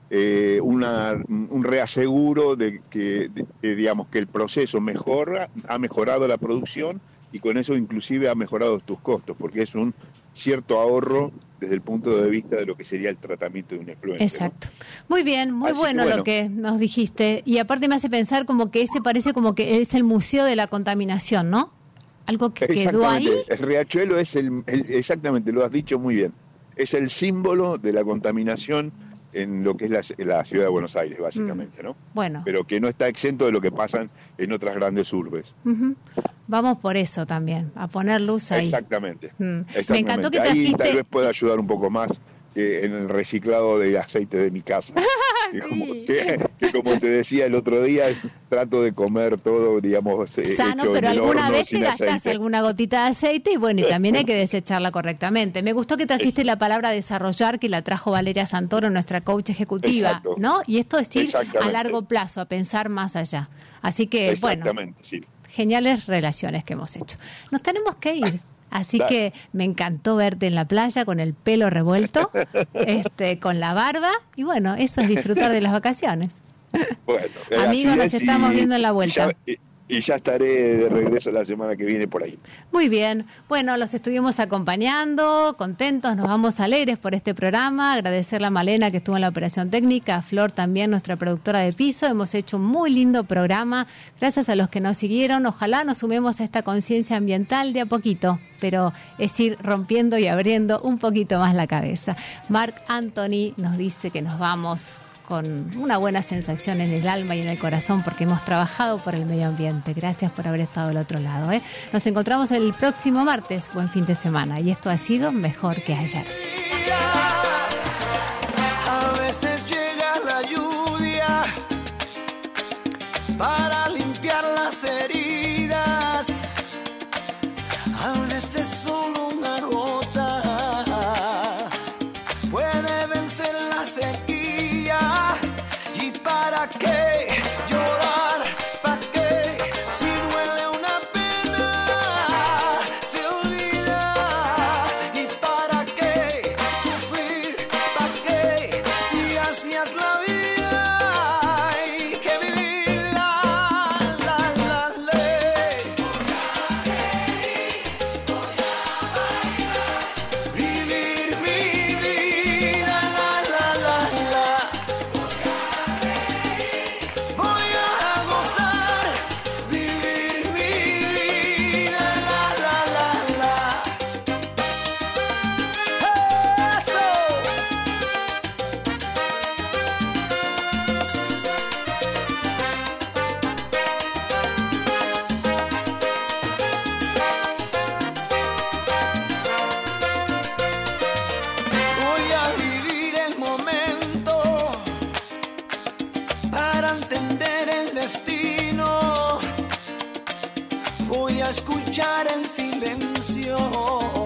un reaseguro de que digamos que el proceso ha mejorado la producción y con eso inclusive ha mejorado tus costos, porque es un cierto ahorro desde el punto de vista de lo que sería el tratamiento de un efluente. Exacto. ¿No? Muy bien, muy bueno lo que nos dijiste. Y aparte me hace pensar como que ese parece como que es el museo de la contaminación, ¿no? Algo que quedó ahí. El riachuelo es exactamente, lo has dicho muy bien, es el símbolo de la contaminación en lo que es la ciudad de Buenos Aires, básicamente, ¿no? Bueno. Pero que no está exento de lo que pasa en otras grandes urbes. Vamos por eso también, a poner luz ahí. Exactamente. Exactamente. Me encantó que trajiste... Ahí tal vez pueda ayudar un poco más en el reciclado de aceite de mi casa. que como te decía el otro día, trato de comer todo, digamos, sano, hecho pero en el alguna horno, vez te gastás alguna gotita de aceite y bueno, y también hay que desecharla correctamente. Me gustó que trajiste la palabra desarrollar, que la trajo Valeria Santoro, nuestra coach ejecutiva, Exacto. ¿no? Y esto es ir a largo plazo, a pensar más allá. Así que, bueno, sí. Geniales relaciones que hemos hecho. Nos tenemos que ir. Así Dale. que me encantó verte en la playa con el pelo revuelto, con la barba, y bueno, eso es disfrutar de las vacaciones. Bueno, Amigos, así nos es, estamos viendo en la vuelta. Y ya estaré de regreso la semana que viene por ahí. Muy bien, bueno, los estuvimos acompañando, contentos, nos vamos alegres por este programa, agradecerle a Malena que estuvo en la operación técnica, a Flor también, nuestra productora de piso, hemos hecho un muy lindo programa, gracias a los que nos siguieron, ojalá nos sumemos a esta conciencia ambiental de a poquito, pero es ir rompiendo y abriendo un poquito más la cabeza. Marc Anthony nos dice que nos vamos con una buena sensación en el alma y en el corazón porque hemos trabajado por el medio ambiente. Gracias por haber estado del otro lado. Nos encontramos el próximo martes. Buen fin de semana. Y esto ha sido Mejor que Ayer. A veces llega la lluvia para limpiar las heridas. A veces solo una gota puede vencer la sequía. ¿Y para qué llorar? ¿Para qué? Si duele una pena, se olvida. ¿Y para qué sufrir? ¿Para qué? Si así es la vida, hay que vivirla, la ley. Vivir mi vida, la. Voy a gozar, vivir mi vida, la. Eso. Voy a vivir el momento para entender el destino. Voy a escuchar el silencio